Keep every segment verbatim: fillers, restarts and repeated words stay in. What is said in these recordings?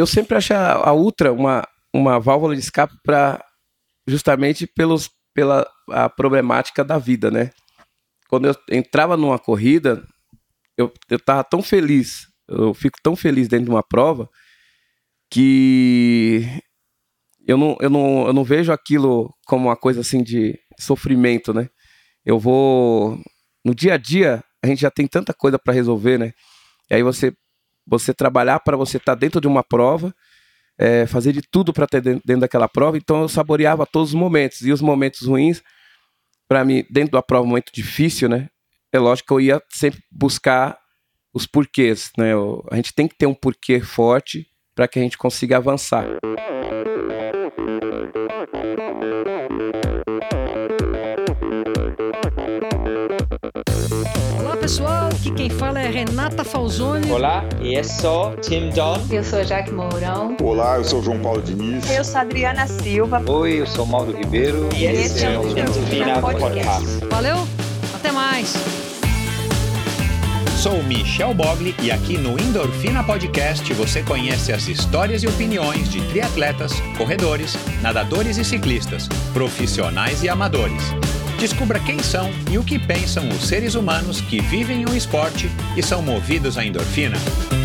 eu sempre achei a, a Ultra uma, uma válvula de escape para justamente pelos, pela a problemática da vida, né? Quando eu entrava numa corrida, eu, eu tava tão feliz, eu fico tão feliz dentro de uma prova, que eu não, eu não, eu não vejo aquilo como uma coisa assim de sofrimento, né? Eu vou... No dia a dia, a gente já tem tanta coisa para resolver, né? E aí você, você trabalhar para você estar tá dentro de uma prova, é, fazer de tudo para ter dentro, dentro daquela prova. Então eu saboreava todos os momentos. E os momentos ruins, para mim, dentro da prova, um momento difícil, né? É lógico que eu ia sempre buscar os porquês, né? Eu, a gente tem que ter um porquê forte para que a gente consiga avançar. Olá pessoal, aqui quem fala é Renata Falzoni. Olá, eu sou Tim Don. Eu sou Jaque Mourão. Olá, eu sou João Paulo Diniz. Eu sou Adriana Silva. Oi, eu sou Mauro Ribeiro. E esse é o Endorfina Podcast. Valeu, até mais. Sou Michel Bogli e aqui no Endorfina Podcast você conhece as histórias e opiniões de triatletas, corredores, nadadores e ciclistas, profissionais e amadores. Descubra quem são e o que pensam os seres humanos que vivem o esporte e são movidos à endorfina.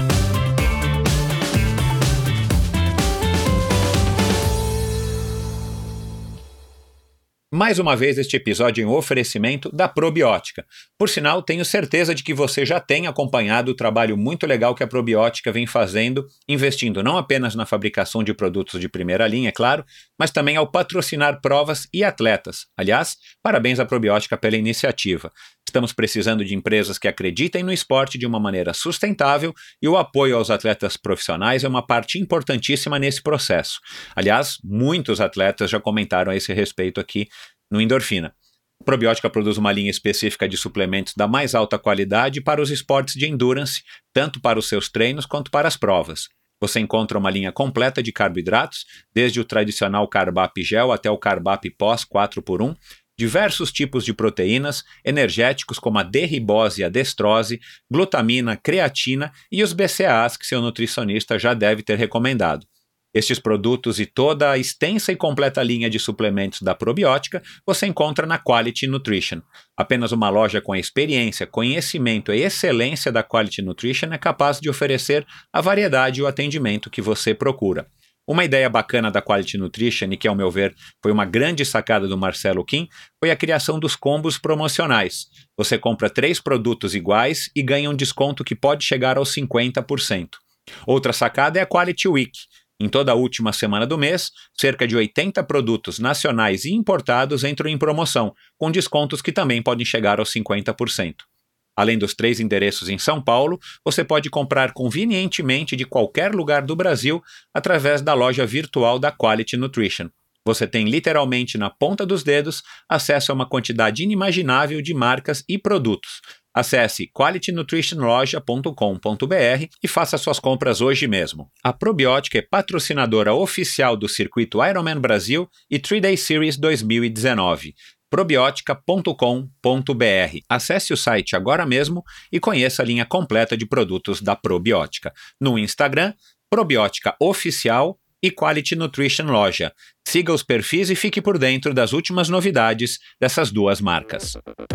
Mais uma vez este episódio em oferecimento da Probiótica. Por sinal, tenho certeza de que você já tem acompanhado o trabalho muito legal que a Probiótica vem fazendo, investindo não apenas na fabricação de produtos de primeira linha, é claro, mas também ao patrocinar provas e atletas. Aliás, parabéns à Probiótica pela iniciativa. Estamos precisando de empresas que acreditem no esporte de uma maneira sustentável e o apoio aos atletas profissionais é uma parte importantíssima nesse processo. Aliás, muitos atletas já comentaram a esse respeito aqui no Endorfina. A Probiótica produz uma linha específica de suplementos da mais alta qualidade para os esportes de endurance, tanto para os seus treinos quanto para as provas. Você encontra uma linha completa de carboidratos, desde o tradicional Carbap Gel até o Carbap Pós quatro por um, diversos tipos de proteínas, energéticos como a D-ribose e a destrose, glutamina, creatina e os B C A As que seu nutricionista já deve ter recomendado. Estes produtos e toda a extensa e completa linha de suplementos da Probiótica você encontra na Quality Nutrition. Apenas uma loja com a experiência, conhecimento e excelência da Quality Nutrition é capaz de oferecer a variedade e o atendimento que você procura. Uma ideia bacana da Quality Nutrition, e que ao meu ver foi uma grande sacada do Marcelo Kim, foi a criação dos combos promocionais. Você compra três produtos iguais e ganha um desconto que pode chegar aos cinquenta por cento. Outra sacada é a Quality Week. Em toda a última semana do mês, cerca de oitenta produtos nacionais e importados entram em promoção, com descontos que também podem chegar aos cinquenta por cento. Além dos três endereços em São Paulo, você pode comprar convenientemente de qualquer lugar do Brasil através da loja virtual da Quality Nutrition. Você tem literalmente na ponta dos dedos acesso a uma quantidade inimaginável de marcas e produtos. Acesse quality nutrition loja ponto com ponto b r e faça suas compras hoje mesmo. A Probiótica é patrocinadora oficial do circuito Ironman Brasil e três Day Series dois mil e dezenove. probiótica ponto com ponto b r. Acesse o site agora mesmo e conheça a linha completa de produtos da Probiótica. No Instagram, Probiótica Oficial e Quality Nutrition Loja. Siga os perfis e fique por dentro das últimas novidades dessas duas marcas.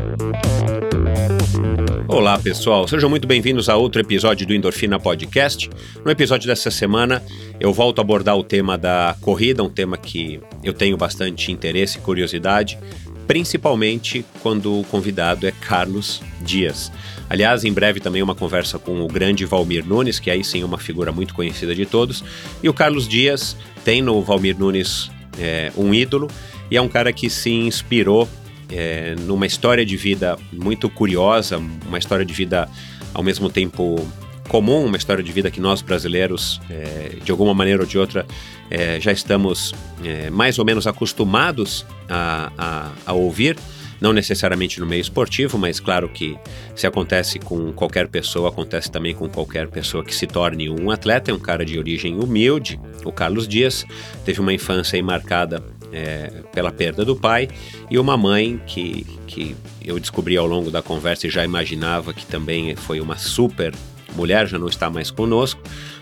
Olá pessoal, sejam muito bem-vindos a outro episódio do Endorfina Podcast. No episódio dessa semana eu volto a abordar o tema da corrida, um tema que eu tenho bastante interesse e curiosidade, principalmente quando o convidado é Carlos Dias. Aliás, em breve também uma conversa com o grande Valmir Nunes, que aí sim é uma figura muito conhecida de todos. E o Carlos Dias tem no Valmir Nunes é, um ídolo e é um cara que se inspirou é, numa história de vida muito curiosa, uma história de vida ao mesmo tempo comum, uma história de vida que nós brasileiros, é, de alguma maneira ou de outra, é, já estamos é, mais ou menos acostumados a, a, a ouvir, não necessariamente no meio esportivo, mas claro que se acontece com qualquer pessoa, acontece também com qualquer pessoa que se torne um atleta. É um cara de origem humilde, o Carlos Dias, teve uma infância aí marcada é, pela perda do pai e uma mãe que, que eu descobri ao longo da conversa e já imaginava que também foi uma super mulher, já não está mais conosco,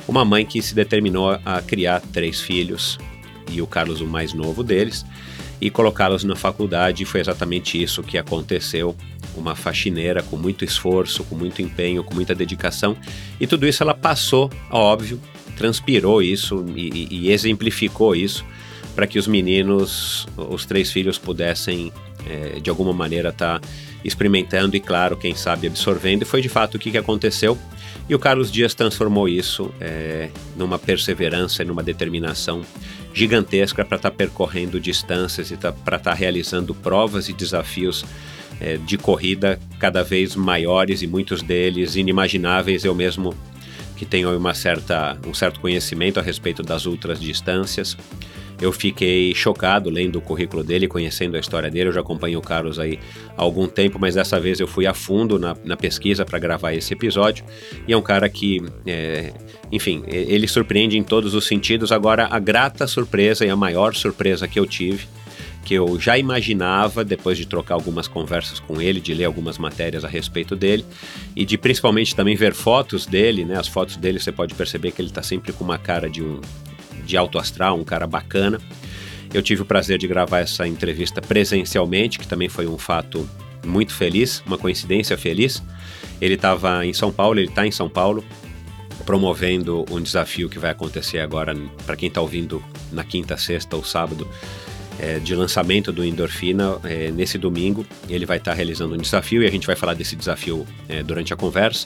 uma mãe que se determinou a criar três filhos, e o Carlos o mais novo deles, e colocá-los na faculdade. Foi exatamente isso que aconteceu. Uma faxineira com muito esforço, com muito empenho, com muita dedicação, e tudo isso ela passou, óbvio, transpirou isso e, e, e exemplificou isso para que os meninos, os três filhos, pudessem é, de alguma maneira estar tá experimentando e, claro, quem sabe absorvendo, e foi de fato o que, que aconteceu. E o Carlos Dias transformou isso é, numa perseverança e numa determinação gigantesca para estar tá percorrendo distâncias e tá, para estar tá realizando provas e desafios é, de corrida cada vez maiores, e muitos deles inimagináveis. Eu mesmo, que tenho uma certa, um certo conhecimento a respeito das ultras distâncias, eu fiquei chocado lendo o currículo dele, conhecendo a história dele. Eu já acompanho o Carlos aí há algum tempo, mas dessa vez eu fui a fundo na, na pesquisa para gravar esse episódio, e é um cara que, é, enfim, ele surpreende em todos os sentidos. Agora, a grata surpresa e a maior surpresa que eu tive, que eu já imaginava depois de trocar algumas conversas com ele, de ler algumas matérias a respeito dele, e de principalmente também ver fotos dele, né? As fotos dele você pode perceber que ele está sempre com uma cara de um de alto astral, um cara bacana. Eu tive o prazer de gravar essa entrevista presencialmente, que também foi um fato muito feliz, uma coincidência feliz. Ele estava em São Paulo, ele está em São Paulo, promovendo um desafio que vai acontecer agora, para quem está ouvindo, na quinta, sexta ou sábado, é, de lançamento do Endorfina. É, nesse domingo ele vai estar tá realizando um desafio, e a gente vai falar desse desafio é, durante a conversa.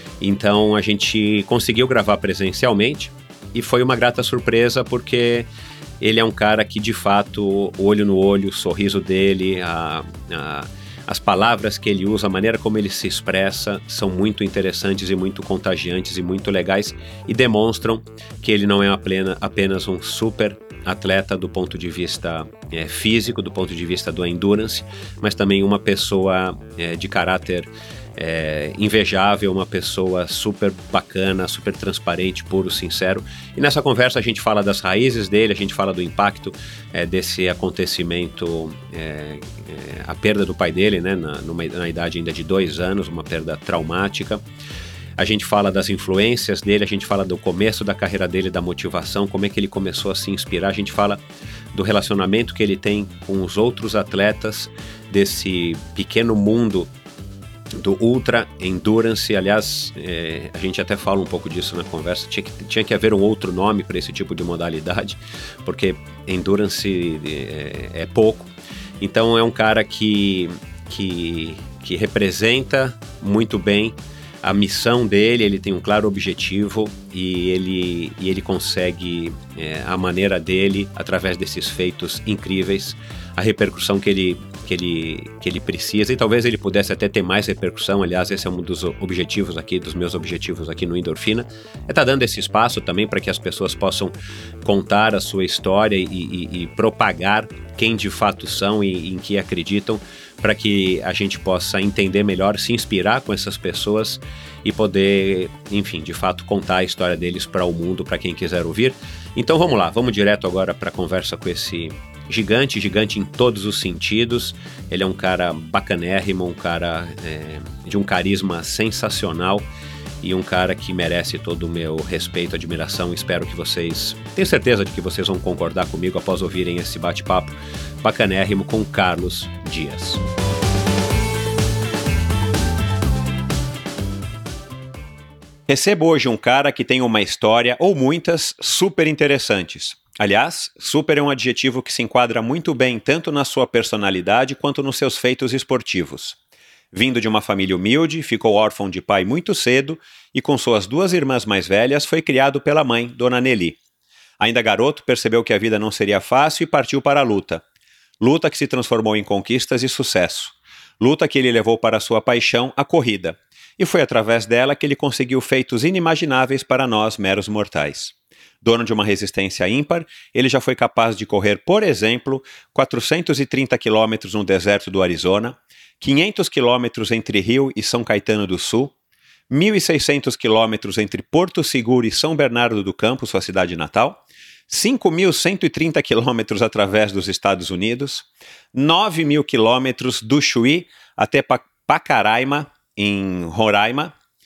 Então a gente conseguiu gravar presencialmente, e foi uma grata surpresa, porque ele é um cara que, de fato, olho no olho, o sorriso dele, a, a, as palavras que ele usa, a maneira como ele se expressa, são muito interessantes e muito contagiantes e muito legais, e demonstram que ele não é apenas, apenas um super atleta do ponto de vista é, físico, do ponto de vista do endurance, mas também uma pessoa é, de caráter É, invejável, uma pessoa super bacana, super transparente, puro, sincero. E nessa conversa a gente fala das raízes dele, a gente fala do impacto é, desse acontecimento, é, é, a perda do pai dele, né, na, numa, na idade ainda de dois anos, uma perda traumática. A gente fala das influências dele, a gente fala do começo da carreira dele, da motivação, como é que ele começou a se inspirar. A gente fala do relacionamento que ele tem com os outros atletas desse pequeno mundo do Ultra Endurance. Aliás, é, a gente até fala um pouco disso na conversa, tinha que, tinha que haver um outro nome para esse tipo de modalidade, porque Endurance é, é pouco. Então é um cara que, que, que representa muito bem a missão dele, ele tem um claro objetivo, e ele, e ele consegue, é, a maneira dele, através desses feitos incríveis, a repercussão que ele, que, ele, que ele precisa, e talvez ele pudesse até ter mais repercussão. Aliás, esse é um dos objetivos aqui, dos meus objetivos aqui no Endorfina, é estar dando esse espaço também para que as pessoas possam contar a sua história e, e, e propagar quem de fato são e, e em que acreditam, para que a gente possa entender melhor, se inspirar com essas pessoas e poder, enfim, de fato contar a história deles para o mundo, para quem quiser ouvir. Então vamos lá, vamos direto agora para a conversa com esse gigante, gigante em todos os sentidos. Ele é um cara bacanérrimo, um cara é, de um carisma sensacional, e um cara que merece todo o meu respeito, admiração. Espero que vocês, tenho certeza de que vocês vão concordar comigo após ouvirem esse bate-papo bacanérrimo com Carlos Dias. Recebo hoje um cara que tem uma história, ou muitas, super interessantes. Aliás, super é um adjetivo que se enquadra muito bem tanto na sua personalidade quanto nos seus feitos esportivos. Vindo de uma família humilde, ficou órfão de pai muito cedo e, com suas duas irmãs mais velhas, foi criado pela mãe, Dona Nelly. Ainda garoto, percebeu que a vida não seria fácil e partiu para a luta. Luta que se transformou em conquistas e sucesso. Luta que ele levou para sua paixão, a corrida. E foi através dela que ele conseguiu feitos inimagináveis para nós, meros mortais. Dono de uma resistência ímpar, ele já foi capaz de correr, por exemplo, quatrocentos e trinta quilômetros no deserto do Arizona, quinhentos quilômetros entre Rio e São Caetano do Sul, mil e seiscentos quilômetros entre Porto Seguro e São Bernardo do Campo, sua cidade natal, cinco mil cento e trinta quilômetros através dos Estados Unidos, nove mil quilômetros do Chuí até Pacaraima, em Roraima,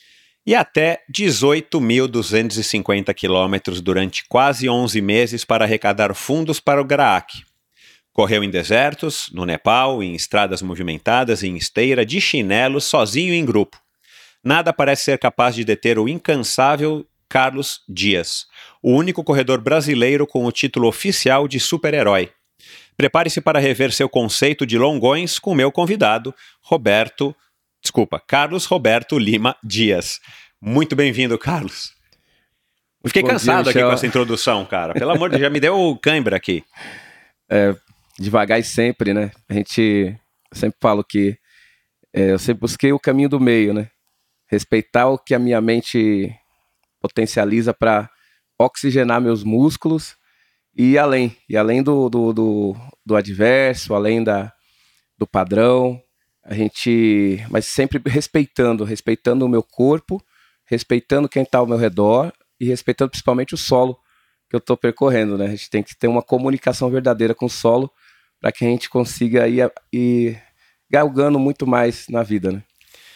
e até dezoito mil duzentos e cinquenta quilômetros durante quase onze meses para arrecadar fundos para o GRAAC. Correu em desertos, no Nepal, em estradas movimentadas e em esteira, de chinelo, sozinho e em grupo. Nada parece ser capaz de deter o incansável Carlos Dias, o único corredor brasileiro com o título oficial de super-herói. Prepare-se para rever seu conceito de longões com meu convidado, Roberto... Desculpa, Carlos Roberto Lima Dias. Muito bem-vindo, Carlos. Eu fiquei Bom cansado dia, aqui Michel. com essa introdução, cara. Pelo amor de Deus, já me deu cãibra aqui. É, devagar e sempre, né? A gente eu sempre falo que é, eu sempre busquei o caminho do meio, né? Respeitar o que a minha mente potencializa para oxigenar meus músculos e ir além. E além do, do, do, do adverso, além da, do padrão. A gente, mas sempre respeitando, respeitando o meu corpo, respeitando quem está ao meu redor e respeitando principalmente o solo que eu estou percorrendo, né? A gente tem que ter uma comunicação verdadeira com o solo para que a gente consiga ir, ir galgando muito mais na vida, né?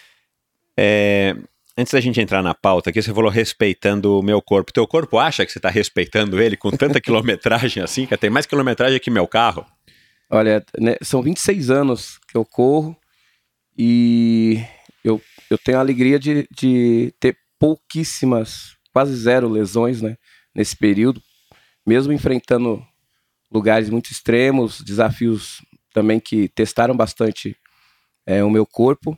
É, antes da gente entrar na pauta aqui, você falou respeitando o meu corpo. Teu corpo acha que você está respeitando ele com tanta quilometragem assim, que tem mais quilometragem que meu carro? Olha, né, são vinte e seis anos que eu corro e eu, eu tenho a alegria de, de ter pouquíssimas, quase zero lesões, né, nesse período, mesmo enfrentando lugares muito extremos, desafios também que testaram bastante é, o meu corpo.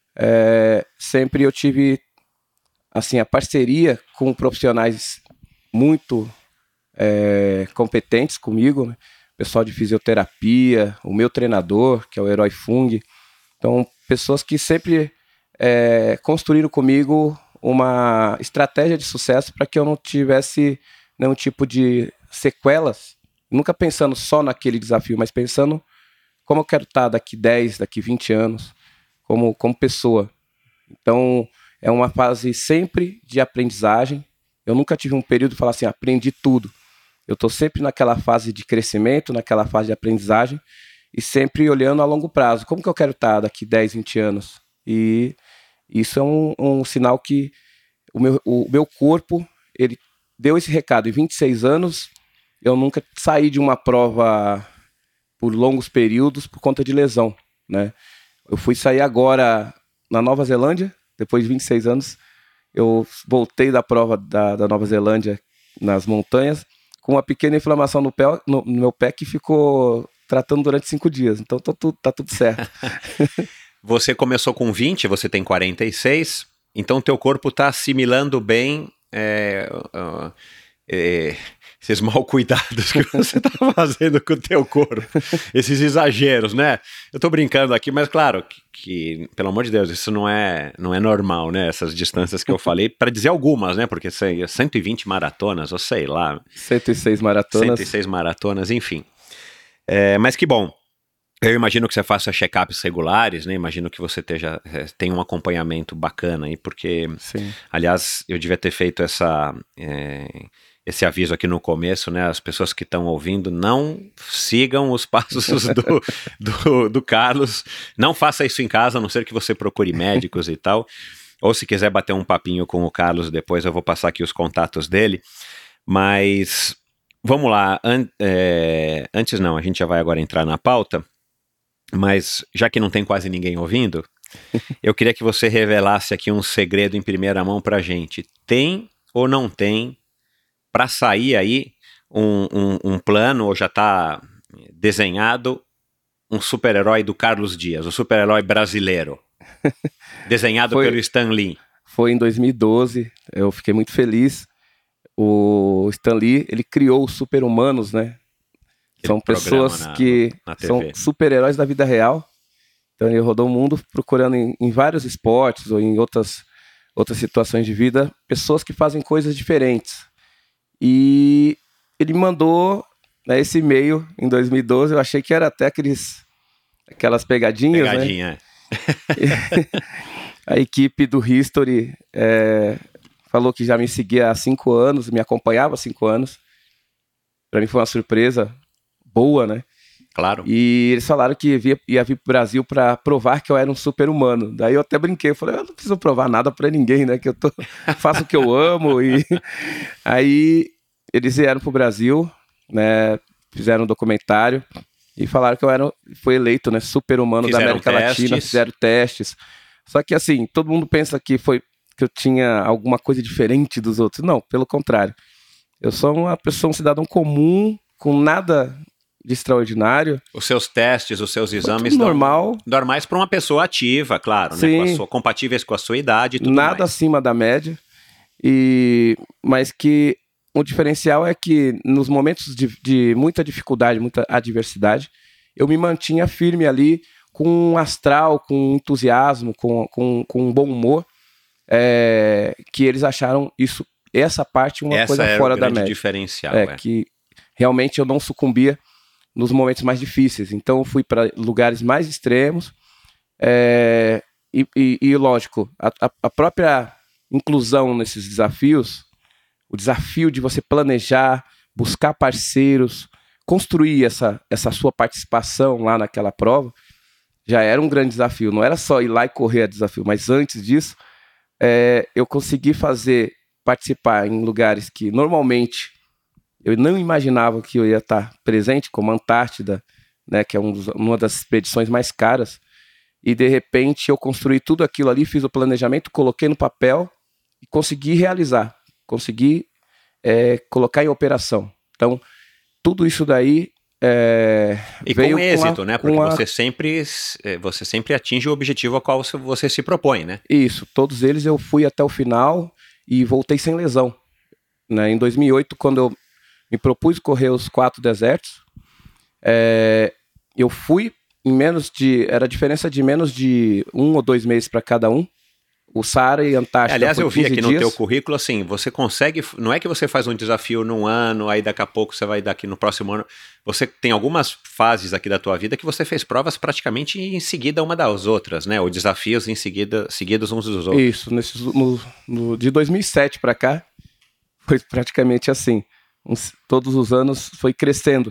É, sempre eu tive assim, a parceria com profissionais muito é, competentes comigo, né? Pessoal de fisioterapia, o meu treinador, que é o Herói Fung. Então, pessoas que sempre é, construíram comigo uma estratégia de sucesso para que eu não tivesse nenhum tipo de sequelas, nunca pensando só naquele desafio, mas pensando como eu quero estar daqui dez, daqui vinte anos, como, como pessoa. Então, é uma fase sempre de aprendizagem. Eu nunca tive um período de falar assim, aprendi tudo. Eu estou sempre naquela fase de crescimento, naquela fase de aprendizagem e sempre olhando a longo prazo. Como que eu quero estar daqui dez, vinte anos? E isso é um, um sinal que o meu, o meu corpo, ele deu esse recado. Em vinte e seis anos, eu nunca saí de uma prova por longos períodos por conta de lesão, né? Eu fui sair agora na Nova Zelândia, depois de vinte e seis anos, eu voltei da prova da, da Nova Zelândia nas montanhas, com uma pequena inflamação no, pé, no, no meu pé que ficou tratando durante cinco dias. Então tô, tô, tá tudo certo. Você começou com vinte, você tem quarenta e seis, então teu corpo está assimilando bem é, uh, é, esses mal cuidados que você está fazendo com o teu corpo, esses exageros, né? Eu tô brincando aqui, mas claro que, que pelo amor de Deus, isso não é, não é normal, né? Essas distâncias que eu falei, para dizer algumas, né? Porque sei, cento e vinte maratonas, ou sei lá. cento e seis maratonas. cento e seis maratonas, enfim. É, mas que bom. Eu imagino que você faça check-ups regulares, né? Imagino que você esteja, tenha um acompanhamento bacana aí, porque, Sim. Aliás, eu devia ter feito essa, é, esse aviso aqui no começo, né? As pessoas que estão ouvindo, não sigam os passos do, do, do Carlos, não faça isso em casa, a não ser que você procure médicos e tal, ou se quiser bater um papinho com o Carlos depois, eu vou passar aqui os contatos dele, mas vamos lá, an é, antes não, a gente já vai agora entrar na pauta. Mas já que não tem quase ninguém ouvindo, eu queria que você revelasse aqui um segredo em primeira mão pra gente. Tem ou não tem, para sair aí, um, um, um plano, ou já tá desenhado, um super-herói do Carlos Dias, o super-herói brasileiro, desenhado Foi, pelo Stan Lee? Foi em dois mil e doze, eu fiquei muito feliz. O Stan Lee, ele criou os super-humanos, né? São pessoas na, que na são super-heróis da vida real. Então ele rodou o mundo procurando em, em vários esportes ou em outras, outras situações de vida, pessoas que fazem coisas diferentes. E ele mandou, né, esse e-mail em dois mil e doze, eu achei que era até aqueles, aquelas pegadinhas, Pegadinha, né? A equipe do History é, falou que já me seguia há cinco anos, me acompanhava há cinco anos. Para mim foi uma surpresa boa, né? Claro. E eles falaram que ia, ia vir pro Brasil para provar que eu era um super-humano. Daí eu até brinquei, eu falei, eu não preciso provar nada para ninguém, né? Que eu tô, faço o que eu amo. E aí eles vieram pro Brasil, né? Fizeram um documentário e falaram que eu era, fui eleito, né? Super-humano da América testes. Latina, fizeram testes. Só que assim, todo mundo pensa que foi que eu tinha alguma coisa diferente dos outros. Não, pelo contrário. Eu sou uma pessoa, um cidadão comum, com nada de extraordinário. Os seus testes, os seus exames tudo dão- normal. normais para uma pessoa ativa, claro, né? Sim. Com a sua, compatíveis com a sua idade e tudo Nada mais. acima da média. E mas que o diferencial é que nos momentos de, de muita dificuldade, muita adversidade, eu me mantinha firme ali, com um astral, com entusiasmo, com, com, com um bom humor, é, que eles acharam isso, essa parte uma Essa coisa era fora o da grande média. diferencial. É, é. que realmente eu não sucumbia nos momentos mais difíceis. Então eu fui para lugares mais extremos. É, e, e, e, lógico, a, a- a própria inclusão nesses desafios, o desafio de você planejar, buscar parceiros, construir essa, essa sua participação lá naquela prova, já era um grande desafio. Não era só ir lá e correr a desafio, mas antes disso, é, eu consegui fazer, participar em lugares que normalmente eu não imaginava que eu ia estar presente, como a Antártida, né, que é um dos- uma das expedições mais caras, e de repente eu construí tudo aquilo ali, fiz o planejamento, coloquei no papel e consegui realizar, consegui é, colocar em operação. Então, tudo isso daí é, E veio com êxito, a- né? com Porque a- você sempre, eh, você sempre atinge o objetivo ao qual você- você se propõe, né? Isso, todos eles eu fui até o final e voltei sem lesão. Né? Em dois mil e oito, quando eu me propus correr os quatro desertos, é, eu fui em menos de... Era a diferença de menos de um ou dois meses para cada um. O Saara e a Antártida Aliás, foi eu vi quinze aqui no dias. teu currículo, assim, você consegue, não é que você faz um desafio num ano, aí daqui a pouco você vai daqui no próximo ano, você tem algumas fases aqui da tua vida que você fez provas praticamente em seguida uma das outras, né? Ou desafios em seguida, seguidos uns dos outros. Isso, nesses, no, no- de dois mil e sete para cá, foi praticamente assim. Uns- todos os anos foi crescendo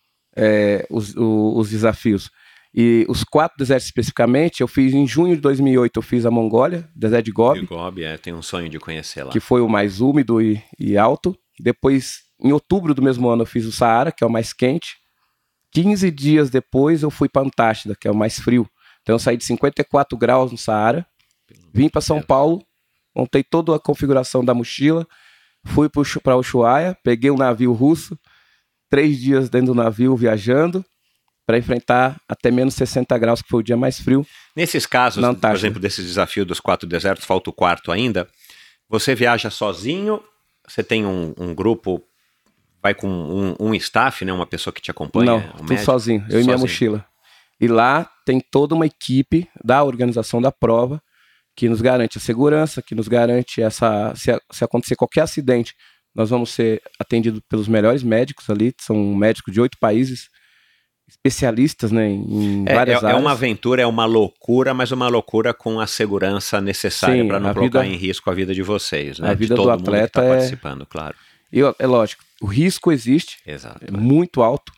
é, os, o- os desafios. E os quatro desertos especificamente, eu fiz em junho de dois mil e oito, eu fiz a Mongólia, deserto de Gobi, E Gobi, é, tem um sonho de conhecer lá. que foi o mais úmido e, e alto. Depois, em outubro do mesmo ano, eu fiz o Saara, que é o mais quente. quinze dias depois, eu fui para a Antártida, que é o mais frio. Então, eu saí de cinquenta e quatro graus no Saara, vim para São Deus. Paulo, montei toda a configuração da mochila, fui para Ushuaia, peguei um navio russo, três dias dentro do navio viajando, para enfrentar até menos sessenta graus, que foi o dia mais frio. Nesses casos, Na por Antártida. exemplo, desse desafio dos quatro desertos, falta o quarto ainda, você viaja sozinho, você tem um, um grupo, vai com um, um staff, né, uma pessoa que te acompanha? Não, um tudo médico? sozinho, eu e minha Sozinho. mochila. E lá tem toda uma equipe da organização da prova que nos garante a segurança, que nos garante essa... Se, se acontecer qualquer acidente, nós vamos ser atendidos pelos melhores médicos ali, que são médicos de oito países, especialistas, né, em É, várias é, é áreas. uma aventura, é uma loucura, mas uma loucura com a segurança necessária Sim, para não a colocar vida- em risco a vida de vocês, né? a vida de todo do mundo que atleta tá é- participando, claro. E ó, é lógico, o risco existe, Exato. é muito alto.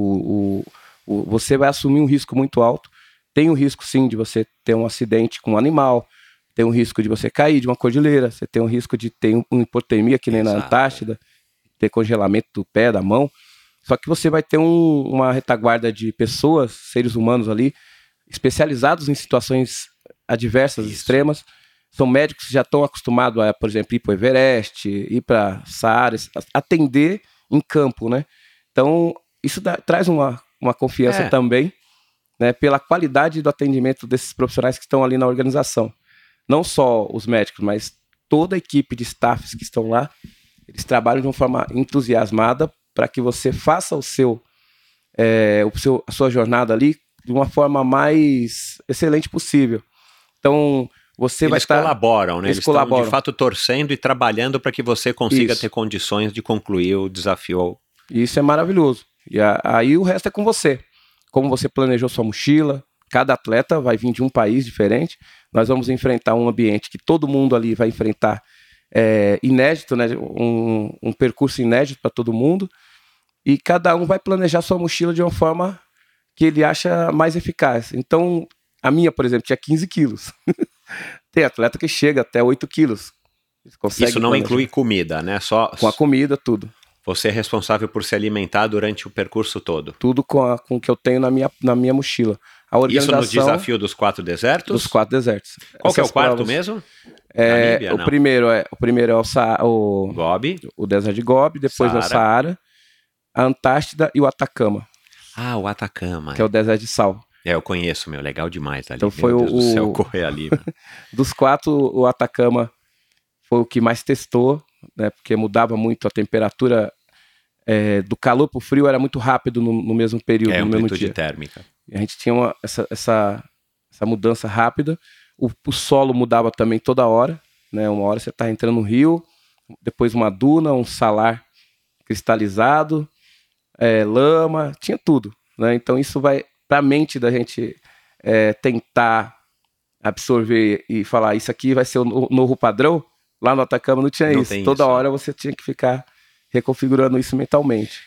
O, o, o- você vai assumir um risco muito alto. Tem o risco, sim, de você ter um acidente com um animal. Tem o risco de você cair de uma cordilheira. Você tem o risco de ter um- uma hipotermia, que nem na Exato. Antártida. Ter congelamento do pé, da mão. Só que você vai ter um- uma retaguarda de pessoas, seres humanos ali, especializados em situações adversas, Isso. extremas. São médicos que já estão acostumados a, por exemplo, ir para o Everest, ir para Saara, atender em campo, né? Então, isso dá- traz uma, uma confiança É. também, né, pela qualidade do atendimento desses profissionais que estão ali na organização. Não só os médicos, mas toda a equipe de staffs que estão lá, eles trabalham de uma forma entusiasmada para que você faça o seu, é, o seu, a sua jornada ali de uma forma mais excelente possível. Então, você vai Eles estar... colaboram, né? eles Eles estão colaboram. de fato torcendo e trabalhando para que você consiga Isso. ter condições de concluir o desafio. E isso é maravilhoso. E a- aí o resto é com você. Como você planejou sua mochila, cada atleta vai vir de um país diferente. Nós vamos enfrentar um ambiente que todo mundo ali vai enfrentar é, inédito, né? um, um percurso inédito para todo mundo. E cada um vai planejar sua mochila de uma forma que ele acha mais eficaz. Então, a minha, por exemplo, tinha quinze quilos. Tem atleta que chega até oito quilos. Isso não inclui comida, né? Só com a comida, tudo. Você é responsável por se alimentar durante o percurso todo? Tudo com, a, com o que eu tenho na minha, na minha mochila. A organização, isso no desafio dos quatro desertos? Dos quatro desertos. Qual que é o quarto provas, mesmo? É, Namíbia, o, não. primeiro é, o primeiro é o, Sa o, Gobi. o deserto de Gobi, depois Saara. é o Saara, a Antártida e o Atacama. Ah, o Atacama. Que é o deserto de sal. É, eu conheço, meu, legal demais ali. Então foi meu Deus o, do céu, correr ali. Dos quatro, o Atacama foi o que mais testou, né? Porque mudava muito a temperatura é, do calor para o frio, era muito rápido no, no mesmo período, É, no mesmo amplitude dia. térmica. E a gente tinha uma, essa, essa, essa mudança rápida. O, o solo mudava também toda hora, né? Uma hora você está entrando no rio, depois uma duna, um salar cristalizado, é, lama, tinha tudo, né? Então isso vai para a mente da gente é, tentar absorver e falar, isso aqui vai ser o novo padrão. Lá no Atacama não tinha Não isso. tem Toda isso, hora você tinha que ficar reconfigurando isso mentalmente.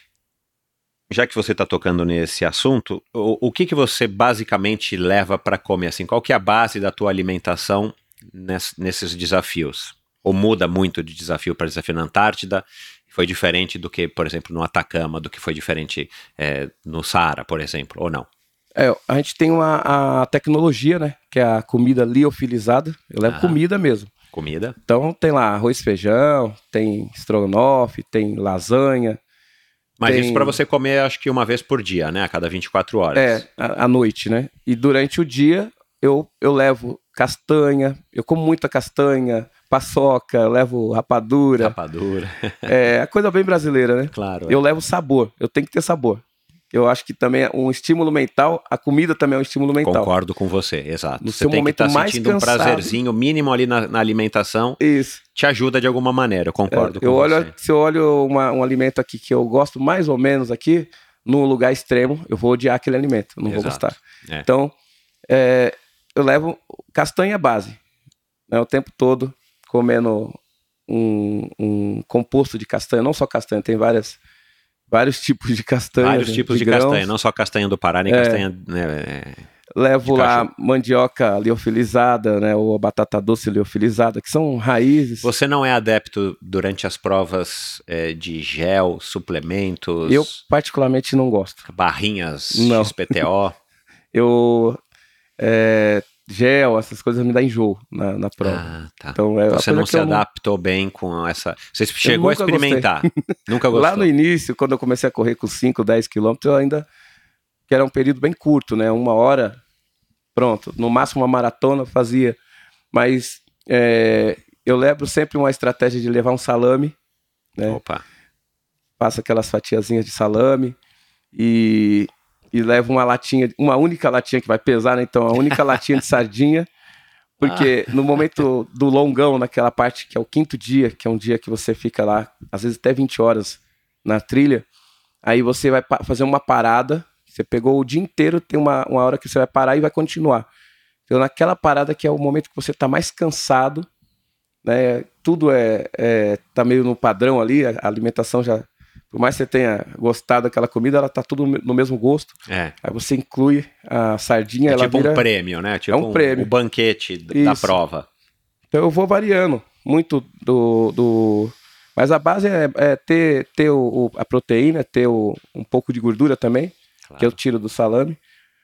Já que você está tocando nesse assunto, o, o que, que você basicamente leva para comer? Assim, qual que é a base da tua alimentação ness, nesses desafios? Ou muda muito de desafio para desafio na Antártida? Foi diferente do que, por exemplo, no Atacama, do que foi diferente é, no Saara, por exemplo, ou não? É, a gente tem uma a tecnologia, né? Que é a comida liofilizada. Eu levo Ah. comida mesmo. Comida? Então tem lá arroz e feijão, tem estrogonofe, tem lasanha. Mas tem... isso para você comer, acho que uma vez por dia, né? A cada vinte e quatro horas. É, à noite, né? E durante o dia eu, eu levo castanha, eu como muita castanha, paçoca, eu levo rapadura. Rapadura. É a coisa bem brasileira, né? Claro. Eu é. levo sabor, eu tenho que ter sabor. Eu acho que também é um estímulo mental, a comida também é um estímulo mental. Concordo com você, exato. No você seu tem que momento estar mais sentindo um cansado. prazerzinho mínimo ali na, na alimentação. Isso. Te ajuda de alguma maneira, eu concordo É, com eu você. olho, se eu olho uma, um alimento aqui que eu gosto mais ou menos aqui, num lugar extremo, eu vou odiar aquele alimento, não Exato. vou gostar. É. Então, é, eu levo castanha base, né, o tempo todo comendo um, um composto de castanha, não só castanha, tem várias, vários tipos de castanha. Vários né, tipos de, de castanha, não só castanha do Pará, nem é, castanha... Né, é, levo lá mandioca liofilizada, né, ou a batata doce liofilizada, que são raízes. Você não é adepto durante as provas é, de gel, suplementos? Eu particularmente não gosto. Barrinhas não. X P T O? Eu... É, gel, essas coisas me dá enjoo na, na prova. Ah, tá. Então, é Você não se não... adaptou bem com essa... Você chegou a experimentar? Nunca gostou? Lá no início, quando eu comecei a correr com cinco, dez quilômetros, eu ainda... Que era um período bem curto, né? Uma hora, pronto. No máximo uma maratona eu fazia. Mas é, eu levo sempre uma estratégia de levar um salame, né? Opa. Faço aquelas fatiazinhas de salame e... E levo uma latinha, uma única latinha que vai pesar, né? Então, a única latinha de sardinha. Porque ah. no momento do longão, naquela parte que é o quinto dia, que é um dia que você fica lá, às vezes até vinte horas na trilha, aí você vai fazer uma parada, você pegou o dia inteiro, tem uma, uma hora que você vai parar e vai continuar. Então, naquela parada que é o momento que você está mais cansado, né? Tudo é, é, tá meio no padrão ali, a alimentação já... Por mais que você tenha gostado daquela comida, ela tá tudo no mesmo gosto. É. Aí você inclui a sardinha, é ela tipo vira... um prêmio, né? Tipo é um, um prêmio. O banquete Isso. da prova. Então eu vou variando muito do... do... Mas a base é, é ter, ter o, o, a proteína, ter o, um pouco de gordura também, claro. Que eu tiro do salame,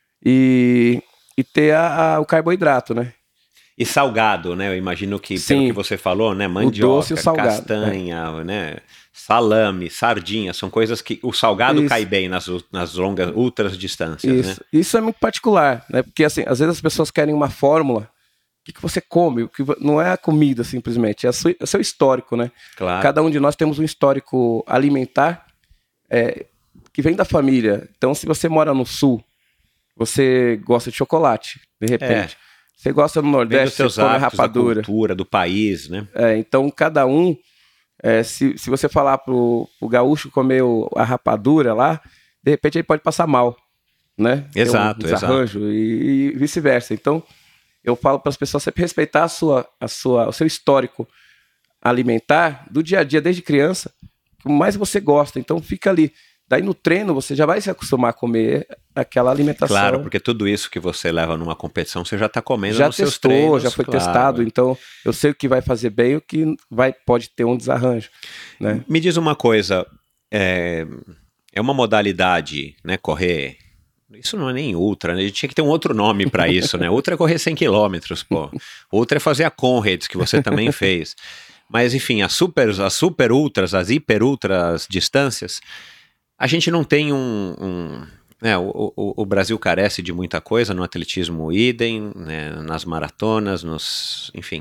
e, e ter a, a, o carboidrato, né? E salgado, né? Eu imagino que, Sim. pelo que você falou, né? Mandioca, o doce e o salgado, castanha, é. né? Salame, sardinha, são coisas que o salgado Isso. cai bem nas, nas longas, ultras distâncias, Isso. né? Isso é muito particular, né? Porque assim, às vezes as pessoas querem uma fórmula. O que, que você come? O que não é a comida simplesmente, é o seu histórico, né? Claro. Cada um de nós temos um histórico alimentar é, que vem da família. Então, se você mora no sul, você gosta de chocolate, de repente. É. Você gosta do Nordeste, você come rapadura. Da cultura, do país, né? É, então, cada um... É, se, se você falar pro, pro gaúcho comer o, a rapadura lá, de repente ele pode passar mal, né? Exato, um desarranjo exato. E, e vice-versa. Então, eu falo para as pessoas sempre respeitar a sua, a sua, o seu histórico alimentar do dia a dia, desde criança, o mais você gosta. Então, fica ali. Daí no treino você já vai se acostumar a comer aquela alimentação. Claro, porque tudo isso que você leva numa competição, você já está comendo já nos testou, seus treinos. Já foi claro. testado, então eu sei o que vai fazer bem e o que vai, pode ter um desarranjo, né? Me diz uma coisa, é, é uma modalidade, né, correr... Isso não é nem ultra, né? A gente tinha que ter um outro nome para isso, né? Ultra é correr cem quilômetros, pô. Ultra é fazer a Conrads, que você também fez. Mas, enfim, as super, as super ultras, as hiper ultras distâncias, a gente não tem um... um né? o, o, o Brasil carece de muita coisa, no atletismo idem, né? Nas maratonas, nos... enfim...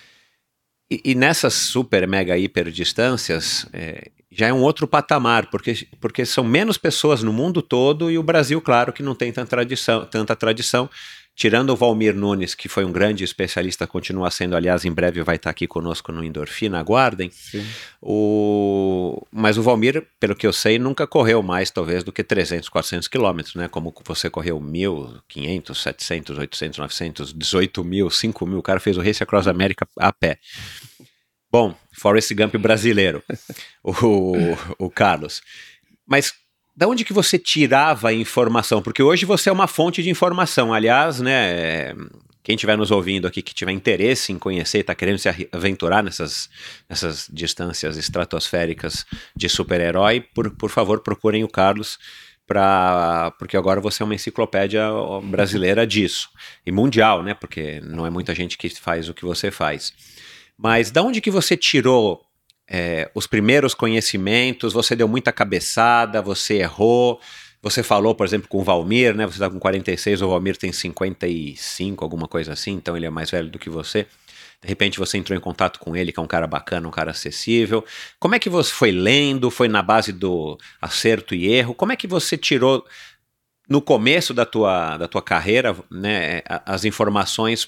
E, e nessas super, mega, hiper distâncias, é, já é um outro patamar, porque, porque são menos pessoas no mundo todo e o Brasil, claro, que não tem tanta tradição, tanta tradição. Tirando o Valmir Nunes, que foi um grande especialista, continua sendo, aliás, em breve vai estar aqui conosco no Endorfina, aguardem. O... Mas o Valmir, pelo que eu sei, nunca correu mais, talvez, do que trezentos, quatrocentos quilômetros, né? Como você correu mil, quinhentos, setecentos, oitocentos, novecentos, dezoito mil, cinco mil, o cara fez o Race Across America a pé. Bom, Forrest Gump brasileiro, o, o Carlos. Mas... Da onde que você tirava a informação? Porque hoje você é uma fonte de informação. Aliás, né, quem estiver nos ouvindo aqui, que tiver interesse em conhecer, está querendo se aventurar nessas, nessas distâncias estratosféricas de super-herói, por, por favor, procurem o Carlos, pra, porque agora você é uma enciclopédia brasileira disso. E mundial, né? Porque não é muita gente que faz o que você faz. Mas da onde que você tirou... É, os primeiros conhecimentos, você deu muita cabeçada, você errou, você falou, por exemplo, com o Valmir, né? Você está com quarenta e seis, o Valmir tem cinquenta e cinco, alguma coisa assim, então ele é mais velho do que você. De repente você entrou em contato com ele, que é um cara bacana, um cara acessível. Como é que você foi lendo? Foi na base do acerto e erro? Como é que você tirou, no começo da tua, da tua carreira, né, as informações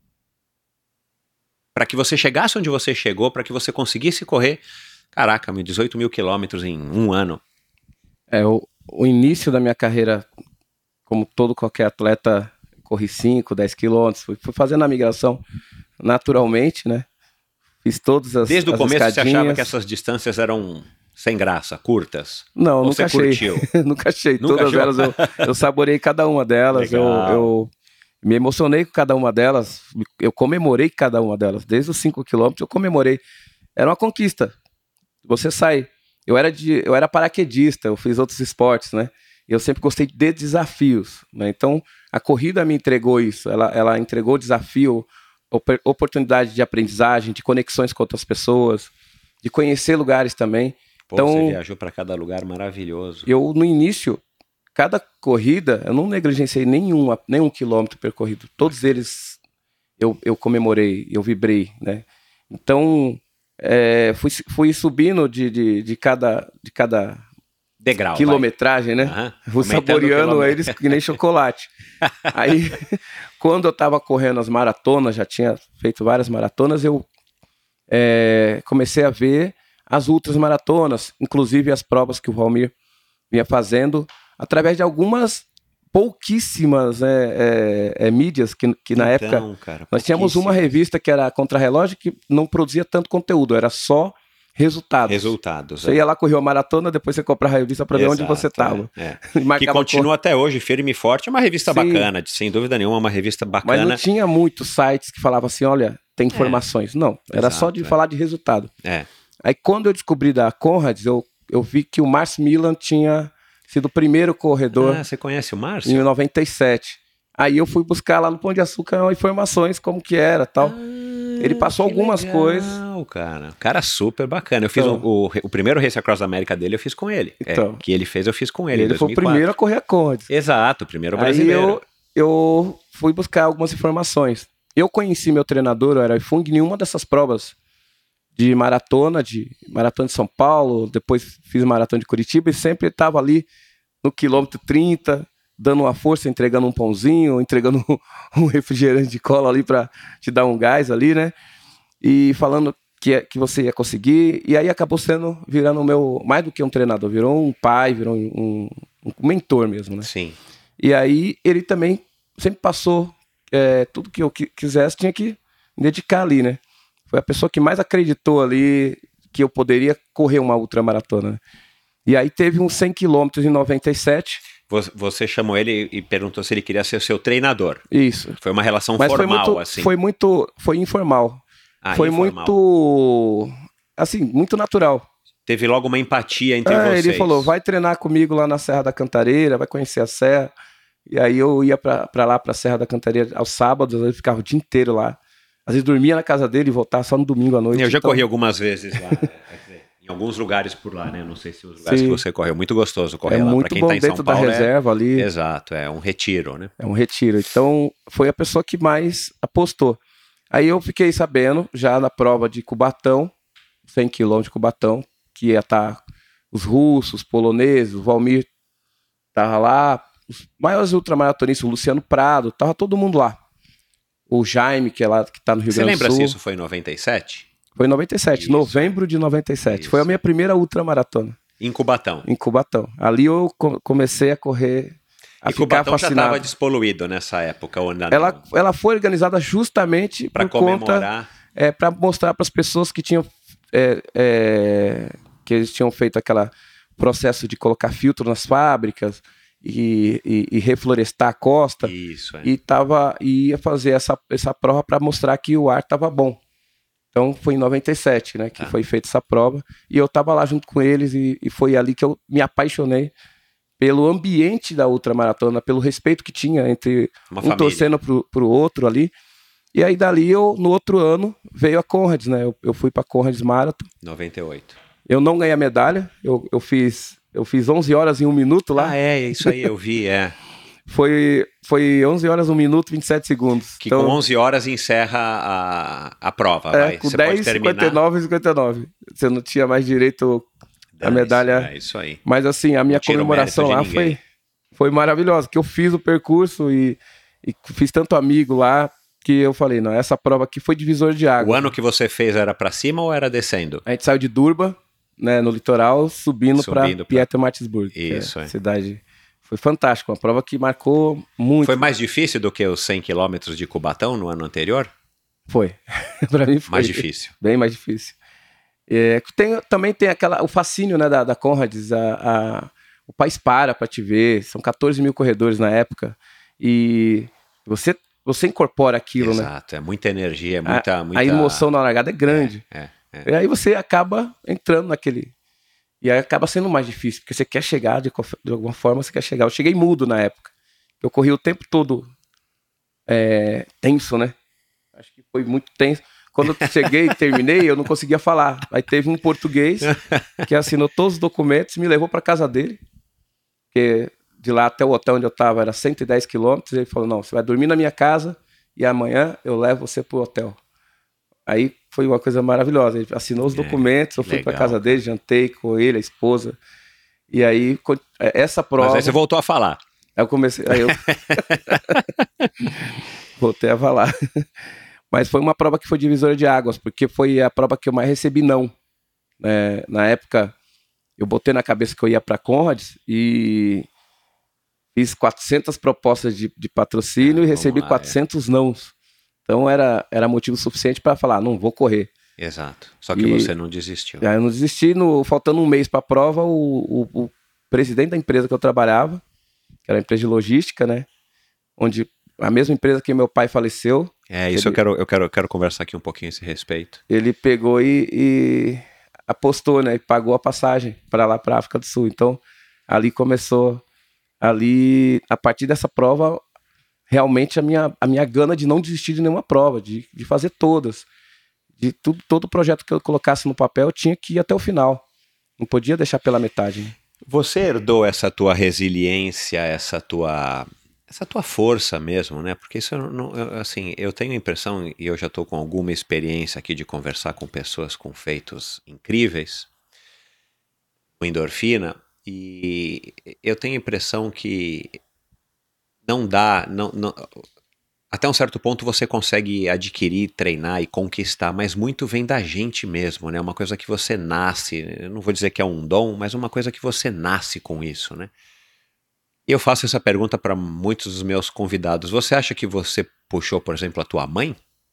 para que você chegasse onde você chegou, para que você conseguisse correr, caraca, dezoito mil quilômetros em um ano? É, o, o início da minha carreira, como todo qualquer atleta, corri cinco, dez quilômetros, fui, fui fazendo a migração naturalmente, né? Fiz todas as Desde o as começo escadinhas. Você achava que essas distâncias eram sem graça, curtas? Não, Ou nunca você achei. curtiu? Nunca achei. Nunca Todas achou? elas eu, eu saboreei cada uma delas. Eu, eu me emocionei com cada uma delas. Eu comemorei cada uma delas. Desde os cinco quilômetros eu comemorei. Era uma conquista. Você sai. Eu era, de, eu era paraquedista, eu fiz outros esportes, né? Eu sempre gostei de desafios, né? Então, a corrida me entregou isso. Ela, ela entregou desafio, op- oportunidade de aprendizagem, de conexões com outras pessoas, de conhecer lugares também. Pô, então, você viajou para cada lugar maravilhoso. Eu, no início, cada corrida, eu não negligenciei nenhum, nenhum quilômetro percorrido. Todos eles eu, eu comemorei, eu vibrei, né? Então, é, fui, fui subindo de, de, de cada... De cada degrau, quilometragem, vai. né? Uhum. Vou saboreando eles que nem chocolate. Aí, quando eu tava correndo as maratonas, já tinha feito várias maratonas, eu é, comecei a ver as ultras maratonas, inclusive as provas que o Valmir vinha fazendo, através de algumas pouquíssimas é, é, é, mídias que, que na então, época cara, nós tínhamos uma revista que era a Contra-Relógio que não produzia tanto conteúdo, era só resultados. Resultados. Você é. ia lá, correu a maratona, depois você comprava a revista para ver onde você estava. É, é. Que continua até hoje firme e forte. É uma revista Sim. bacana, sem dúvida nenhuma, uma revista bacana. Mas não tinha muitos sites que falavam assim, olha, tem informações. É. Não, era Exato, só de é. falar de resultado. É. Aí quando eu descobri da Conrads, eu, eu vi que o Márcio Milan tinha sido o primeiro corredor. Ah, você conhece o Márcio? Em noventa e sete. Aí eu fui buscar lá no Pão de Açúcar informações como que era tal. Ah. Ele passou algumas legal, coisas. Cara, cara super bacana. Eu fiz então, o, o, o primeiro Race Across da América dele, eu fiz com ele. Então, é, que ele fez, eu fiz com ele. Ele foi o primeiro a correr a Conrads. Exato, o primeiro brasileiro. Aí eu, eu fui buscar algumas informações. Eu conheci meu treinador, o Herói Fung, em uma dessas provas de maratona, de maratona de São Paulo, depois fiz maratona de Curitiba e sempre estava ali no quilômetro trinta, dando uma força, entregando um pãozinho, entregando um refrigerante de cola ali para te dar um gás ali, né? E falando que, que você ia conseguir. E aí acabou sendo, virando o meu, mais do que um treinador, virou um pai, virou um, um mentor mesmo, né? Sim. E aí ele também sempre passou é, tudo que eu quisesse, tinha que me dedicar ali, né? Foi a pessoa que mais acreditou ali que eu poderia correr uma ultramaratona, né? E aí teve uns cem quilômetros em noventa e sete. Você chamou ele e perguntou se ele queria ser seu treinador. Isso. Foi uma relação Mas formal, foi muito, assim. Foi muito, foi informal. Ah, foi informal. muito, assim, muito natural. Teve logo uma empatia entre é, vocês. Ele falou, vai treinar comigo lá na Serra da Cantareira, vai conhecer a serra. E aí eu ia pra, pra lá, pra Serra da Cantareira, aos sábados, eu ficava o dia inteiro lá. Às vezes dormia na casa dele e voltava só no domingo à noite. Eu já então... corri algumas vezes lá, em alguns lugares por lá, né? Não sei se os lugares Sim. que você correu. Muito gostoso correr é lá. Muito pra quem bom tá em dentro São da Paulo, reserva é... ali. Exato, é um retiro, né? É um retiro. Então, foi a pessoa que mais apostou. Aí eu fiquei sabendo, já na prova de Cubatão, cem quilômetros de Cubatão, que ia estar os russos, os poloneses, o Valmir tava lá, os maiores ultramaratonistas, o Luciano Prado, tava todo mundo lá. O Jaime, que é lá, que tá no Rio Você Grande do Sul. lembra se isso foi em noventa e sete? Foi em noventa e sete, Isso. novembro de noventa e sete. Isso. Foi a minha primeira ultramaratona. Em Cubatão. Em Cubatão. Ali eu co- comecei a correr, a E ficar Cubatão já fascinado. estava despoluído nessa época, ou não? Ela, ela foi organizada justamente Para por conta... comemorar. É, para mostrar para as pessoas que tinham... É, é, que eles tinham feito aquele processo de colocar filtro nas fábricas e, e, e reflorestar a costa. Isso, é. E, tava, e ia fazer essa, essa prova para mostrar que o ar estava bom. Então foi em noventa e sete, né, que Tá. foi feita essa prova. E eu estava lá junto com eles e, e foi ali que eu me apaixonei pelo ambiente da ultramaratona, pelo respeito que tinha entre Uma um família. torcendo pro, pro outro ali. E aí dali, eu, no outro ano, veio a Conrads, né? Eu, eu fui pra Conrads Marathon. noventa e oito. Eu não ganhei a medalha, eu, eu, fiz, eu fiz onze horas em um minuto lá. Ah, é, isso aí eu vi, é. Foi, foi onze horas, um minuto, vinte e sete segundos. Que com onze horas encerra a, a prova, é, vai. com Você dez, pode terminar... cinquenta e nove e cinquenta e nove. Você não tinha mais direito à medalha. É isso aí. Mas assim, a minha Não tira o comemoração mérito lá de foi, ninguém. foi maravilhosa, que eu fiz o percurso e, e fiz tanto amigo lá, que eu falei, não, essa prova aqui foi divisor de água. O ano que você fez era pra cima ou era descendo? A gente saiu de Durban, né, no litoral, subindo, Subindo para pra- Pietermaritzburg. Isso, que é é. a cidade. Foi fantástico, uma prova que marcou muito. Foi mais difícil do que os cem quilômetros de Cubatão no ano anterior? Foi. Para mim foi. Mais difícil. Bem mais difícil. É, tem, também tem aquela, o fascínio, né, da, da Conrads, a, a, o país para para te ver, são quatorze mil corredores na época, e você, você incorpora aquilo, né? Exato, é muita energia, é muita... A, muita... a emoção na largada é grande. É, é. E aí você acaba entrando naquele... E aí acaba sendo mais difícil, porque você quer chegar, de, qual- de alguma forma você quer chegar. Eu cheguei mudo na época. Eu corri o tempo todo é, tenso, né? Acho que foi muito tenso. Quando eu cheguei e terminei, eu não conseguia falar. Aí teve um português que assinou todos os documentos, me levou para casa dele, porque de lá até o hotel onde eu estava era cento e dez quilômetros. Ele falou, não, você vai dormir na minha casa e amanhã eu levo você pro hotel. Aí foi uma coisa maravilhosa. Ele assinou os É, documentos, eu que fui para legal, casa dele, jantei com ele, a esposa. E aí, co- essa prova... Mas aí você voltou a falar. Aí eu comecei... Aí eu... Voltei a falar. Mas foi uma prova que foi divisora de águas, porque foi a prova que eu mais recebi não. É, na época, eu botei na cabeça que eu ia para Conrads e fiz quatrocentas propostas de, de patrocínio e Vamos recebi lá, quatrocentos nãos. Então era, era motivo suficiente para falar, não vou correr. Exato. Só que E- você não desistiu. Aí eu não desisti, no, faltando um mês para a prova, o, o, o presidente da empresa que eu trabalhava, que era uma empresa de logística, né? Onde a mesma empresa que meu pai faleceu, É, isso Ele- eu quero, eu quero, eu quero conversar aqui um pouquinho a esse respeito. ele pegou e, e apostou, né? E pagou a passagem para lá, para África do Sul. Então, ali começou, ali, a partir dessa prova, realmente a minha, a minha gana de não desistir de nenhuma prova, de, de fazer todas. De tudo, todo projeto que eu colocasse no papel, eu tinha que ir até o final. Não podia deixar pela metade, né? Você herdou essa tua resiliência, essa tua, essa tua força mesmo, né? Porque isso, eu não, eu, assim, eu tenho a impressão, e eu já estou com alguma experiência aqui de conversar com pessoas com feitos incríveis, com endorfina, e eu tenho a impressão que não dá, não, não, até um certo ponto você consegue adquirir, treinar e conquistar, mas muito vem da gente mesmo, né? Uma coisa que você nasce, eu não vou dizer que é um dom, mas uma coisa que você nasce com isso, né? E eu faço essa pergunta para muitos dos meus convidados. Você acha que você puxou, por exemplo, a tua mãe?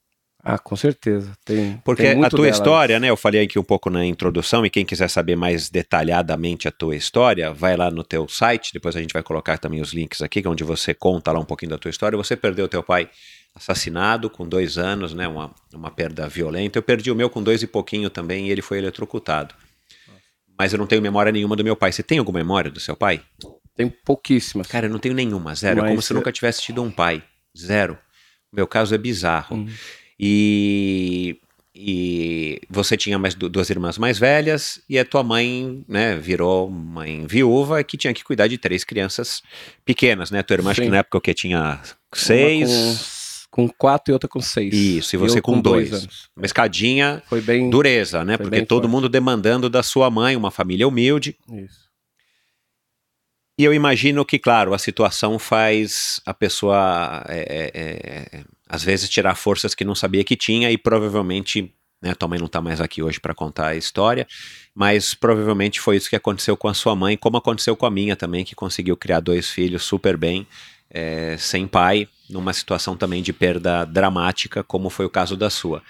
Ah, com certeza. Tem, Porque tem muito a tua dela. história, né? Eu falei aqui um pouco na introdução, e quem quiser saber mais detalhadamente a tua história, vai lá no teu site, depois a gente vai colocar também os links aqui, onde você conta lá um pouquinho da tua história. Você perdeu teu pai assassinado com dois anos, né? Uma, uma perda violenta. Eu perdi o meu com dois e pouquinho também, e ele foi eletrocutado. Mas eu não tenho memória nenhuma do meu pai. Você tem alguma memória do seu pai? Tem pouquíssimas. Cara, eu não tenho nenhuma, zero. É Mas como se eu é- nunca tivesse tido um pai. Zero. O meu caso é bizarro. Hum. E, e você tinha mais du- duas irmãs mais velhas, e a tua mãe, né, virou mãe viúva que tinha que cuidar de três crianças pequenas, né? Tua irmã, acho que Sim. na época o que tinha Uma seis. Com, com quatro e outra com seis. Isso, e você eu com dois. anos. Uma escadinha Foi bem... dureza, né? Foi Porque bem todo forte. mundo demandando da sua mãe, uma família humilde. Isso. E eu imagino que, claro, a situação faz a pessoa, é, é, é, às vezes, tirar forças que não sabia que tinha, e provavelmente, né, tua mãe não está mais aqui hoje para contar a história, mas provavelmente foi isso que aconteceu com a sua mãe, como aconteceu com a minha também, que conseguiu criar dois filhos super bem, é, sem pai, numa situação também de perda dramática, como foi o caso da sua.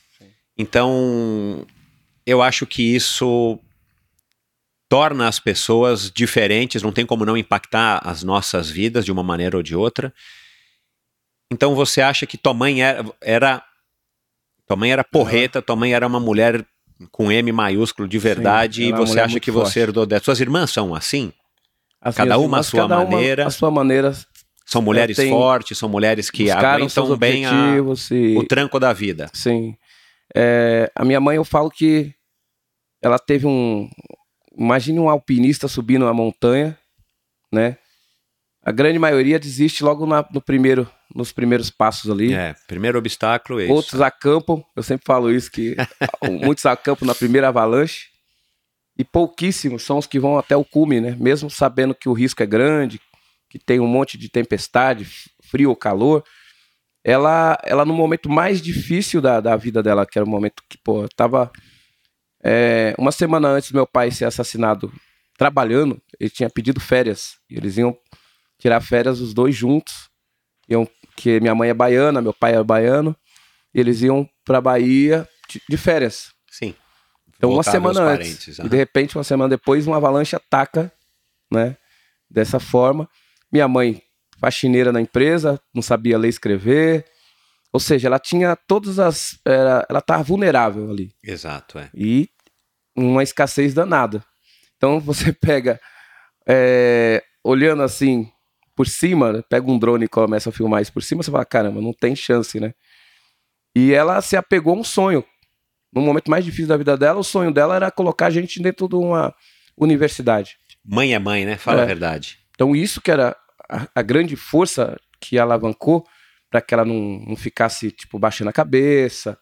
Então, eu acho que isso torna as pessoas diferentes, não tem como não impactar as nossas vidas de uma maneira ou de outra. Então você acha que tua mãe era, era tua mãe era porreta, tua mãe era uma mulher com M maiúsculo de verdade, Sim, e ela é uma você mulher acha muito que você forte. herdou dela? Suas irmãs são assim? As Cada minhas uma à irmãs, sua cada uma maneira. a sua maneira. São mulheres tem- fortes, são mulheres que buscaram seus aguentam bem a, objetivos e... o tranco da vida. Sim. É, a minha mãe, eu falo que ela teve um... Imagine um alpinista subindo uma montanha, né? A grande maioria desiste logo na- no primeiro, nos primeiros passos ali. É, primeiro obstáculo é isso. Outros acampam, eu sempre falo isso, que muitos acampam na primeira avalanche, e pouquíssimos são os que vão até o cume, né? Mesmo sabendo que o risco é grande, que tem um monte de tempestade, frio ou calor. Ela, ela no momento mais difícil da, da vida dela, que era o momento que, pô, eu tava... é, uma semana antes do meu pai ser assassinado, trabalhando, ele tinha pedido férias, e eles iam tirar férias os dois juntos, iam, que minha mãe é baiana, meu pai é baiano, e eles iam pra Bahia de, de férias. Sim. Então, uma Voltar a ver os semana antes. parentes, E aham. de repente, uma semana depois, uma avalanche ataca, né? Dessa forma. Minha mãe, faxineira na empresa, não sabia ler e escrever. Ou seja, ela tinha todas as... Era, ela estava vulnerável ali. Exato, é. E uma escassez danada. Então, você pega... é, olhando assim, por cima, né, pega um drone e começa a filmar isso por cima, você fala, caramba, não tem chance, né? E ela se apegou a um sonho. No momento mais difícil da vida dela, o sonho dela era colocar a gente dentro de uma universidade. Mãe é mãe, né? Fala É. a verdade. Então isso que era a, a grande força que alavancou para que ela não, não ficasse, tipo, baixando a cabeça,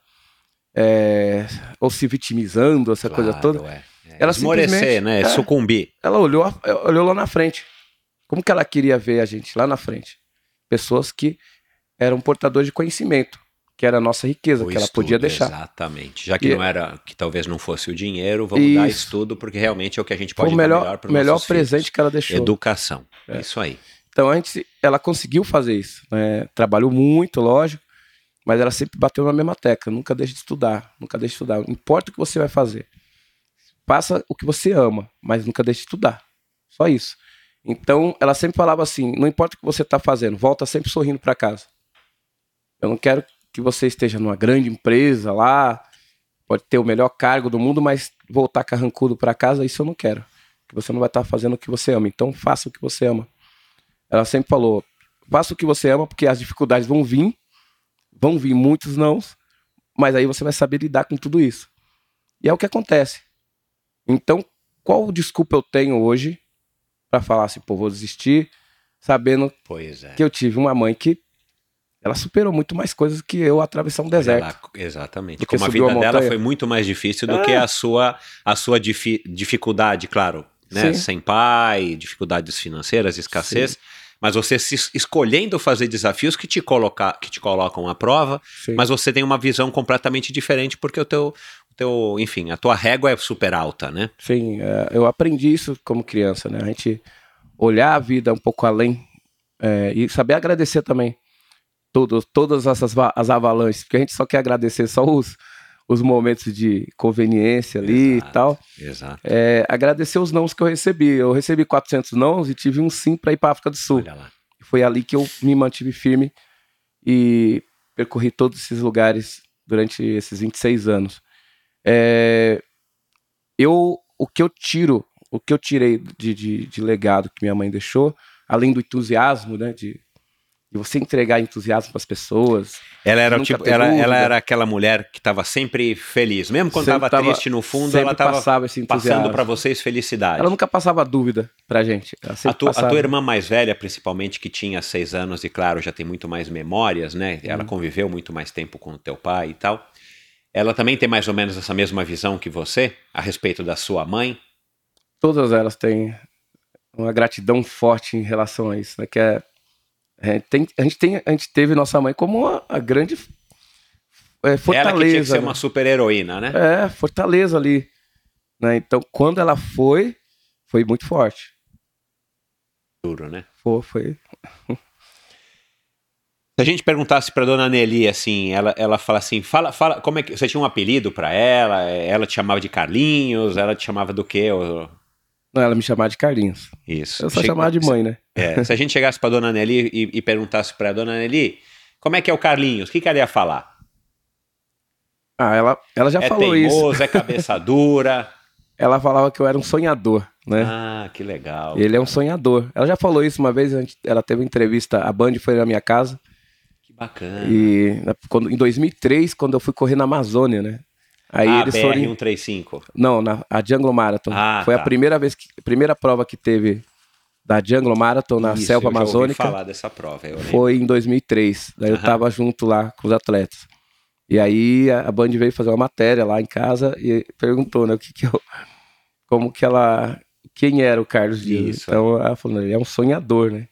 é, ou se vitimizando, essa coisa toda. É. É. Ela Esmorecer, simplesmente- né? é. Sucumbir. Ela olhou, olhou lá na frente. Como que ela queria ver a gente lá na frente? Pessoas que eram portadores de conhecimento, que era a nossa riqueza, O que ela estudo, podia deixar. Exatamente. Já que E- não era, que talvez não fosse o dinheiro, vamos dar Isso. estudo, porque realmente é o que a gente Foi pode o dar melhor, melhor para os melhor nossos presente filhos. que ela deixou. Educação. É. Isso aí. Então a gente, ela conseguiu fazer isso, né? Trabalhou muito, lógico, mas ela sempre bateu na mesma tecla. Nunca deixe de estudar, nunca deixe de estudar. Não importa o que você vai fazer. Faça o que você ama, mas nunca deixe de estudar. Só isso. Então ela sempre falava assim, não importa o que você está fazendo, volta sempre sorrindo para casa. Eu não quero que você esteja numa grande empresa lá, pode ter o melhor cargo do mundo, mas voltar carrancudo para casa, isso eu não quero. Que você não vai estar fazendo o que você ama. Então faça o que você ama. Ela sempre falou, faça o que você ama, porque as dificuldades vão vir, vão vir muitos nãos, mas aí você vai saber lidar com tudo isso. E é o que acontece. Então, qual desculpa eu tenho hoje para falar assim, pô, vou desistir, sabendo Pois é. que eu tive uma mãe que ela superou muito mais coisas que eu atravessar um deserto. Olha lá, exatamente. Do que Como a subiu vida a dela montanha. foi muito mais difícil do É. que a sua, a sua difi- dificuldade, claro. Né? Sim. Sem pai, dificuldades financeiras, escassez. Sim. Mas você se es- escolhendo fazer desafios que te, coloca, que te colocam à prova, Sim. mas você tem uma visão completamente diferente, porque o teu, o teu, enfim, a tua régua é super alta, né? Sim, é, eu aprendi isso como criança, né? A gente olhar a vida um pouco além é, e saber agradecer também. todos, todas essas va- as avalanches, porque a gente só quer agradecer só os, os momentos de conveniência ali Exato, e tal. Exato. É, agradecer os nãos que eu recebi. Eu recebi quatrocentos nãos e tive um sim para ir para África do Sul. Olha lá. Foi ali que eu me mantive firme e percorri todos esses lugares durante esses vinte e seis anos. É, eu, o que eu tiro, o que eu tirei de, de, de legado que minha mãe deixou, além do entusiasmo, né, de, de você entregar entusiasmo para as pessoas. Ela era, o Nunca tipo, ter ela, ela dúvida. era aquela mulher que estava sempre feliz. Mesmo quando Sempre estava tava- triste no fundo, sempre ela estava passava esse entusiasmo. passando para vocês felicidade. Ela nunca passava dúvida pra gente. Ela A, sempre tu, a passava. tua irmã mais velha, principalmente, que tinha seis anos e, claro, já tem muito mais memórias, né? Ela Uhum. conviveu muito mais tempo com o teu pai e tal. Ela também tem mais ou menos essa mesma visão que você a respeito da sua mãe? Todas elas têm uma gratidão forte em relação a isso, né? Que é, é, tem, a, gente tem, a gente teve nossa mãe como uma, a grande é, fortaleza. Ela que tinha que ser né? uma super heroína, né? É, fortaleza ali. Né? Então, quando ela foi, foi muito forte. Duro, né? Foi, foi. Se a gente perguntasse pra dona Nelly, assim, ela, ela fala assim, fala, fala, como é que, você tinha um apelido pra ela? Ela te chamava de Carlinhos? Ela te chamava do quê? Ou- Não, ela me chamava de Carlinhos. Isso. Eu só Che- chamava de mãe, né? É, se a gente chegasse pra dona Nelly e, e perguntasse pra dona Nelly, como é que é o Carlinhos? O que, que ela ia falar? Ah, ela, ela já É falou isso. teimoso, é cabeça dura. Ela falava que eu era um sonhador, né? Ah, que legal. Ele é um sonhador. Ela já falou isso uma vez, a gente- ela teve uma entrevista, a Band foi na minha casa. Que bacana. E na- quando, em dois mil e três, quando eu fui correr na Amazônia, né? Aí ah, eles B foram. R em- cento e trinta e cinco. Não, na, a Jungle Marathon. Ah, foi tá. a primeira vez que. Primeira prova que teve da Jungle Marathon na Isso, selva eu já ouvi amazônica. falar dessa prova, eu lembro. Foi em dois mil e três. Daí eu Aham. tava junto lá com os atletas. E aí a, a Band veio fazer uma matéria lá em casa e perguntou, né, o que que eu. Como que ela. Quem era o Carlos Dias? Isso. Então ela falou, ele é um sonhador, né?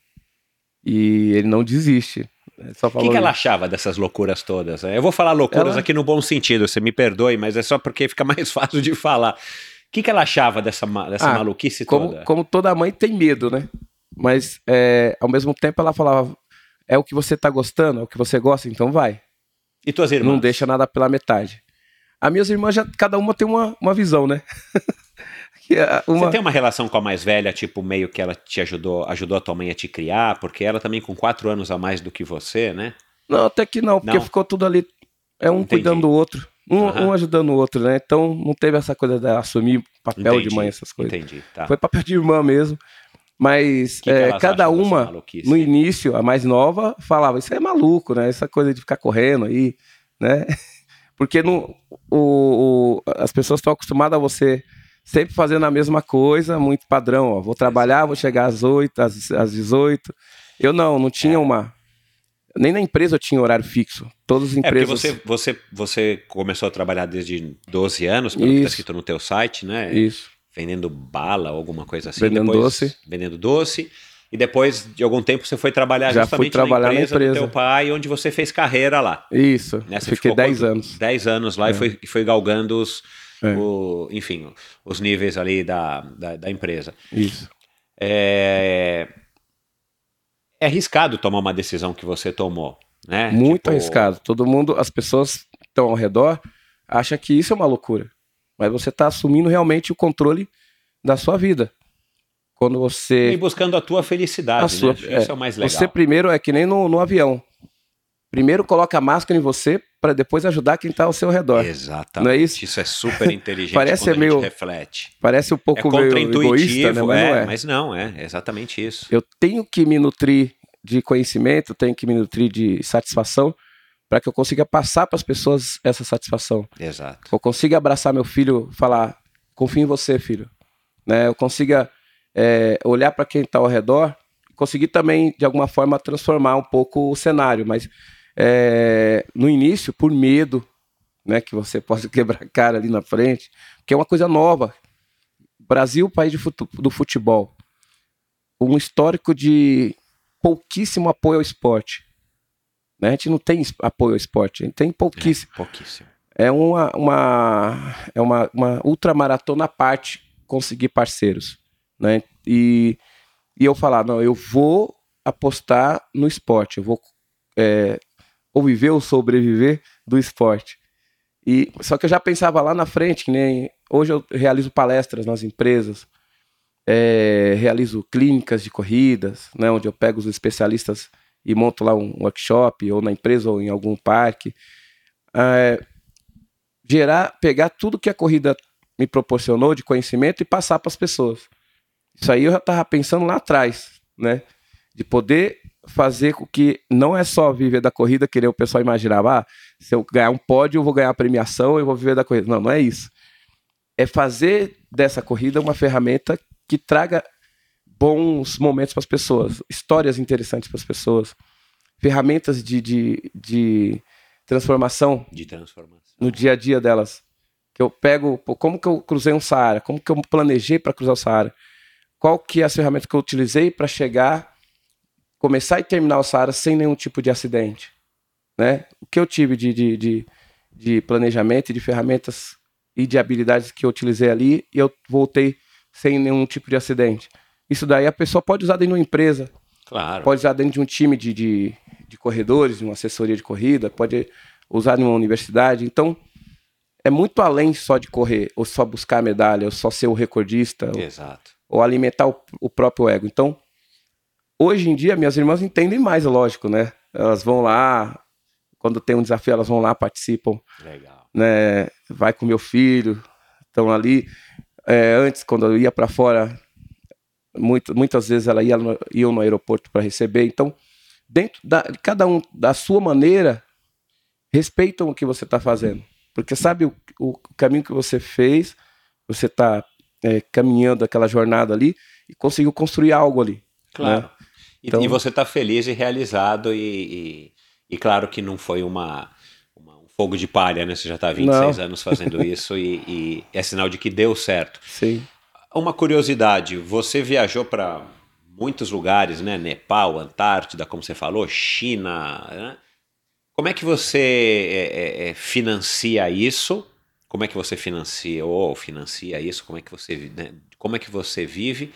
E ele não desiste. Só O que, falou que ela isso. achava dessas loucuras todas? Eu vou falar loucuras Ela- aqui no bom sentido, você me perdoe, mas é só porque fica mais fácil de falar. O que, que ela achava dessa, ma- dessa Ah, maluquice Como, toda? como toda mãe tem medo, né? Mas é, ao mesmo tempo ela falava, é o que você tá gostando, é o que você gosta, então vai. E tuas irmãs? Não deixa nada pela metade. As minhas irmãs, já, cada uma tem uma, uma visão, né? Que é uma... Você tem uma relação com a mais velha, tipo, meio que ela te ajudou, ajudou a tua mãe a te criar, porque ela também com quatro anos a mais do que você, né? Não, até que não, porque Não? ficou tudo ali, é um Entendi. cuidando do outro, um, Aham. um ajudando o outro, né? Então não teve essa coisa de assumir papel Entendi, de mãe, essas coisas. Entendi, tá. Foi papel de irmã mesmo. Mas Que que é, elas cada acham dessa uma, maluquice? no início, a mais nova, falava, isso é maluco, né? Essa coisa de ficar correndo aí, né? Porque no, o, o- as pessoas estão acostumadas a você sempre fazendo a mesma coisa, muito padrão. Ó. Vou trabalhar, vou chegar às oito, às, às dezoito. Eu não, não É. tinha uma... Nem na empresa eu tinha horário fixo. Todas as É, porque empresas... você, você, você começou a trabalhar desde doze anos, pelo que Isso. tá escrito no teu site, né? Isso. Vendendo bala ou alguma coisa assim. Vendendo depois, doce. Vendendo doce. E depois de algum tempo você foi trabalhar Já justamente fui trabalhar na, na empresa empresa. do teu pai, onde você fez carreira lá. Isso. Né? Você Fiquei ficou dez quanto- anos. dez anos lá É. e foi, e foi galgando os, É. o, enfim, os níveis ali da, da, da empresa. Isso. É... é arriscado tomar uma decisão que você tomou, né? Muito Tipo, arriscado. Todo mundo, as pessoas que estão ao redor, acham que isso é uma loucura. Mas você está assumindo realmente o controle da sua vida. Quando E você... buscando a tua felicidade, a sua- né? Acho que Isso é o mais legal. Você primeiro é que nem no, no avião. Primeiro coloca a máscara em você para depois ajudar quem está ao seu redor. Exatamente. Não é isso? Isso é super inteligente Parece quando ser a gente meio reflete. Parece um É pouco meio egoísta, né? contraintuitivo, Mas é, não é. mas não, é exatamente isso. Eu tenho que me nutrir de conhecimento, tenho que me nutrir de satisfação para que eu consiga passar para as pessoas essa satisfação. Exato. Eu consiga abraçar meu filho, falar, confio em você, filho. Né? Eu consiga é, olhar para quem está ao redor, conseguir também, de alguma forma, transformar um pouco o cenário. Mas é, no início, por medo, né, que você possa quebrar a cara ali na frente, que é uma coisa nova. Brasil, país de fute- do futebol. Um histórico de pouquíssimo apoio ao esporte. Né? A gente não tem es- apoio ao esporte, a gente tem pouquíssimo. É, pouquíssimo. É uma, uma, é uma, uma ultramaratona à parte conseguir parceiros. Né? E, e eu falar, não, eu vou apostar no esporte, eu vou é, ou viver ou sobreviver do esporte. E, só que eu já pensava lá na frente, que nem hoje eu realizo palestras nas empresas, é, realizo clínicas de corridas, né, onde eu pego os especialistas e monto lá um workshop, ou na empresa, ou em algum parque. É, gerar, pegar tudo que a corrida me proporcionou de conhecimento e passar para as pessoas. Isso aí eu já estava pensando lá atrás, né? De poder fazer com que não é só viver da corrida, que o pessoal imaginava, ah, se eu ganhar um pódio, eu vou ganhar a premiação, eu vou viver da corrida. Não, não é isso. É fazer dessa corrida uma ferramenta que traga bons momentos para as pessoas, histórias interessantes para as pessoas, ferramentas de, de, de transformação, de transformação no dia a dia delas. Que eu pego, pô, como que eu cruzei um Saara, como que eu planejei para cruzar o Saara, qual que é as ferramentas que eu utilizei para chegar, começar e terminar o Saara sem nenhum tipo de acidente, né? O que eu tive de, de, de, de planejamento e de ferramentas e de habilidades que eu utilizei ali, e eu voltei sem nenhum tipo de acidente. Isso daí a pessoa pode usar dentro de uma empresa, claro. Pode usar dentro de um time de, de, de corredores, de uma assessoria de corrida, pode usar em uma universidade. Então, é muito além só de correr, ou só buscar a medalha, ou só ser o recordista, Exato. Ou, ou alimentar o, o próprio ego. Então, hoje em dia, minhas irmãs entendem mais, lógico, né? Elas vão lá, quando tem um desafio, elas vão lá, participam. Legal. Né? Vai com meu filho, estão ali. É, antes, quando eu ia para fora, muito, muitas vezes ela ia no, iam no aeroporto para receber. Então, dentro da, cada um, da sua maneira, respeitam o que você está fazendo. Porque sabe o, o caminho que você fez, você está é, caminhando aquela jornada ali e conseguiu construir algo ali. Claro. Né? E, então, e você está feliz e realizado e, e, e claro que não foi uma, uma, um fogo de palha, né? Você já está há vinte e seis não. anos fazendo isso e, e é sinal de que deu certo. Sim. Uma curiosidade, você viajou para muitos lugares, né? Nepal, Antártida, como você falou, China, né? Como é que você é, é, financia isso? Como é que você financia ou financia isso? Como é que você, né? Como é que você vive?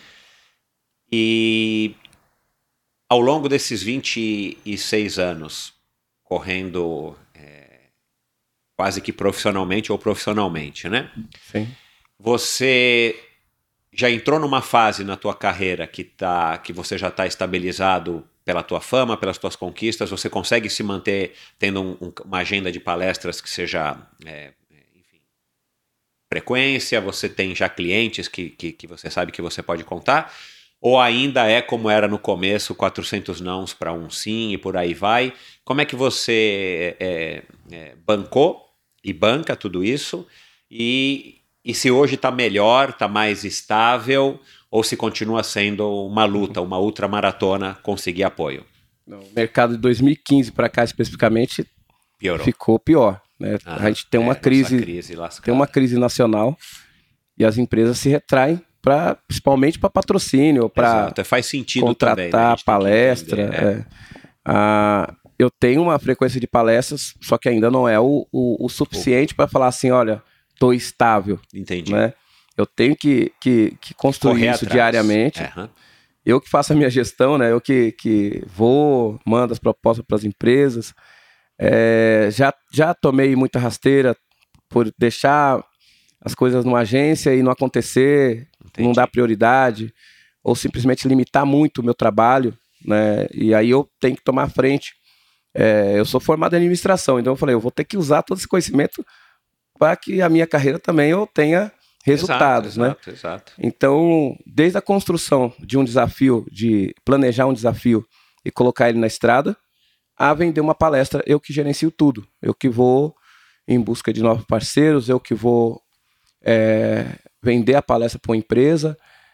E ao longo desses vinte e seis anos, correndo é, quase que profissionalmente ou profissionalmente, né? Sim. Você já entrou numa fase na tua carreira que, tá, que você já está estabilizado pela tua fama, pelas tuas conquistas, você consegue se manter tendo um, um, uma agenda de palestras que seja, é, enfim, frequência, você tem já clientes que, que, que você sabe que você pode contar, ou ainda é como era no começo, quatrocentos nãos para um sim e por aí vai? Como é que você é, é, bancou e banca tudo isso? E, e se hoje está melhor, está mais estável, ou se continua sendo uma luta, uma ultramaratona, conseguir apoio? Não, o mercado de dois mil e quinze para cá especificamente Piorou. ficou pior. Né? Ah, a gente tem uma é, crise, crise tem uma crise nacional e as empresas se retraem para, principalmente para patrocínio, para faz sentido contratar também, né? palestra. Entender, é. É. Ah, eu tenho uma frequência de palestras, só que ainda não é o, o, o suficiente para falar assim, olha, estou estável. Entendi. Né? Eu tenho que, que, que construir Correr isso atrás. diariamente. Uhum. Eu que faço a minha gestão, né? Eu que, que vou, mando as propostas para as empresas. É, já, já tomei muita rasteira por deixar as coisas numa agência e não acontecer, Entendi. Não dar prioridade, ou simplesmente limitar muito o meu trabalho, né? E aí eu tenho que tomar a frente. É, eu sou formado em administração, então eu falei, eu vou ter que usar todo esse conhecimento para que a minha carreira também eu tenha resultados, exato, né? Exato, exato. Então, desde a construção de um desafio, de planejar um desafio e colocar ele na estrada, a vender uma palestra, eu que gerencio tudo. Eu que vou em busca de novos parceiros, eu que vou é, vender a palestra para uma empresa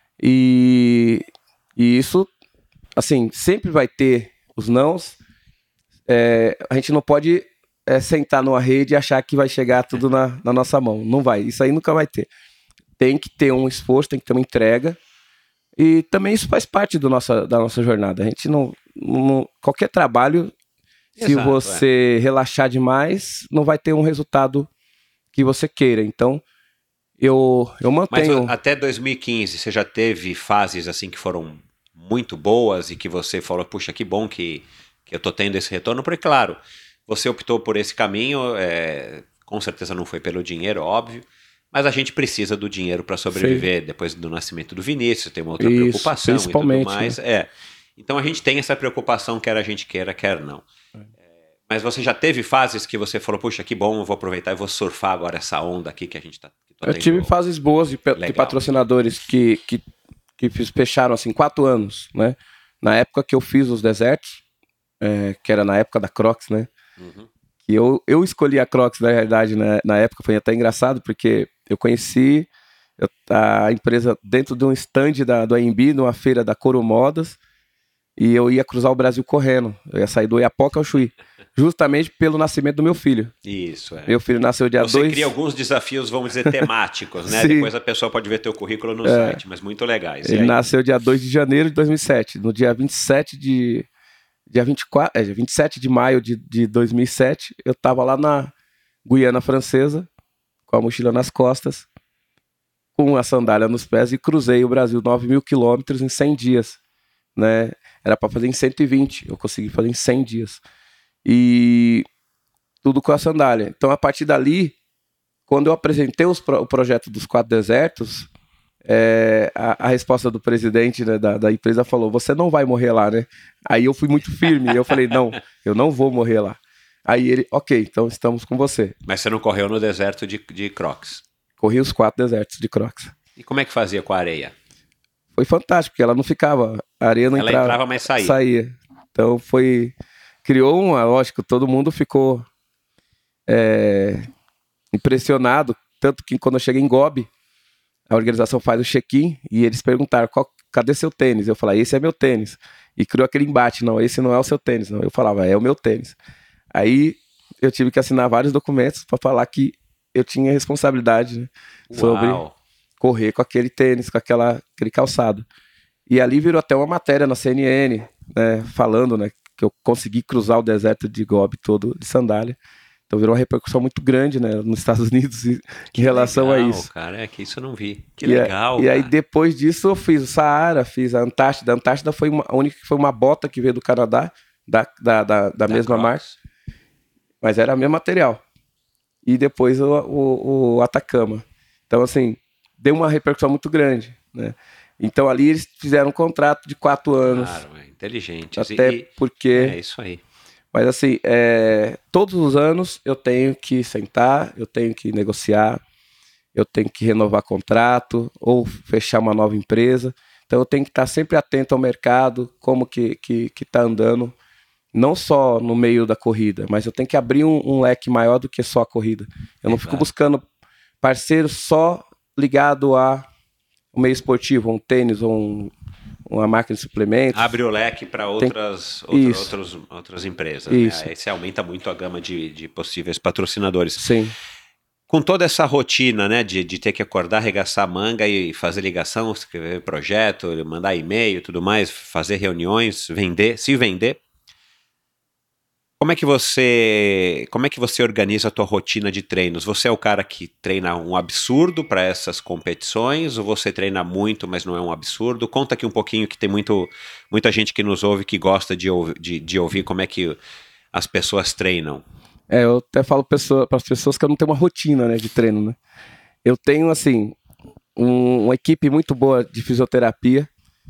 e, e isso, assim, sempre vai ter os nãos. É, a gente não pode é, sentar numa rede e achar que vai chegar tudo na, na nossa mão. Não vai, isso aí nunca vai ter. Tem que ter um esforço, tem que ter uma entrega. E também isso faz parte do nossa, da nossa jornada. A gente não, não qualquer trabalho, Exato, se você é. relaxar demais, não vai ter um resultado que você queira. Então, eu, eu mantenho... Mas até dois mil e quinze, você já teve fases assim que foram muito boas e que você falou, puxa, que bom que, que eu tô tendo esse retorno? Porque, claro, você optou por esse caminho, é, com certeza não foi pelo dinheiro, óbvio, mas a gente precisa do dinheiro para sobreviver. Sim. Depois do nascimento do Vinícius, tem uma outra Isso, preocupação e tudo mais. Né? É. Então a gente tem essa preocupação, quer a gente queira, quer não. É. Mas você já teve fases que você falou, puxa, que bom, eu vou aproveitar e vou surfar agora essa onda aqui que a gente está Eu tendo... tive fases boas de, de patrocinadores que, que, que fecharam assim quatro anos, né? Na época que eu fiz os desertos, é, que era na época da Crocs, né? Uhum. E eu, eu escolhi a Crocs, na realidade, né? Na época foi até engraçado, porque eu conheci eu, a empresa dentro de um stand da, do A M B, numa feira da Coro Modas, e eu ia cruzar o Brasil correndo. Eu ia sair do Iapoca ao Chuí, justamente pelo nascimento do meu filho. Isso, é. Meu filho nasceu dia dois... Você cria alguns desafios, vamos dizer, temáticos, né? Depois a pessoa pode ver teu currículo no é. site, mas muito legais. Ele nasceu dia dois de janeiro de dois mil e sete. No dia vinte e sete de... Dia vinte e quatro, é, vinte e sete de maio de, de dois mil e sete, eu estava lá na Guiana Francesa, com a mochila nas costas, com a sandália nos pés, e cruzei o Brasil nove mil quilômetros em cem dias. Né? Era para fazer em cento e vinte, eu consegui fazer em cem dias. E tudo com a sandália. Então, a partir dali, quando eu apresentei os pro, o projeto dos quatro desertos, é, a, a resposta do presidente, né, da, da empresa falou, você não vai morrer lá, né? Aí eu fui muito firme, eu falei, não, eu não vou morrer lá. Aí ele, ok, então estamos com você. Mas você não correu no deserto de, de Crocs? Corri os quatro desertos de Crocs. E como é que fazia com a areia? Foi fantástico, porque ela não ficava, a areia não ela entrava. Ela entrava, mas saía. Saía. Então foi, criou uma, lógico, todo mundo ficou é, impressionado, tanto que quando eu cheguei em Gobi, a organização faz o check-in e eles perguntaram, qual, cadê seu tênis? Eu falei, esse é meu tênis. E criou aquele embate, não, esse não é o seu tênis. Não. Eu falava, é o meu tênis. Aí eu tive que assinar vários documentos para falar que eu tinha responsabilidade, né, sobre correr com aquele tênis, com aquela, aquele calçado. E ali virou até uma matéria na C N N, né, falando, né, que eu consegui cruzar o deserto de Gobi todo de sandália. Então virou uma repercussão muito grande, né, nos Estados Unidos em que relação legal, a isso. Cara, é que isso eu não vi. Que e legal. A, e aí depois disso eu fiz o Saara, fiz a Antártida. A Antártida foi uma, a única que foi uma bota que veio do Canadá, da, da, da, da, da mesma Crocs. Marca, mas era o mesmo material. E depois o, o, o Atacama. Então assim, deu uma repercussão muito grande, né? Então ali eles fizeram um contrato de quatro anos. Claro, é inteligente. Até e, porque... É isso aí. Mas assim, é, todos os anos eu tenho que sentar, eu tenho que negociar, eu tenho que renovar contrato ou fechar uma nova empresa. Então eu tenho que estar sempre atento ao mercado, como que que que está andando, não só no meio da corrida, mas eu tenho que abrir um, um leque maior do que só a corrida. Eu não é fico claro. buscando parceiro só ligado a um meio esportivo, um tênis ou um... uma marca de suplementos. Abre o leque para outras, Tem... outra, outros, outras empresas. Né? Aí você aumenta muito a gama de, de possíveis patrocinadores. Sim. Com toda essa rotina, né, de, de ter que acordar, arregaçar a manga e fazer ligação, escrever projeto, mandar e-mail e tudo mais, fazer reuniões, vender, se vender. Como é que você, como é que você organiza a tua rotina de treinos? Você é o cara que treina um absurdo para essas competições ou você treina muito, mas não é um absurdo? Conta aqui um pouquinho, que tem muito, muita gente que nos ouve que gosta de, de, de ouvir como é que as pessoas treinam. É, eu até falo para as pessoas que eu não tenho uma rotina, né, de treino, né? Eu tenho, assim, um, uma equipe muito boa de fisioterapia,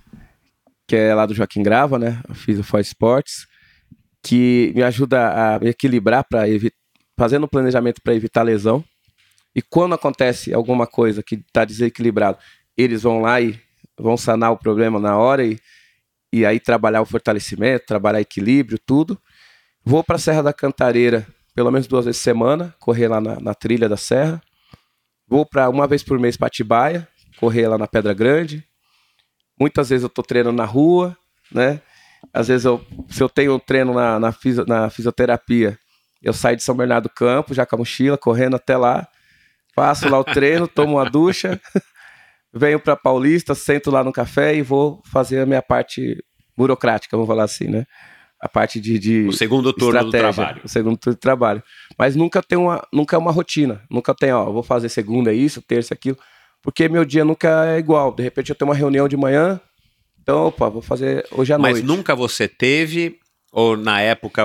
que é lá do Joaquim Grava, né? A Fisio Sports, que me ajuda a me equilibrar, para evi- fazendo um planejamento para evitar lesão. E quando acontece alguma coisa que está desequilibrado, eles vão lá e vão sanar o problema na hora e, e aí trabalhar o fortalecimento, trabalhar equilíbrio, tudo. Vou para a Serra da Cantareira pelo menos duas vezes por semana, correr lá na, na trilha da serra. Vou para uma vez por mês para Atibaia, correr lá na Pedra Grande. Muitas vezes eu estou treinando na rua, né? Às vezes, eu, se eu tenho um treino na, na, fisio, na fisioterapia, eu saio de São Bernardo do Campo, já com a mochila, correndo até lá, faço lá o treino, tomo uma ducha, venho para Paulista, sento lá no café e vou fazer a minha parte burocrática, vamos falar assim, né? A parte de, de o segundo turno do trabalho. O segundo turno do trabalho. Mas nunca tem uma, nunca é uma rotina, nunca tem, ó, vou fazer segunda é isso, terça é aquilo, porque meu dia nunca é igual. De repente eu tenho uma reunião de manhã, então, opa, vou fazer hoje à Mas noite. Mas nunca você teve, ou na época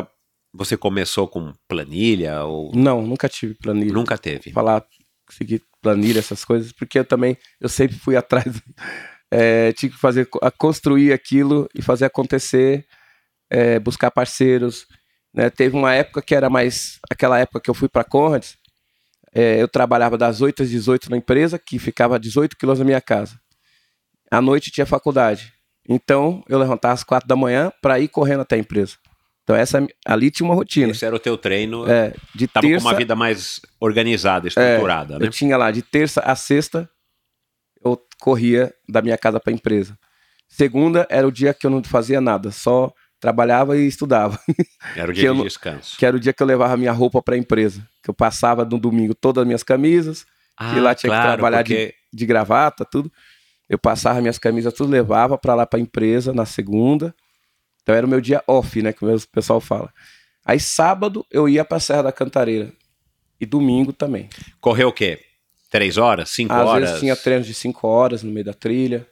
Você começou com planilha ou Não, nunca tive planilha. nunca teve? Falar, seguir planilha, essas coisas, porque eu também, eu sempre fui atrás, é, tinha que fazer, a construir aquilo e fazer acontecer, é, buscar parceiros, né? Teve uma época que era mais, aquela época que eu fui para Conrads, é, eu trabalhava das oito às dezoito na empresa, que ficava a dezoito quilômetros da minha casa. À noite tinha faculdade, então eu levantava às quatro da manhã para ir correndo até a empresa. Então essa, ali tinha uma rotina. Esse era o teu treino. É, de Tava terça, com uma vida mais organizada, estruturada, é, né? Eu tinha lá, de terça a sexta, eu corria da minha casa para a empresa. Segunda era o dia que eu não fazia nada, só trabalhava e estudava. Era o que dia eu de não- descanso. Que era o dia que eu levava minha roupa para a empresa. Que eu passava no domingo todas as minhas camisas, Ah, que lá tinha que trabalhar de, porque de gravata, tudo. Eu passava minhas camisas, tudo, levava para lá para a empresa na segunda. Então era o meu dia off, né, que o pessoal fala. Aí sábado eu ia para a Serra da Cantareira. E domingo também. correu o quê? Três horas? Cinco Às horas? vezes tinha treinos de cinco horas no meio da trilha.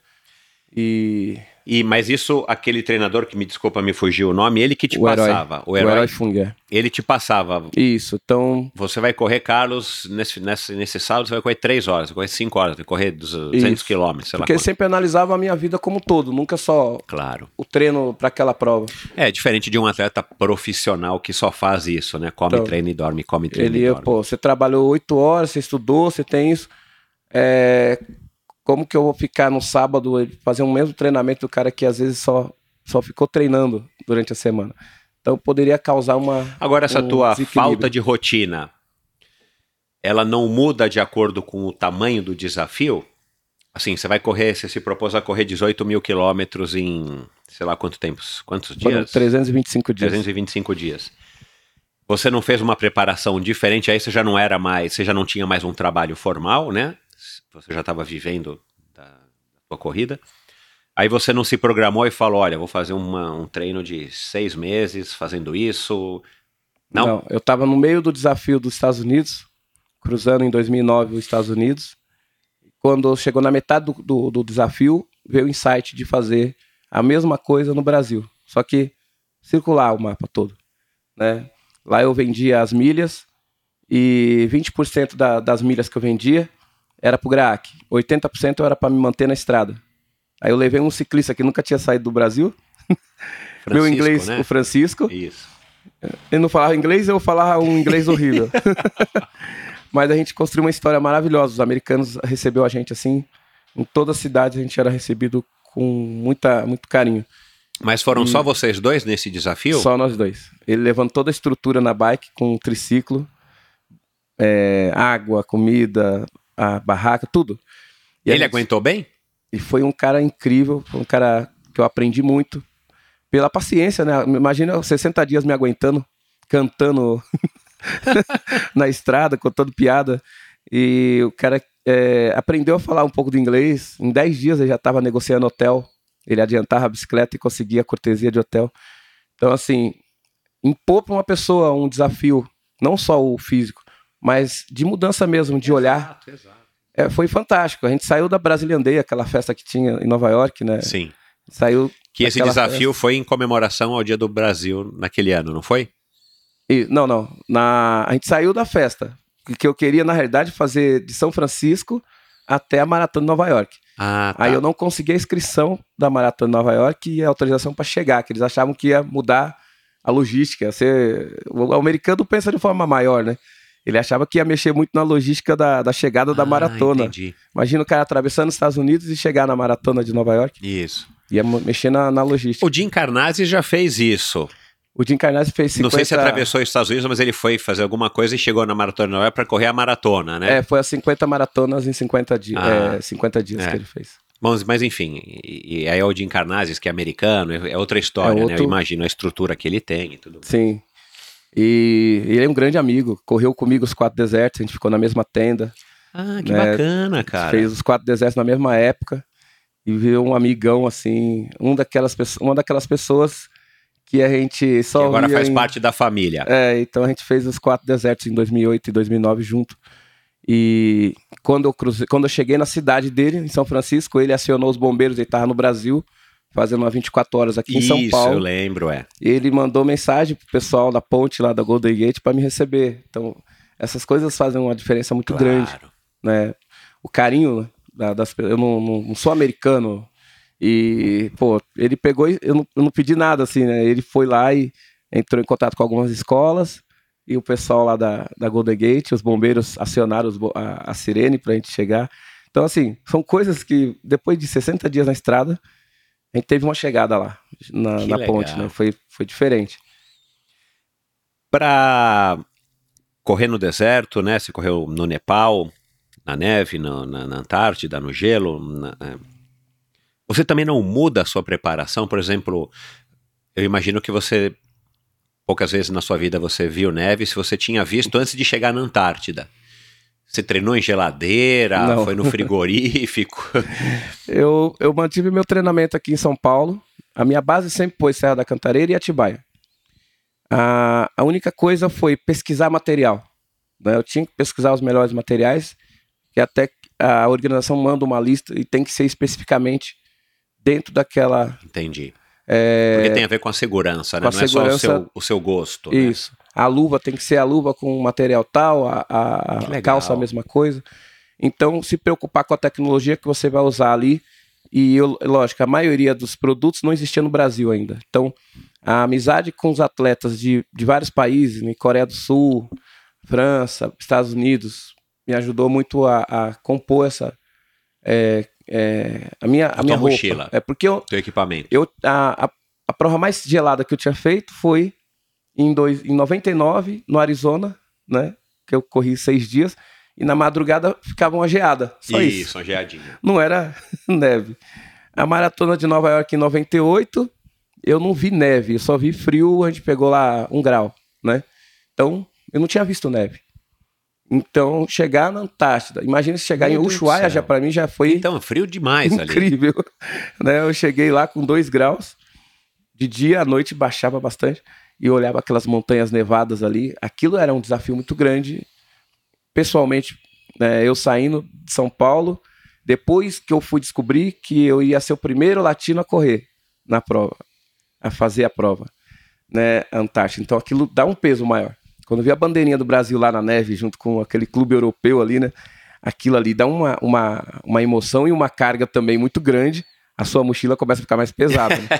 E E, mas isso, aquele treinador que, me desculpa, me fugiu o nome, ele que te o herói, passava. O o herói, herói Funger. ele te passava. Isso, então Você vai correr, Carlos, nesse, nesse, nesse sábado você vai correr três horas, vai correr cinco horas, vai correr duzentos Isso. quilômetros, sei lá porque eu quanto. sempre analisava a minha vida como um todo, nunca só Claro. o treino para aquela prova. É, diferente de um atleta profissional que só faz isso, né? Come, Então, treina e dorme, come, treina Ele, e dorme. pô, você trabalhou oito horas, você estudou, você tem isso. É, como que eu vou ficar no sábado e fazer o mesmo treinamento do cara que às vezes só, só ficou treinando durante a semana? Então poderia causar uma. Agora, essa um tua desequilíbrio. falta de rotina, ela não muda de acordo com o tamanho do desafio? Assim, você vai correr, você se propôs a correr dezoito mil quilômetros em, sei lá quanto tempo, quantos Foram dias? trezentos e vinte e cinco dias. trezentos e vinte e cinco dias. Você não fez uma preparação diferente, aí você já não era mais, você já não tinha mais um trabalho formal, né? Você já estava vivendo da, da sua corrida. Aí você não se programou e falou, olha, vou fazer uma, um treino de seis meses fazendo isso. Não? Não, eu estava no meio do desafio dos Estados Unidos, cruzando em dois mil e nove os Estados Unidos. Quando chegou na metade do, do, do desafio, veio o insight de fazer a mesma coisa no Brasil, só que circular o mapa todo, né? Lá eu vendia as milhas e vinte por cento da, das milhas que eu vendia era pro Graac, oitenta por cento era para me manter na estrada. Aí eu levei um ciclista que nunca tinha saído do Brasil, Francisco, meu inglês, né? o Francisco. Isso. Ele não falava inglês, eu falava um inglês horrível. Mas a gente construiu uma história maravilhosa. Os americanos recebeu a gente assim, em toda a cidade a gente era recebido com muita, muito carinho. Mas foram só vocês dois nesse desafio? Só nós dois. Ele levando toda a estrutura na bike com um triciclo, é, água, comida, a barraca, tudo. E a Ele gente- aguentou bem? E foi um cara incrível, foi um cara que eu aprendi muito. Pela paciência, né? Imagina sessenta dias me aguentando, cantando na estrada, contando piada. E o cara é, aprendeu a falar um pouco de inglês. Em dez dias ele já estava negociando hotel. Ele adiantava a bicicleta e conseguia a cortesia de hotel. Então, assim, impor para uma pessoa um desafio, não só o físico, mas de mudança mesmo, de olhar. Exato, exato. É, foi fantástico. A gente saiu da Brazilian Day, aquela festa que tinha em Nova York, né? Sim. Saiu. Que esse daquela desafio foi em comemoração ao Dia do Brasil naquele ano, não foi? E- não, não. Na, a gente saiu da festa. Que eu queria, na realidade, fazer de São Francisco até a Maratona de Nova York. Ah, tá. Aí eu não consegui a inscrição da Maratona de Nova York e a autorização para chegar, que eles achavam que ia mudar a logística. Ia ser... O americano pensa de forma maior, né? Ele achava que ia mexer muito na logística da, da chegada da Ah, maratona. entendi. Imagina o cara atravessando os Estados Unidos e chegar na Maratona de Nova York. Isso. Ia mo- mexer na, na logística. O Jim Carnazzi já fez isso. O Jim Carnazzi fez cinquenta... Não sei se atravessou os Estados Unidos, mas ele foi fazer alguma coisa e chegou na Maratona de Nova York para correr a maratona, né? É, foi as cinquenta maratonas em cinquenta dias. Ah, é, cinquenta dias é. que ele fez. Bom, mas enfim, e, e aí é o Jim Carnazzi, que é americano, é outra história, É né? outro- Eu imagino a estrutura que ele tem e tudo. Sim. E ele é um grande amigo. Correu comigo os quatro desertos, a gente ficou na mesma tenda. Ah, que né? bacana, cara. Fez os quatro desertos na mesma época. E viu um amigão, assim, um daquelas pessoas, uma daquelas pessoas que a gente só Que agora via faz em- parte da família. É, então a gente fez os quatro desertos em dois mil e oito e dois mil e nove junto. E quando eu, cruze... quando eu cheguei na cidade dele, em São Francisco, ele acionou os bombeiros, ele estava no Brasil, fazendo uma vinte e quatro horas aqui em São Isso, Paulo. eu lembro, é. Ele mandou mensagem pro pessoal da ponte lá da Golden Gate para me receber. Então, essas coisas fazem uma diferença muito Claro. grande, né? O carinho da, das pessoas. Eu não, não, não sou americano e, pô, ele pegou e eu não, eu não pedi nada, assim, né? Ele foi lá e entrou em contato com algumas escolas e o pessoal lá da, da Golden Gate, os bombeiros acionaram os, bo- a, a sirene pra gente chegar. Então, assim, são coisas que depois de sessenta dias na estrada, a gente teve uma chegada lá, na, Que na legal. ponte, né? Foi, foi diferente. Para correr no deserto, né? Você correu no Nepal, na neve, no- na, na Antártida, no gelo. na- é. Você também não muda a sua preparação? Por exemplo, eu imagino que você, poucas vezes na sua vida você viu neve, se você tinha visto antes de chegar na Antártida. Você treinou em geladeira, Não. foi no frigorífico? Eu, eu mantive meu treinamento aqui em São Paulo. A minha base sempre foi Serra da Cantareira e Atibaia. A, a única coisa foi pesquisar material, né? Eu tinha que pesquisar os melhores materiais, que até a organização manda uma lista e tem que ser especificamente dentro daquela... Entendi. é, Porque tem a ver com a segurança, né? com a Não é só o segurança- seu, o seu gosto. Né? Isso. A luva tem que ser a luva com material tal, a, a- Que a legal. calça a mesma coisa. Então, se preocupar com a tecnologia que você vai usar ali. E, eu, lógico, a maioria dos produtos não existia no Brasil ainda. Então, a amizade com os atletas de, de vários países, né, Coreia do Sul, França, Estados Unidos, me ajudou muito a, a compor essa... é, é, a minha, a A minha tua roupa. mochila. É porque eu, Teu equipamento. eu, a, a, a prova mais gelada que eu tinha feito foi em, dois, em noventa e nove, no Arizona, né? Que eu corri seis dias. E na madrugada ficava uma geada. Só isso. Isso, uma geadinha. Não era neve. A maratona de Nova York em noventa e oito, eu não vi neve. Eu só vi frio, a gente pegou lá um grau, né? Então, eu não tinha visto neve. Então, chegar na Antártida. Imagina se chegar Meu em Deus do Ushuaia, céu. já para mim já foi... Então, é frio demais ali. incrível, né? Eu cheguei lá com dois graus, de dia à noite baixava bastante, e eu olhava aquelas montanhas nevadas ali, aquilo era um desafio muito grande, pessoalmente, né? Eu saindo de São Paulo, depois que eu fui descobrir que eu ia ser o primeiro latino a correr na prova, a fazer a prova, né, Antártida, então aquilo dá um peso maior. Quando eu vi a bandeirinha do Brasil lá na neve, junto com aquele clube europeu ali, né, aquilo ali dá uma, uma, uma emoção e uma carga também muito grande. A sua mochila começa a ficar mais pesada, né?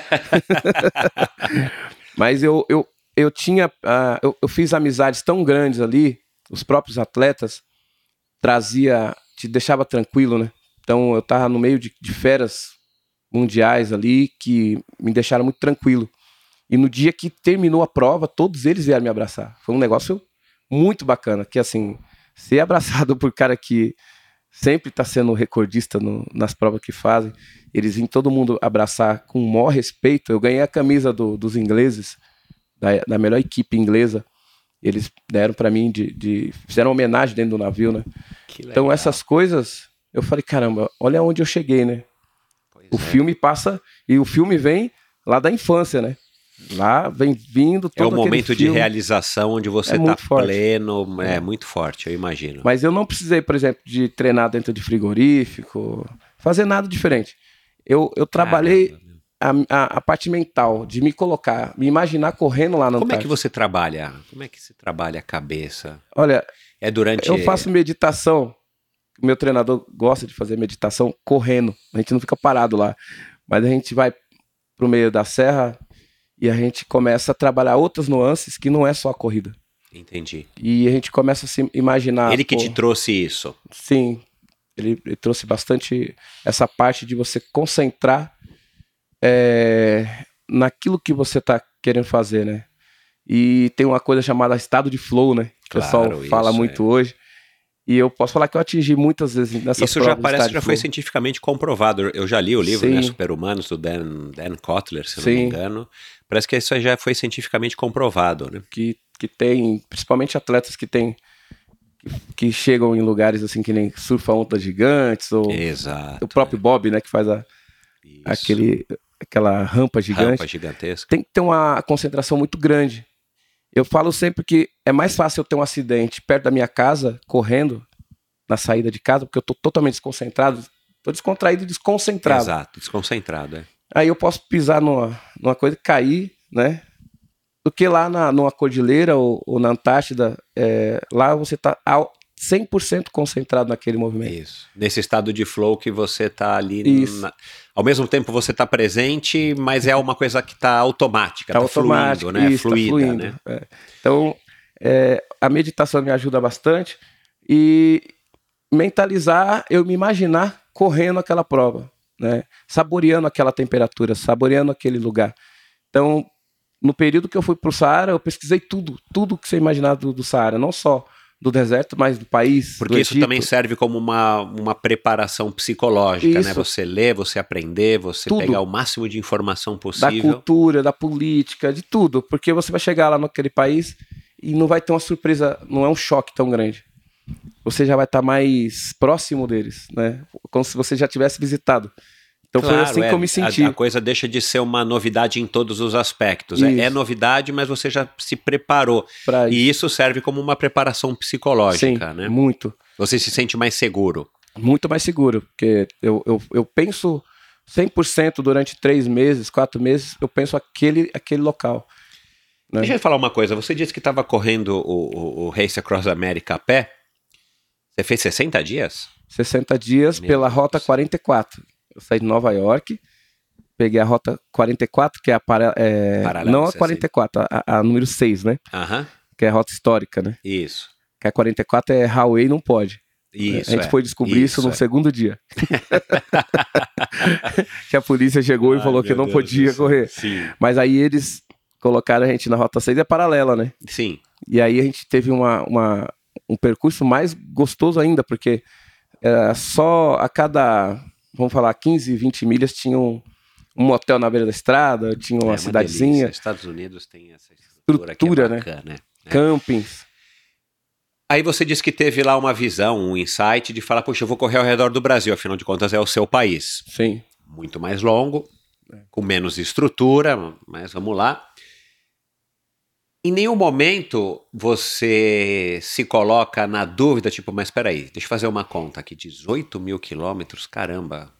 Mas eu, eu, eu tinha... Uh, eu, eu fiz amizades tão grandes ali, os próprios atletas trazia... te deixava tranquilo, né? Então eu tava no meio de, de feras mundiais ali que me deixaram muito tranquilo. E no dia que terminou a prova, todos eles vieram me abraçar. Foi um negócio muito bacana, que assim... ser abraçado por cara que sempre está sendo recordista no, nas provas que fazem, eles vêm todo mundo abraçar com o maior respeito. Eu ganhei a camisa do, dos ingleses, da, da melhor equipe inglesa. Eles deram para mim, de, de fizeram uma homenagem dentro do navio, né? Que legal. Então essas coisas, eu falei, caramba, olha onde eu cheguei, né? Pois O é. filme passa, e o filme vem lá da infância, né? Lá vem vindo todo É um aquele momento de filme. realização onde você É está muito forte. pleno, é muito forte, eu imagino. Mas eu não precisei, por exemplo, de treinar dentro de frigorífico, fazer nada diferente. Eu, eu trabalhei Caramba. a, a, a parte mental, de me colocar, me imaginar correndo lá na Como é que Antártida. você trabalha? Como é que se trabalha a cabeça? Olha, É durante... eu faço meditação, o meu treinador gosta de fazer meditação correndo, a gente não fica parado lá, mas a gente vai pro meio da serra e a gente começa a trabalhar outras nuances que não é só a corrida. Entendi. E a gente começa a se imaginar... Ele que pô, te trouxe isso. Sim, ele, ele trouxe bastante essa parte de você concentrar é, naquilo que você está querendo fazer, né? E tem uma coisa chamada estado de flow, né? Que o pessoal Claro, fala isso, muito é. hoje. E eu posso falar que eu atingi muitas vezes nessas Isso já provas de parece estado que já de foi flow. cientificamente comprovado. Eu já li o livro, Sim. né, Super-Humanos, do Dan, Dan Kotler, se Sim. não me engano. Parece que isso já foi cientificamente comprovado, né? Que, que tem, principalmente atletas que tem que chegam em lugares assim que nem surfa ondas gigantes, ou Exato. o próprio Bob, né, que faz a, Isso. aquele, aquela rampa gigante. Rampa gigantesca. Tem que ter uma concentração muito grande. Eu falo sempre que é mais fácil eu ter um acidente perto da minha casa, correndo, na saída de casa, porque eu tô totalmente desconcentrado, tô descontraído e desconcentrado. Exato, desconcentrado, é. Aí eu posso pisar numa, numa coisa e cair, né? Do que lá na, numa cordilheira ou, ou na Antártida, é, lá você está cem por cento concentrado naquele movimento. Isso. Nesse estado de flow que você está ali. Isso. Na... Ao mesmo tempo você está presente, mas é uma coisa que está automática, está tá fluindo, né? Isso, Fluida, tá fluindo, né? É. Então, é, a meditação me ajuda bastante e mentalizar, eu me imaginar correndo aquela prova, né? Saboreando aquela temperatura, saboreando aquele lugar. Então, no período que eu fui para o Saara, eu pesquisei tudo, tudo que você imaginar do, do Saara, não só do deserto, mas do país. Porque do isso Egito. também serve como uma, uma preparação psicológica, Isso. né? Você ler, você aprender, você Tudo. pegar o máximo de informação Da possível. cultura, da política, de tudo. Porque você vai chegar lá naquele país e não vai ter uma surpresa, não é um choque tão grande. Você já vai estar mais próximo deles, né? Como se você já tivesse visitado. Então Claro, foi assim é, que eu me senti. A, a coisa deixa de ser uma novidade em todos os aspectos. É, Isso. é novidade, mas você já se preparou. Pra E isso serve como uma preparação psicológica, Sim, né? muito. Você se sente mais seguro. Muito mais seguro. Porque eu, eu, eu penso cem por cento durante três meses, quatro meses, eu penso aquele, aquele local. Né? Deixa eu falar uma coisa. Você disse que estava correndo o, o, o Race Across America a pé. Você fez sessenta dias? sessenta dias Meu pela Deus. Rota quarenta e quatro. Eu saí de Nova York, peguei a Rota quarenta e quatro, que é a para, é, Paralelo não a sessenta. quarenta e quatro, a, a número seis, né? Aham, Que é a rota histórica, né? isso. Que a quarenta e quatro é highway, não pode. Isso, a gente é. foi descobrir isso, no é. segundo dia. Que a polícia chegou e Ai, falou que meu não Deus podia do céu. correr. Sim, Mas aí eles colocaram a gente na Rota seis, é paralela, né? sim. E aí a gente teve uma, uma, um percurso mais gostoso ainda, porque era só a cada, vamos falar, quinze, vinte milhas tinha um, um motel na beira da estrada, tinha uma, É uma cidadezinha, delícia. Estados Unidos tem essa estrutura, Estrutura, que é né? bacana, né? campings. Aí você disse que teve lá uma visão, um insight de falar, poxa, eu vou correr ao redor do Brasil, afinal de contas é o seu país. Sim. Muito mais longo, com menos estrutura, mas vamos lá. Em nenhum momento você se coloca na dúvida, tipo, mas peraí, deixa eu fazer uma conta aqui, dezoito mil quilômetros, caramba.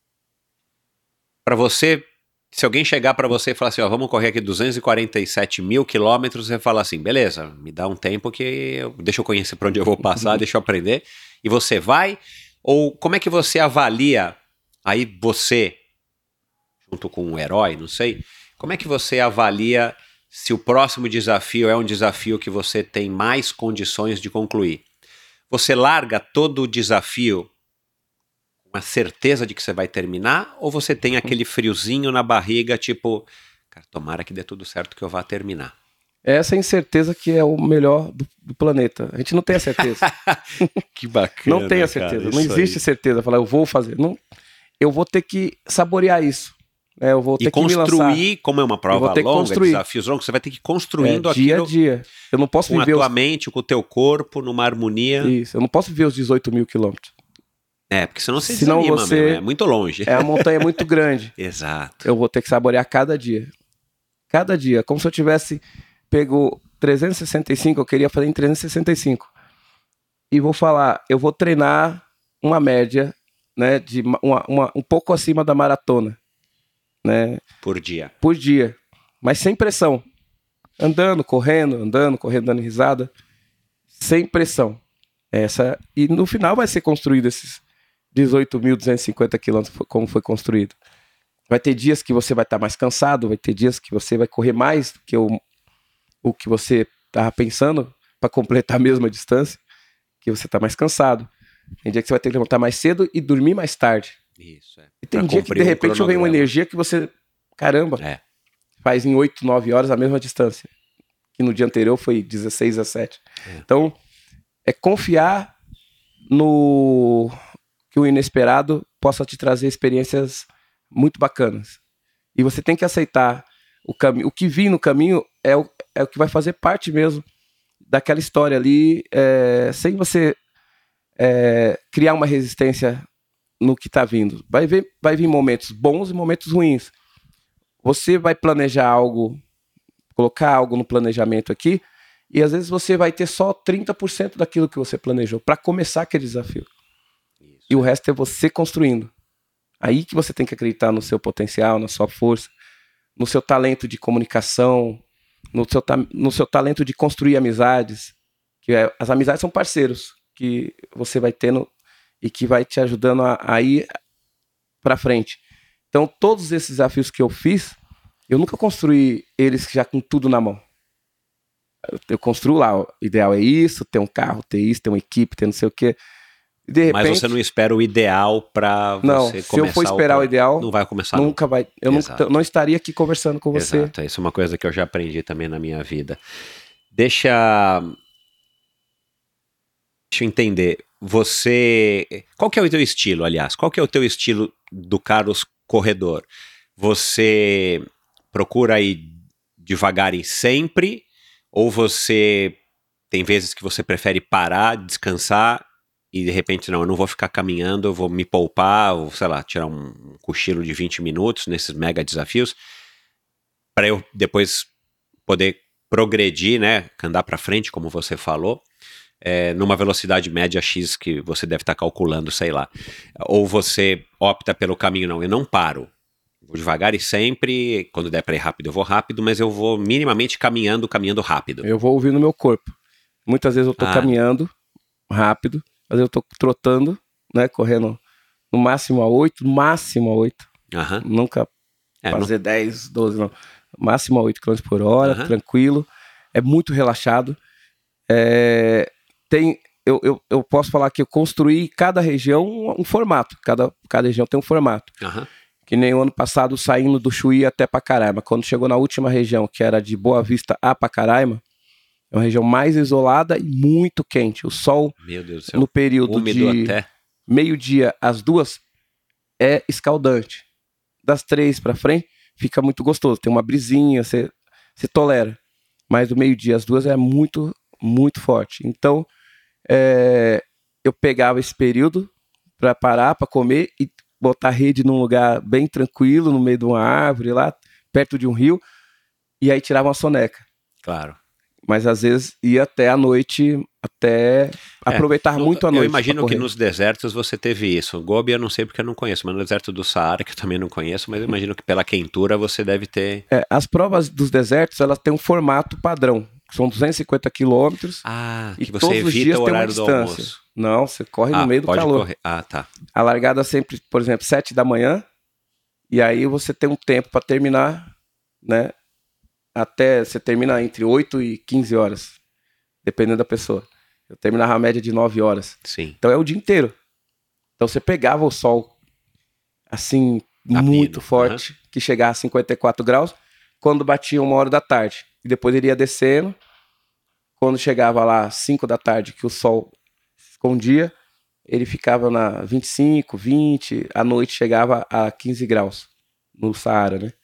Para você, se alguém chegar para você e falar assim, ó, vamos correr aqui duzentos e quarenta e sete mil quilômetros, você fala assim, beleza, me dá um tempo que eu, deixa eu conhecer para onde eu vou passar, deixa eu aprender, e você vai? Ou como é que você avalia, aí você, junto com um herói, não sei, como é que você avalia se o próximo desafio é um desafio que você tem mais condições de concluir? Você larga todo o desafio com a certeza de que você vai terminar, ou você tem aquele friozinho na barriga, tipo, cara, tomara que dê tudo certo que eu vá terminar? Essa incerteza que é o melhor do, do planeta. A gente não tem a certeza. Que bacana. Não tem a certeza. Não existe certeza. Falar, eu vou fazer. Não, eu vou ter que saborear isso. É, eu vou ter E que me lançar. construir, como é uma Eu prova vou ter que longa, construir. desafios longos, você vai ter que ir construindo É, dia aquilo a dia. Eu não posso com a viver tua os... mente, com o teu corpo, numa harmonia. Isso. Eu não posso viver os dezoito mil quilômetros. É, porque senão você Senão desanima você- mesmo, é muito longe. É a montanha muito grande. Exato. Eu vou ter que saborear cada dia. Cada dia. Como se eu tivesse pego trezentos e sessenta e cinco, eu queria fazer em trezentos e sessenta e cinco. E vou falar, eu vou treinar uma média, né, de ma- uma, uma, um pouco acima da maratona, né, Por dia. por dia. Mas sem pressão. Andando, correndo, andando, correndo, dando risada. Sem pressão. Essa, e no final vai ser construído esses dezoito mil duzentos e cinquenta quilômetros, como foi construído. Vai ter dias que você vai estar mais cansado, vai ter dias que você vai correr mais do que o, o que você estava pensando para completar a mesma distância, que você está mais cansado. Tem dia que você vai ter que levantar mais cedo e dormir mais tarde. Isso, é. E tem Pra dia que cumprir de um repente vem uma cronograma. energia que você, caramba, É. faz em oito, nove horas a mesma distância. Que no dia anterior foi dezesseis a sete. É. Então, é confiar no que o inesperado possa te trazer experiências muito bacanas. E você tem que aceitar o caminho. O que vir no caminho é o, é o que vai fazer parte mesmo daquela história ali, é, sem você é, criar uma resistência no que está vindo. Vai, ver, vai vir momentos bons e momentos ruins. Você vai planejar algo, colocar algo no planejamento aqui, e às vezes você vai ter só trinta por cento daquilo que você planejou para começar aquele desafio. Isso. E o resto é você construindo. Aí que você tem que acreditar no seu potencial, na sua força, no seu talento de comunicação, no seu, no seu talento de construir amizades, que é, as amizades são parceiros que você vai tendo e que vai te ajudando a, a ir para frente. Então, todos esses desafios que eu fiz, eu nunca construí eles já com tudo na mão. Eu, eu construo lá, o ideal é isso, ter um carro, ter isso, ter uma equipe, ter não sei o quê. De repente, mas você não espera o ideal para você não, começar. Se eu for esperar o, o ideal, não vai começar. Nunca nunca. vai. Eu nunca, não estaria aqui conversando com você. Exato. Isso é uma coisa que eu já aprendi também na minha vida. Deixa, deixa eu entender. Você, qual que é o teu estilo, aliás? Qual que é o teu estilo do Carlos corredor? Você procura ir devagar e sempre, ou você tem vezes que você prefere parar, descansar e de repente não, eu não vou ficar caminhando, eu vou me poupar, ou sei lá, tirar um cochilo de vinte minutos nesses mega desafios para eu depois poder progredir, né, andar para frente, como você falou, é, numa velocidade média X que você deve estar calculando, sei lá. Ou você opta pelo caminho, não, eu não paro. Vou devagar e sempre, quando der para ir rápido, eu vou rápido, mas eu vou minimamente caminhando, caminhando rápido. Eu vou ouvir no meu corpo. Muitas vezes eu tô ah. caminhando rápido, às vezes eu tô trotando, né, correndo no máximo a oito, máximo a oito. Uhum. Nunca é, fazer não... dez, doze, não. Máximo a oito quilômetros por hora, uhum. tranquilo. É muito relaxado. É... Tem... Eu, eu, eu posso falar que eu construí cada região um, um formato. Cada, cada região tem um formato. Uhum. Que nem o ano passado, saindo do Chuí até Pacaraima. Quando chegou na última região, que era de Boa Vista a Pacaraima, é uma região mais isolada e muito quente. O sol, Meu Deus do céu, no período de até. meio-dia às duas, é escaldante. Das três para frente, fica muito gostoso. Tem uma brisinha, você, você tolera. Mas do meio-dia às duas é muito, muito forte. Então, é, eu pegava esse período para parar, para comer e botar a rede num lugar bem tranquilo, no meio de uma árvore lá, perto de um rio, e aí tirava uma soneca. Claro. Mas às vezes ia até a noite, até aproveitar é, muito a noite. Eu imagino que nos desertos você teve isso. Gobi eu não sei porque eu não conheço, mas no deserto do Saara, que eu também não conheço, mas eu imagino que pela quentura você deve ter... É, as provas dos desertos, elas têm um formato padrão. São duzentos e cinquenta quilômetros. Ah, e que você todos evita os dias o horário tem uma do distância. almoço. Não, você corre ah, no meio do pode calor. Correr. Ah, tá. A largada sempre, por exemplo, sete da manhã, e aí você tem um tempo para terminar, né? Até você termina entre oito e quinze horas, dependendo da pessoa. Eu terminava a média de nove horas. Sim. Então é o dia inteiro. Então você pegava o sol assim, Tapino. muito forte, uhum. que chegava a cinquenta e quatro graus, quando batia uma hora da tarde. E depois ele ia descendo. Quando chegava lá cinco da tarde, que o sol se escondia, ele ficava na vinte e cinco, vinte, à noite chegava a quinze graus no Saara, né?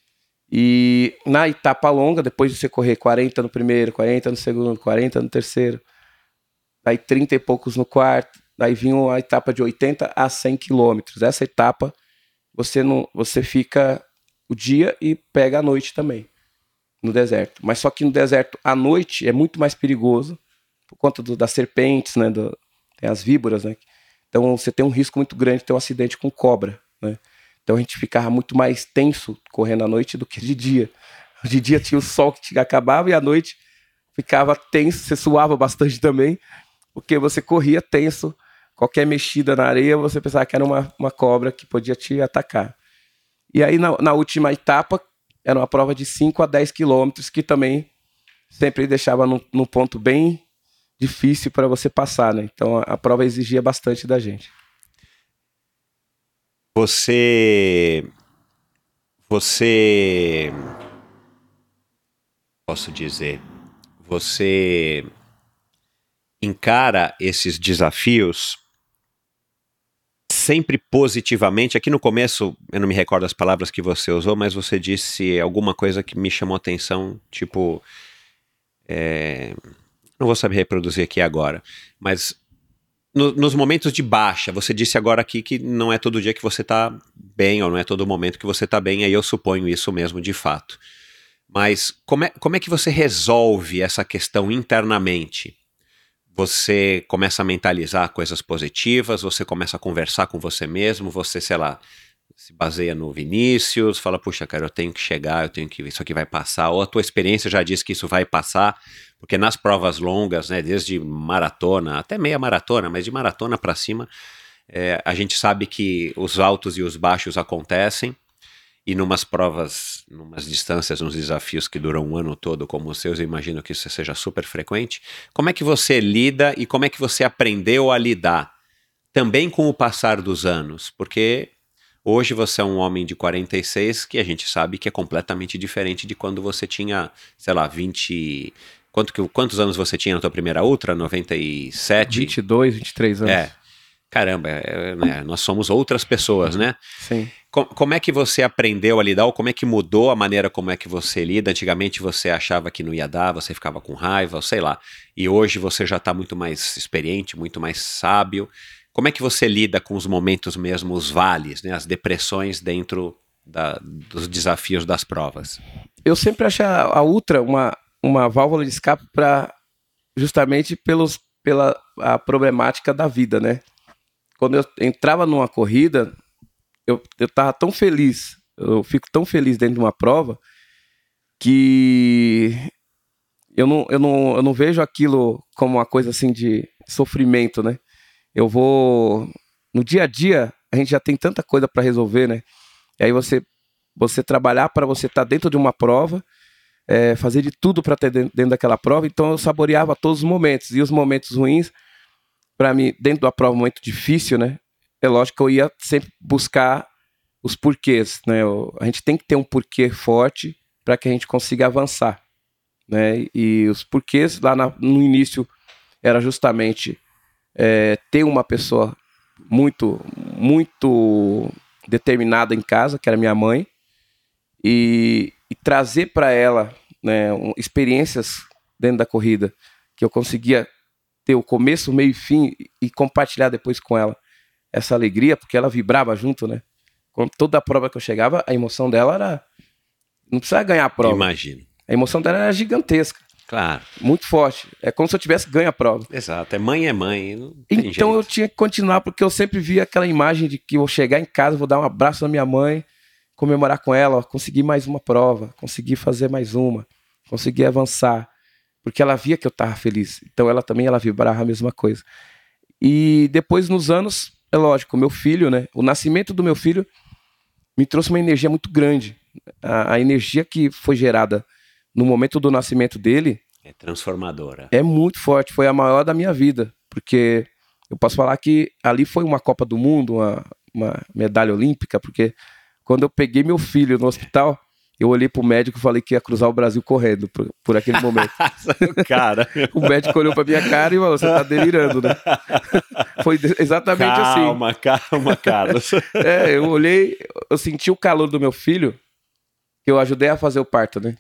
E na etapa longa, depois de você correr quarenta no primeiro, quarenta no segundo, quarenta no terceiro, aí trinta e poucos no quarto, daí vinha a etapa de oitenta a cem quilômetros. Essa etapa você, não, você fica o dia e pega a noite também. No deserto, mas só que no deserto à noite é muito mais perigoso por conta do, das serpentes, né, do, tem as víboras, né, então você tem um risco muito grande de ter um acidente com cobra, né, então a gente ficava muito mais tenso correndo à noite do que de dia. De dia tinha o sol que acabava e à noite ficava tenso, você suava bastante também, porque você corria tenso, qualquer mexida na areia você pensava que era uma, uma cobra que podia te atacar. E aí na, na última etapa era uma prova de cinco a dez quilômetros, que também sempre deixava num, num ponto bem difícil para você passar, né? Então a, a prova exigia bastante da gente. Você... Você... Posso dizer... Você encara esses desafios sempre positivamente. Aqui no começo, eu não me recordo as palavras que você usou, mas você disse alguma coisa que me chamou a atenção, tipo, é, não vou saber reproduzir aqui agora, mas no, nos momentos de baixa, você disse agora aqui que não é todo dia que você tá bem, ou não é todo momento que você tá bem, aí eu suponho isso mesmo de fato. Mas como é, como é que você resolve essa questão internamente? Você começa a mentalizar coisas positivas, você começa a conversar com você mesmo, você, sei lá, se baseia no Vinícius, fala, puxa, cara, eu tenho que chegar, eu tenho que, isso aqui vai passar, ou a tua experiência já diz que isso vai passar, porque nas provas longas, né, desde maratona, até meia maratona, mas de maratona para cima, é, a gente sabe que os altos e os baixos acontecem, e numas provas, numas distâncias, uns desafios que duram um ano todo, como os seus, eu imagino que isso seja super frequente. Como é que você lida e como é que você aprendeu a lidar também com o passar dos anos? Porque hoje você é um homem de quarenta e seis que a gente sabe que é completamente diferente de quando você tinha, sei lá, vinte... Quanto que, quantos anos você tinha na tua primeira ultra? noventa e sete? vinte e dois, vinte e três anos. É. Caramba, é, né? Nós somos outras pessoas, né? Sim. Com, como é que você aprendeu a lidar, ou como é que mudou a maneira como é que você lida? Antigamente você achava que não ia dar, você ficava com raiva, sei lá. E hoje você já está muito mais experiente, muito mais sábio. Como é que você lida com os momentos mesmo, os vales, né? As depressões dentro da, dos desafios das provas? Eu sempre achei a, a ultra uma, uma válvula de escape para justamente pelos, pela a problemática da vida, né? Quando eu entrava numa corrida, eu, eu tava tão feliz, eu fico tão feliz dentro de uma prova, que eu não, eu não, eu não vejo aquilo como uma coisa assim de sofrimento, né? Eu vou... No dia a dia, a gente já tem tanta coisa para resolver, né? E aí você, você trabalhar para você estar tá dentro de uma prova, é, fazer de tudo para ter dentro, dentro daquela prova, então eu saboreava todos os momentos. E os momentos ruins, para mim, dentro da prova, um momento difícil, né? É lógico que eu ia sempre buscar os porquês, né? Eu, a gente tem que ter um porquê forte para que a gente consiga avançar, né? E os porquês lá na, no início era justamente é, ter uma pessoa muito, muito determinada em casa, que era minha mãe, e, e trazer para ela, né, um, experiências dentro da corrida que eu conseguia ter o começo, meio e fim e compartilhar depois com ela essa alegria, porque ela vibrava junto, né? Com toda a prova que eu chegava, a emoção dela era... Não precisava ganhar a prova. Imagino. A emoção dela era gigantesca. Claro. Muito forte. É como se eu tivesse ganho a prova. Exato. É mãe é mãe. Não tem então jeito. Eu tinha que continuar, porque eu sempre via aquela imagem de que eu vou chegar em casa, vou dar um abraço na minha mãe, comemorar com ela, ó, conseguir mais uma prova, conseguir fazer mais uma, conseguir avançar. Porque ela via que eu estava feliz. Então ela também ela vibrava a mesma coisa. E depois, nos anos, é lógico, meu filho, né? O nascimento do meu filho me trouxe uma energia muito grande. A, a energia que foi gerada no momento do nascimento dele... É transformadora. É muito forte. Foi a maior da minha vida. Porque eu posso falar que ali foi uma Copa do Mundo, uma, uma medalha olímpica, porque quando eu peguei meu filho no hospital... Eu olhei pro médico e falei que ia cruzar o Brasil correndo por, por aquele momento. Cara. O médico olhou pra minha cara e falou, você tá delirando, né? Foi exatamente calma, assim. Calma, calma, Carlos. É, eu olhei, eu senti o calor do meu filho, que eu ajudei a fazer o parto, né?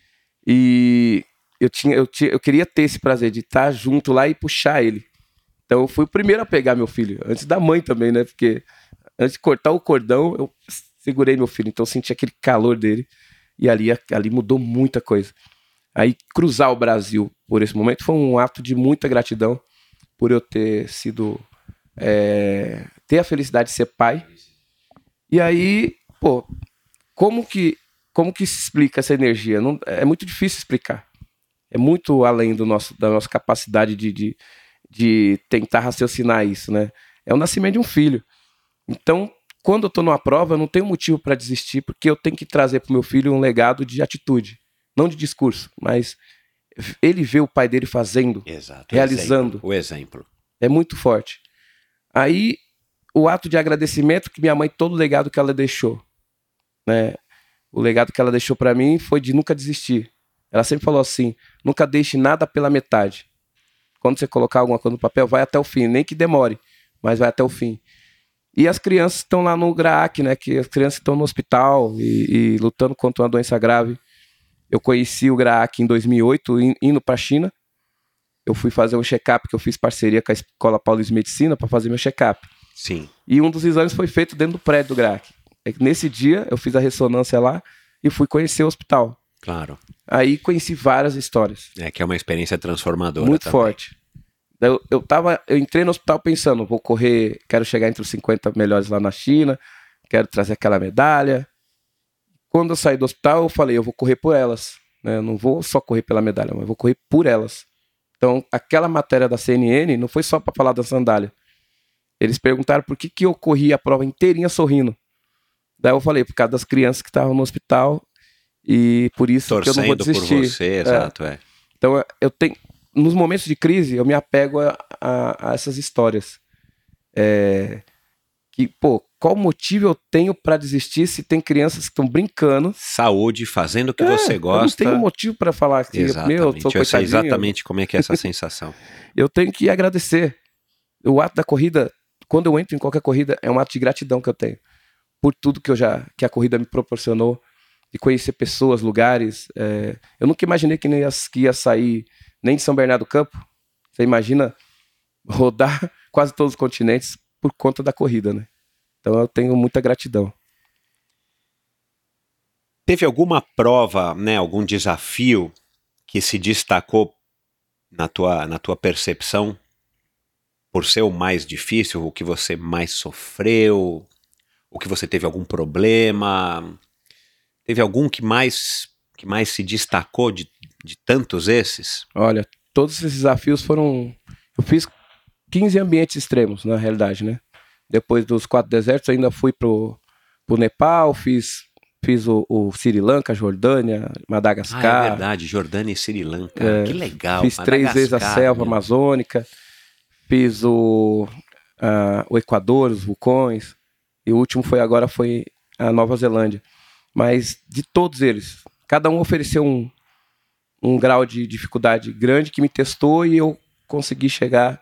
E eu, tinha, eu, tinha, eu queria ter esse prazer de estar junto lá e puxar ele. Então eu fui o primeiro a pegar meu filho, antes da mãe também, né? Porque antes de cortar o cordão, eu segurei meu filho, então eu senti aquele calor dele. E ali, ali mudou muita coisa. Aí cruzar o Brasil por esse momento foi um ato de muita gratidão por eu ter sido... É, ter a felicidade de ser pai. E aí, pô, como que, como que se explica essa energia? Não, é muito difícil explicar. É muito além do nosso, da nossa capacidade de, de, de tentar raciocinar isso, né? É o nascimento de um filho. Então... Quando eu estou numa prova, eu não tenho motivo para desistir, porque eu tenho que trazer para o meu filho um legado de atitude, não de discurso, mas ele vê o pai dele fazendo, Exato, realizando. O exemplo. É muito forte. Aí, o ato de agradecimento que minha mãe, todo o legado que ela deixou, né? O legado que ela deixou para mim foi de nunca desistir. Ela sempre falou assim, nunca deixe nada pela metade. Quando você colocar alguma coisa no papel, vai até o fim, nem que demore, mas vai até o fim. E as crianças estão lá no GRAAC, né? Que as crianças estão no hospital e, e lutando contra uma doença grave. Eu conheci o GRAAC em dois mil e oito, indo para a China. Eu fui fazer um check-up, que eu fiz parceria com a Escola Paulista de Medicina para fazer meu check-up. Sim. E um dos exames foi feito dentro do prédio do GRAAC. Nesse dia, eu fiz a ressonância lá e fui conhecer o hospital. Claro. Aí conheci várias histórias. É que é uma experiência transformadora. Muito também. forte. Eu, eu, tava, eu entrei no hospital pensando, vou correr, quero chegar entre os cinquenta melhores lá na China, quero trazer aquela medalha. Quando eu saí do hospital, eu falei, eu vou correr por elas, né? Eu não vou só correr pela medalha, mas eu vou correr por elas. Então, aquela matéria da C N N não foi só para falar da sandália. Eles perguntaram por que, que eu corri a prova inteirinha sorrindo. Daí eu falei, por causa das crianças que estavam no hospital e por isso Torcendo que eu não vou desistir. por você, é. exato, é. Então, eu tenho, nos momentos de crise, eu me apego a, a, a essas histórias. É, que, pô, qual motivo eu tenho para desistir se tem crianças que estão brincando? Saúde, fazendo o que É, você gosta. Eu não tenho motivo para falar que, Exatamente. meu, eu sou eu sei coitadinho. exatamente como é que é essa sensação. Eu tenho que agradecer. O ato da corrida, quando eu entro em qualquer corrida, é um ato de gratidão que eu tenho. Por tudo que, eu já, que a corrida me proporcionou. De conhecer pessoas, lugares. É, eu nunca imaginei que, nem ia, que ia sair nem de São Bernardo do Campo. Você imagina rodar quase todos os continentes por conta da corrida, né? Então eu tenho muita gratidão. Teve alguma prova, né, algum desafio que se destacou na tua, na tua percepção por ser o mais difícil, o que você mais sofreu, o que você teve algum problema? Teve algum que mais, que mais se destacou de, de tantos esses? Olha, todos esses desafios foram... Eu fiz quinze ambientes extremos, na realidade, né? Depois dos quatro desertos, eu ainda fui pro, pro Nepal, fiz, fiz o, o Sri Lanka, Jordânia, Madagascar. Ah, é verdade, Jordânia e Sri Lanka. É, que legal. Fiz três vezes a selva meu. amazônica, fiz o, a, o Equador, os vulcões, e o último foi agora foi a Nova Zelândia. Mas de todos eles, cada um ofereceu um, um grau de dificuldade grande que me testou e eu consegui chegar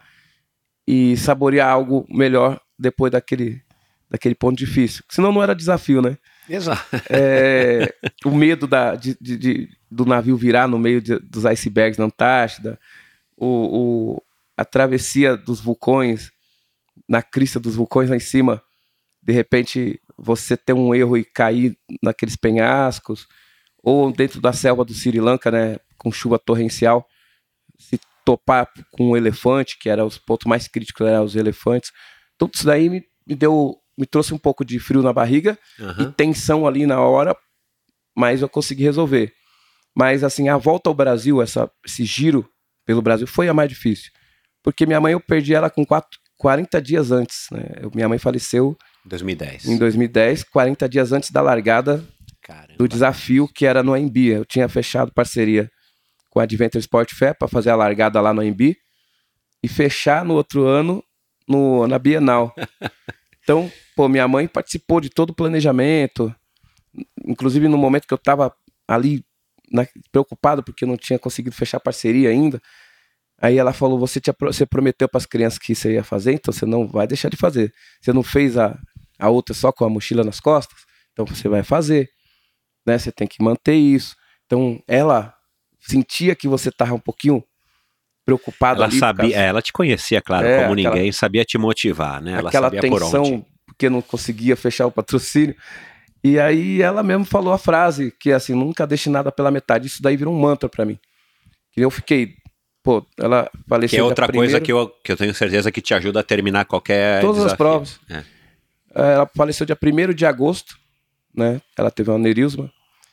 e saborear algo melhor depois daquele, daquele ponto difícil. Senão não era desafio, né? Exato. É, o medo da, de, de, de, do navio virar no meio de, dos icebergs na Antártida, o, o, a travessia dos vulcões, na crista dos vulcões lá em cima, de repente você ter um erro e cair naqueles penhascos, ou dentro da selva do Sri Lanka, né, com chuva torrencial, se topar com um elefante, que era os pontos mais críticos, eram os elefantes. Tudo isso daí me, me deu, me trouxe um pouco de frio na barriga, Uhum. e tensão ali na hora, mas eu consegui resolver. Mas assim, a volta ao Brasil, essa, esse giro pelo Brasil foi a mais difícil, porque minha mãe, eu perdi ela com quatro, quarenta dias antes, né? Eu, minha mãe faleceu dois mil e dez. em dois mil e dez, quarenta dias antes da largada Caramba. do desafio, que era no A M B. Eu tinha fechado parceria com a Adventure Sport Fair para fazer a largada lá no A M B e fechar no outro ano no, na Bienal. Então, pô, minha mãe participou de todo o planejamento, inclusive no momento que eu estava ali na, preocupado porque eu não tinha conseguido fechar parceria ainda. Aí ela falou, você, te, você prometeu para as crianças que você ia fazer, então você não vai deixar de fazer. Você não fez a, a outra só com a mochila nas costas, então você vai fazer, né? Você tem que manter isso. Então ela sentia que você estava um pouquinho preocupado Ela ali. sabia, causa... ela te conhecia, claro, É, como aquela- ninguém, sabia te motivar, né? Ela Aquela sabia por onde. tensão, porque não conseguia fechar o patrocínio. E aí ela mesmo falou a frase, que assim, nunca deixe nada pela metade. Isso daí virou um mantra para mim. Que eu fiquei... Pô, ela faleceu Que é dia outra coisa primeiro. que eu, que eu tenho certeza que te ajuda a terminar qualquer Todas as desafio. provas. É. Ela faleceu dia primeiro de agosto, né? Ela teve um aneurisma.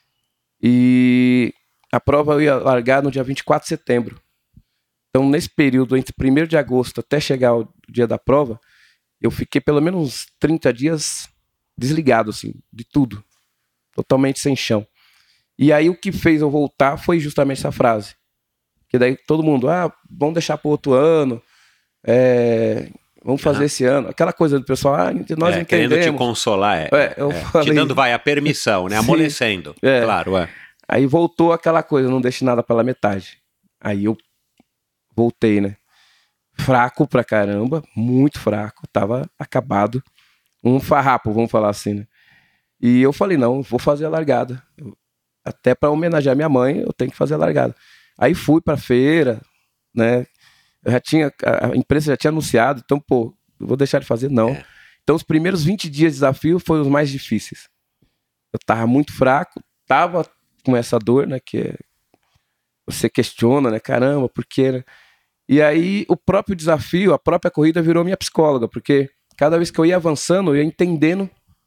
E a prova eu ia largar no dia vinte e quatro de setembro. Então, nesse período, entre primeiro de agosto até chegar o dia da prova, eu fiquei pelo menos uns trinta dias desligado, assim, de tudo. Totalmente sem chão. E aí o que fez eu voltar foi justamente essa frase. Que daí todo mundo, ah, vamos deixar para outro ano, é, vamos fazer Uhum. esse ano. Aquela coisa do pessoal, ah, nós É, querendo te entendemos. consolar, é. É, eu é. falei- Te dando, vai, a permissão, né? Sim. Amolecendo. É. Claro, é. Aí voltou aquela coisa, não deixe nada pela metade. Aí eu voltei, né? Fraco pra caramba, muito fraco, tava acabado. Um farrapo, vamos falar assim, né? E eu falei, não, vou fazer a largada. Eu- até pra homenagear minha mãe, eu tenho que fazer a largada. Aí fui pra feira, né? Eu já tinha, a imprensa já tinha anunciado, então, pô, eu vou deixar de fazer? Não. É. Então, os primeiros vinte dias de desafio foram os mais difíceis. Eu tava muito fraco, tava com essa dor, né? Que é- você questiona, né? Caramba, por quê, né? E aí, o próprio desafio, a própria corrida virou minha psicóloga, porque cada vez que eu ia avançando, eu ia entendendo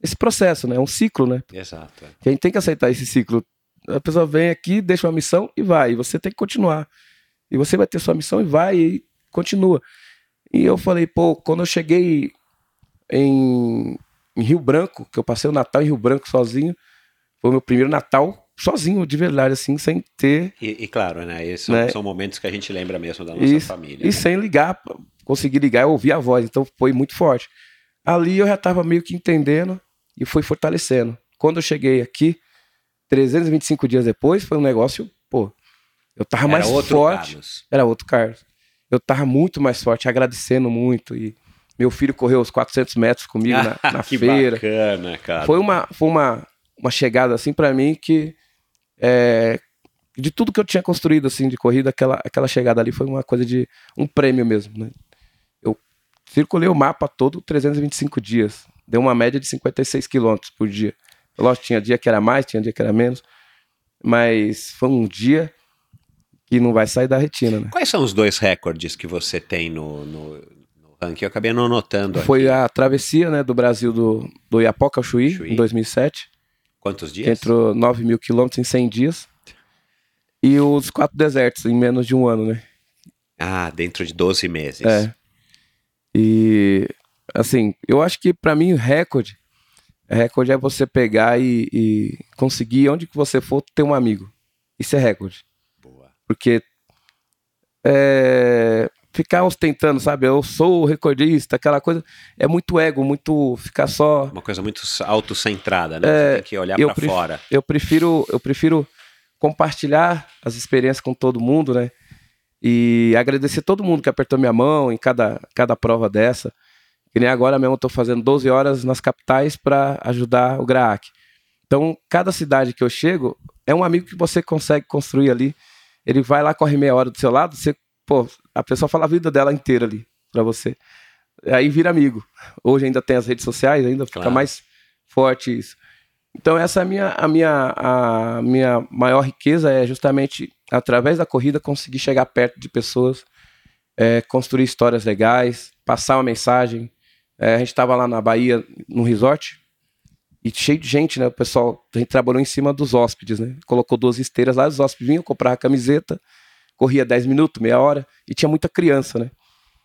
esse processo, né? É um ciclo, né? Exato. Que a gente tem que aceitar esse ciclo. A pessoa vem aqui, deixa uma missão e vai. E você tem que continuar. E você vai ter sua missão e vai e continua. E eu falei, pô, quando eu cheguei em, em Rio Branco, que eu passei o Natal em Rio Branco sozinho, foi o meu primeiro Natal sozinho, de verdade, assim, sem ter... E, e claro, né? Esses são, né? são momentos que a gente lembra mesmo da nossa e, família. E né? sem ligar, consegui ligar e ouvir a voz, então foi muito forte. Ali eu já estava meio que entendendo e fui fortalecendo. Quando eu cheguei aqui, trezentos e vinte e cinco dias depois, foi um negócio, pô, eu tava mais Era outro forte. Carlos. Era outro Carlos. Eu tava muito mais forte, agradecendo muito. E meu filho correu os quatrocentos metros comigo na, na que feira. bacana, cara. Foi uma, foi uma, uma chegada assim pra mim que é, de tudo que eu tinha construído assim de corrida, aquela, aquela chegada ali foi uma coisa de um prêmio mesmo, né? Eu circulei o mapa todo trezentos e vinte e cinco dias. Deu uma média de cinquenta e seis quilômetros por dia. Lógico, tinha dia que era mais, tinha dia que era menos. Mas foi um dia que não vai sair da retina, né? Quais são os dois recordes que você tem no, no, no ranking? Eu acabei não anotando aqui. Foi a travessia, né, do Brasil do, do Iapoca ao Chuí, Chuí. em dois mil e sete. Quantos dias? Que entrou nove mil quilômetros em cem dias. E os quatro desertos em menos de um ano, né? Ah, dentro de doze meses. É. E, assim, eu acho que pra mim o recorde, recorde é você pegar e, e conseguir, onde que você for, ter um amigo. Isso é recorde. Boa. Porque é, ficar ostentando, sabe? Eu sou o recordista, aquela coisa, é muito ego, muito ficar só... Uma coisa muito autocentrada, né? É, você tem que olhar eu pra pref- fora. Eu prefiro, eu prefiro compartilhar as experiências com todo mundo, né? E agradecer todo mundo que apertou minha mão em cada, cada prova dessa. Que nem agora mesmo eu tô fazendo doze horas nas capitais para ajudar o Graac. Então, cada cidade que eu chego, é um amigo que você consegue construir ali. Ele vai lá, corre meia hora do seu lado, você, pô, a pessoa fala a vida dela inteira ali para você. Aí vira amigo. Hoje ainda tem as redes sociais, ainda fica Claro. mais forte isso. Então essa é a minha, a minha, a minha maior riqueza, é justamente através da corrida conseguir chegar perto de pessoas, é, construir histórias legais, passar uma mensagem. É, a gente estava lá na Bahia, num resort, e cheio de gente, né? O pessoal, a gente trabalhou em cima dos hóspedes, né? Colocou duas esteiras lá, os hóspedes vinham, compravam a camiseta, corria dez minutos, meia hora, e tinha muita criança, né?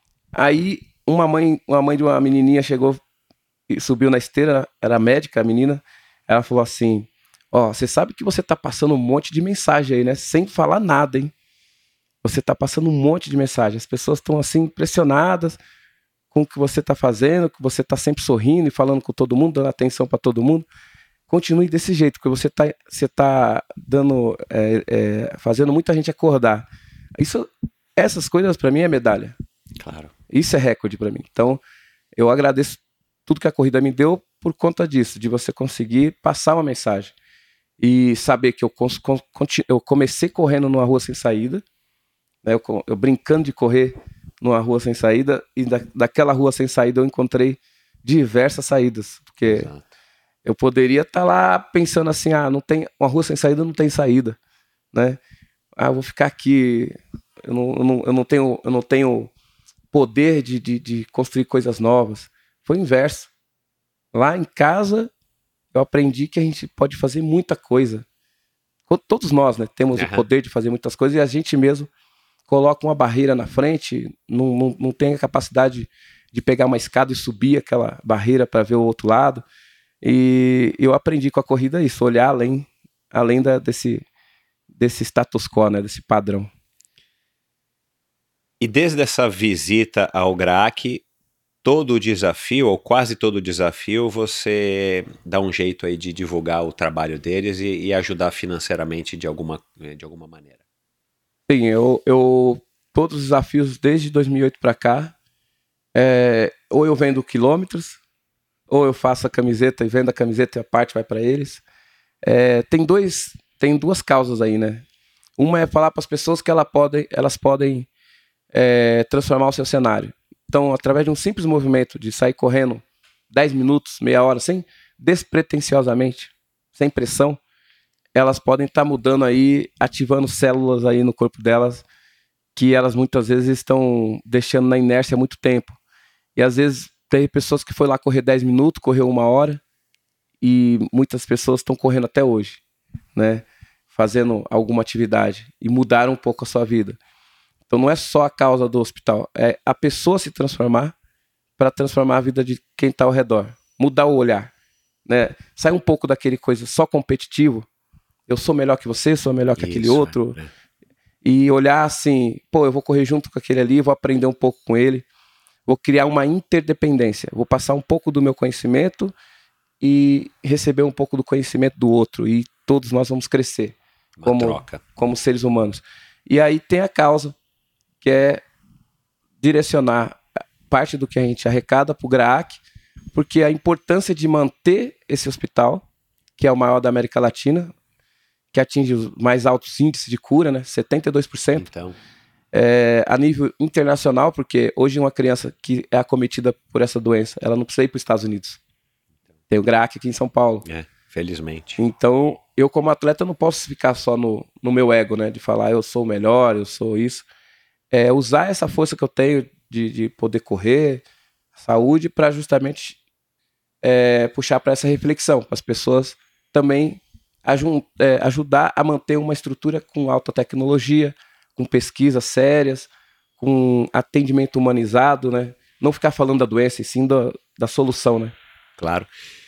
Aí uma mãe, uma mãe de uma menininha chegou e subiu na esteira, era médica, a menina. Ela falou assim, ó, você sabe que você tá passando um monte de mensagem aí, né? Sem falar nada, hein? Você tá passando um monte de mensagem. As pessoas estão assim impressionadas com o que você tá fazendo, que você tá sempre sorrindo e falando com todo mundo, dando atenção para todo mundo. Continue desse jeito, porque você tá, você tá dando, é, é, fazendo muita gente acordar. Isso, essas coisas para mim é medalha. Claro. Isso é recorde para mim. Então, eu agradeço tudo que a corrida me deu por conta disso, de você conseguir passar uma mensagem. E saber que eu, eu comecei correndo numa rua sem saída, né, eu, eu brincando de correr numa rua sem saída, e da, daquela rua sem saída eu encontrei diversas saídas. Porque Exato. eu poderia estar tá lá pensando assim, ah, não tem, uma rua sem saída não tem saída, né? Ah, eu vou ficar aqui, eu não, eu não, eu não tenho, eu não tenho poder de, de, de construir coisas novas. Foi o inverso. Lá em casa, eu aprendi que a gente pode fazer muita coisa. Todos nós, né, temos Uhum. o poder de fazer muitas coisas, e a gente mesmo coloca uma barreira na frente, não, não, não tem a capacidade de pegar uma escada e subir aquela barreira para ver o outro lado. E eu aprendi com a corrida isso, olhar além, além da, desse, desse status quo, né, desse padrão. E desde essa visita ao Graac, todo o desafio, ou quase todo o desafio, você dá um jeito aí de divulgar o trabalho deles e, e ajudar financeiramente de alguma, de alguma maneira. Sim, eu, eu todos os desafios desde dois mil e oito para cá, é, ou eu vendo quilômetros, ou eu faço a camiseta e vendo a camiseta e a parte vai para eles. É, tem, dois, tem duas causas aí, né? Uma é falar para as pessoas que ela podem, elas podem é, transformar o seu cenário. Então, através de um simples movimento de sair correndo dez minutos, meia hora, sem despretensiosamente, sem pressão, elas podem estar tá mudando aí, ativando células aí no corpo delas, que elas muitas vezes estão deixando na inércia há muito tempo. E às vezes tem pessoas que foi lá correr dez minutos, correu uma hora, e muitas pessoas estão correndo até hoje, né? Fazendo alguma atividade e mudaram um pouco a sua vida. Então não é só a causa do hospital, é a pessoa se transformar para transformar a vida de quem está ao redor. Mudar o olhar, né? Sai um pouco daquele coisa só competitivo. Eu sou melhor que você, sou melhor que Isso, aquele outro. É. E olhar assim, pô, eu vou correr junto com aquele ali, vou aprender um pouco com ele. Vou criar uma interdependência. Vou passar um pouco do meu conhecimento e receber um pouco do conhecimento do outro. E todos nós vamos crescer como, como seres humanos. E aí tem a causa, que é direcionar parte do que a gente arrecada para o GRAAC, porque a importância de manter esse hospital, que é o maior da América Latina, que atinge os mais altos índices de cura, né? setenta e dois por cento. Então... É, a nível internacional, porque hoje uma criança que é acometida por essa doença, ela não precisa ir para os Estados Unidos. Tem o GRAAC aqui em São Paulo. É, felizmente. Então, eu como atleta não posso ficar só no, no meu ego, né? De falar, eu sou o melhor, eu sou isso. É usar essa força que eu tenho de, de poder correr, saúde, para justamente é, puxar para essa reflexão, para as pessoas também ajun, é, ajudar a manter uma estrutura com alta tecnologia, com pesquisas sérias, com atendimento humanizado, né? Não ficar falando da doença, e sim da, da solução, né? Claro.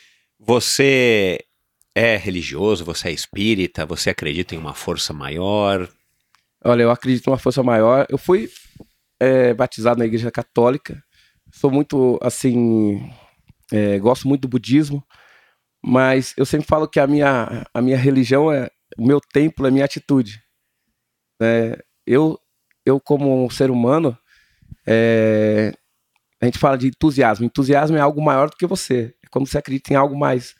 Você é religioso, você é espírita, você acredita em uma força maior? Olha, eu acredito em uma força maior. Eu fui é, batizado na Igreja Católica. Sou muito, assim, é, gosto muito do budismo, mas eu sempre falo que a minha, a minha religião, é, o meu templo é minha atitude, né? Eu, eu, como um ser humano, é, a gente fala de entusiasmo. Entusiasmo é algo maior do que você. É quando você acredita em algo mais,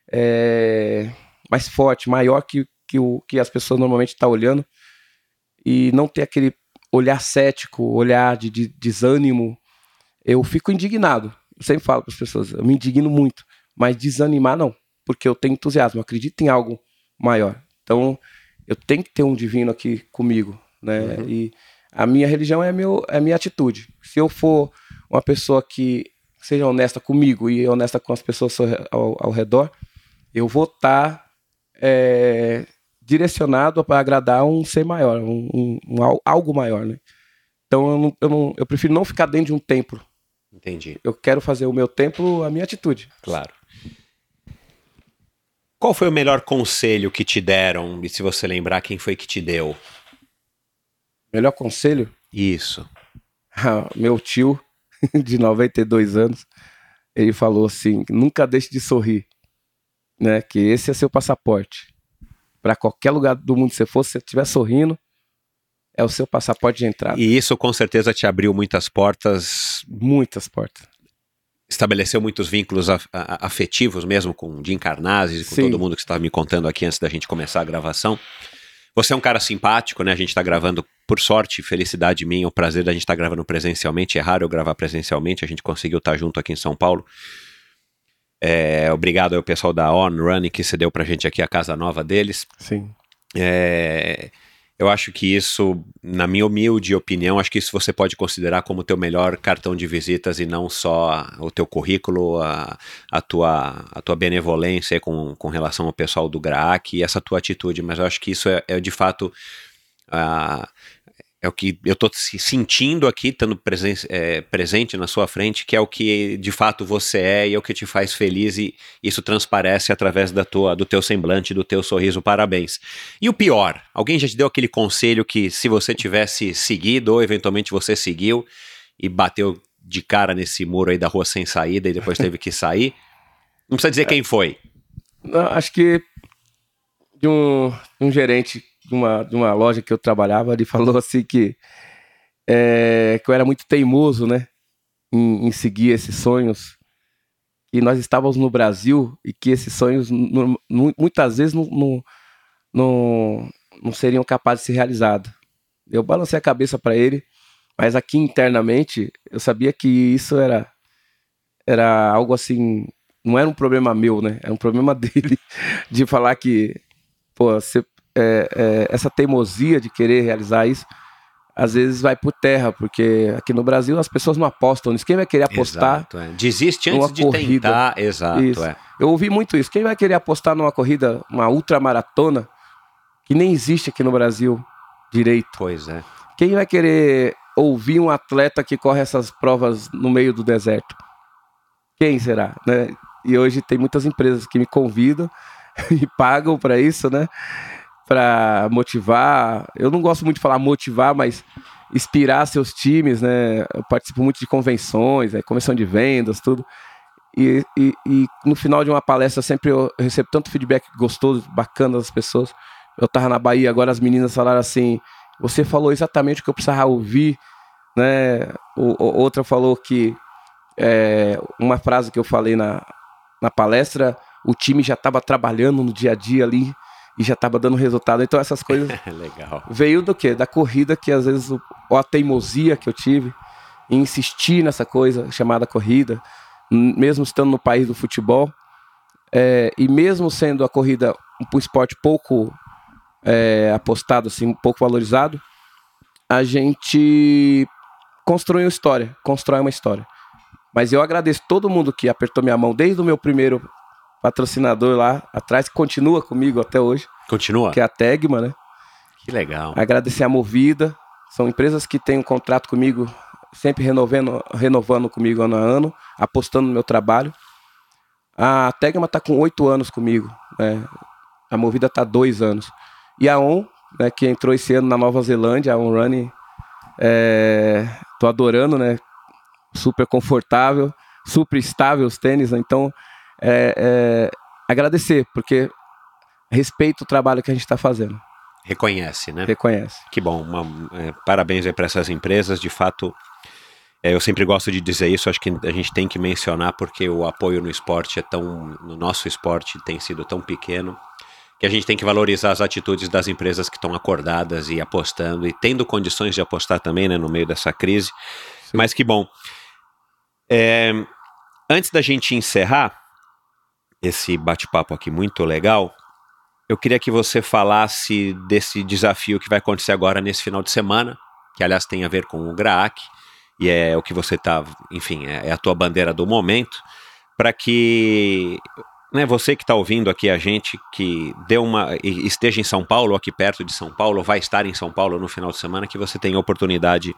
é, mais forte, maior que, que, o, que as pessoas normalmente estão olhando. E não ter aquele olhar cético, olhar de, de desânimo. Eu fico indignado. Eu sempre falo para as pessoas, eu me indigno muito. Mas desanimar não, porque eu tenho entusiasmo, eu acredito em algo maior. Então, eu tenho que ter um divino aqui comigo, né? Uhum. E a minha religião é a, meu, é a minha atitude. Se eu for uma pessoa que seja honesta comigo e honesta com as pessoas ao, ao redor, eu vou estar tá, é, direcionado para agradar um ser maior, um, um, um, algo maior, né? Então eu, não, eu, não, eu prefiro não ficar dentro de um templo. Entendi. Eu quero fazer o meu templo a minha atitude. Claro. Qual foi o melhor conselho que te deram? E se você lembrar, quem foi que te deu? Melhor conselho? Isso. Ah, meu tio, de noventa e dois anos, ele falou assim, nunca deixe de sorrir, né? Que esse é seu passaporte. Para qualquer lugar do mundo que você for, se você estiver sorrindo, é o seu passaporte de entrada. E isso com certeza te abriu muitas portas. Muitas portas. Estabeleceu muitos vínculos af afetivos mesmo com o Jim Carnazes e com Sim. todo mundo que você estava me contando aqui antes da gente começar a gravação. Você é um cara simpático, né? A gente está gravando, por sorte, felicidade minha, o prazer da gente estar tá gravando presencialmente. É raro eu gravar presencialmente, a gente conseguiu estar tá junto aqui em São Paulo. É, obrigado ao pessoal da On Running que cedeu pra gente aqui a casa nova deles. Sim. É, eu acho que isso, na minha humilde opinião, acho que isso você pode considerar como o teu melhor cartão de visitas e não só o teu currículo, a, a, tua, a tua benevolência com, com relação ao pessoal do GRAAC e essa tua atitude, mas eu acho que isso é, é de fato a, é o que eu estou sentindo aqui, estando presen é, presente na sua frente, que é o que de fato você é e é o que te faz feliz, e isso transparece através da tua, do teu semblante, do teu sorriso. Parabéns. E o pior, alguém já te deu aquele conselho que se você tivesse seguido, ou eventualmente você seguiu e bateu de cara nesse muro aí da rua sem saída e depois teve que sair? Não precisa dizer quem foi. Não, acho que de um, um gerente de uma, de uma loja que eu trabalhava, ele falou assim que, é, que eu era muito teimoso, né, em, em seguir esses sonhos, e nós estávamos no Brasil e que esses sonhos no, no, muitas vezes não, não, não, não seriam capazes de ser realizados. Eu balancei a cabeça para ele, mas aqui internamente eu sabia que isso era, era algo assim, não era um problema meu, né, era um problema dele, de falar que, pô, você É, é, essa teimosia de querer realizar isso, às vezes vai por terra, porque aqui no Brasil as pessoas não apostam nisso. Quem vai querer apostar? Exato, é. Desiste antes de corrida. tentar. Exato, Isso. é. Eu ouvi muito isso. Quem vai querer apostar numa corrida, uma ultramaratona, que nem existe aqui no Brasil direito? Pois é. Quem vai querer ouvir um atleta que corre essas provas no meio do deserto? Quem será, né? E hoje tem muitas empresas que me convidam e pagam para isso, né? Para motivar. Eu não gosto muito de falar motivar, mas inspirar seus times, né? Eu participo muito de convenções, né? Convenção de vendas, tudo. E, e, e no final de uma palestra sempre eu recebo tanto feedback gostoso, bacana das pessoas. Eu tava na Bahia, agora as meninas falaram assim: você falou exatamente o que eu precisava ouvir, né? O, o, outra falou que é, uma frase que eu falei na, na palestra, o time já estava trabalhando no dia a dia ali e já estava dando resultado. Então essas coisas Legal. Veio do quê? Da corrida, que às vezes, o, ou a teimosia que eu tive em insistir nessa coisa chamada corrida, mesmo estando no país do futebol, é, e mesmo sendo a corrida um esporte pouco é, apostado, assim, um pouco valorizado, a gente constrói uma história, constrói uma história. Mas eu agradeço todo mundo que apertou minha mão desde o meu primeiro patrocinador lá atrás, que continua comigo até hoje. Continua? Que é a Tegma, né? Que legal. Agradecer a Movida. São empresas que têm um contrato comigo, sempre renovando, renovando comigo ano a ano, apostando no meu trabalho. A Tegma está com oito anos comigo, né? A Movida está há dois anos. E a On, né, que entrou esse ano na Nova Zelândia, a On Running, é, tô adorando, né? Super confortável, super estável os tênis, né? Então é, é, agradecer, porque respeito o trabalho que a gente está fazendo. Reconhece, né? Reconhece. Que bom, uma, é, parabéns aí para essas empresas, de fato, é, eu sempre gosto de dizer isso, acho que a gente tem que mencionar, porque o apoio no esporte é tão, no nosso esporte tem sido tão pequeno, que a gente tem que valorizar as atitudes das empresas que estão acordadas e apostando, e tendo condições de apostar também, né, no meio dessa crise. Sim. Mas que bom. É, antes da gente encerrar esse bate-papo aqui muito legal, eu queria que você falasse desse desafio que vai acontecer agora nesse final de semana, que aliás tem a ver com o GRAAC, e é o que você está, enfim, é, é a tua bandeira do momento, para que, né, você que está ouvindo aqui a gente, que deu uma, esteja em São Paulo, ou aqui perto de São Paulo, ou vai estar em São Paulo no final de semana, que você tenha a oportunidade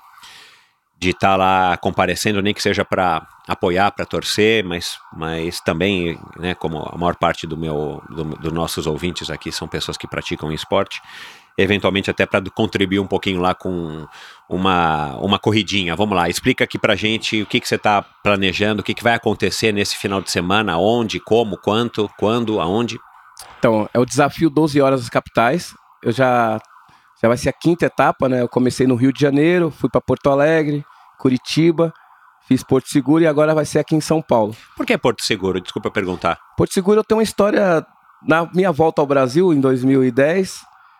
de estar tá lá comparecendo, nem que seja para apoiar, para torcer, mas, mas também, né, como a maior parte do meu, do, dos nossos ouvintes aqui são pessoas que praticam esporte, eventualmente até para contribuir um pouquinho lá com uma, uma corridinha. Vamos lá, explica aqui pra gente o que, que você está planejando, o que, que vai acontecer nesse final de semana, onde, como, quanto, quando, aonde? Então, é o desafio doze horas das capitais. Eu já, já vai ser a quinta etapa, né? Eu comecei no Rio de Janeiro, fui para Porto Alegre, Curitiba, fiz Porto Seguro e agora vai ser aqui em São Paulo. Por que Porto Seguro? Desculpa perguntar. Porto Seguro, eu tenho uma história. Na minha volta ao Brasil, em dois mil e dez,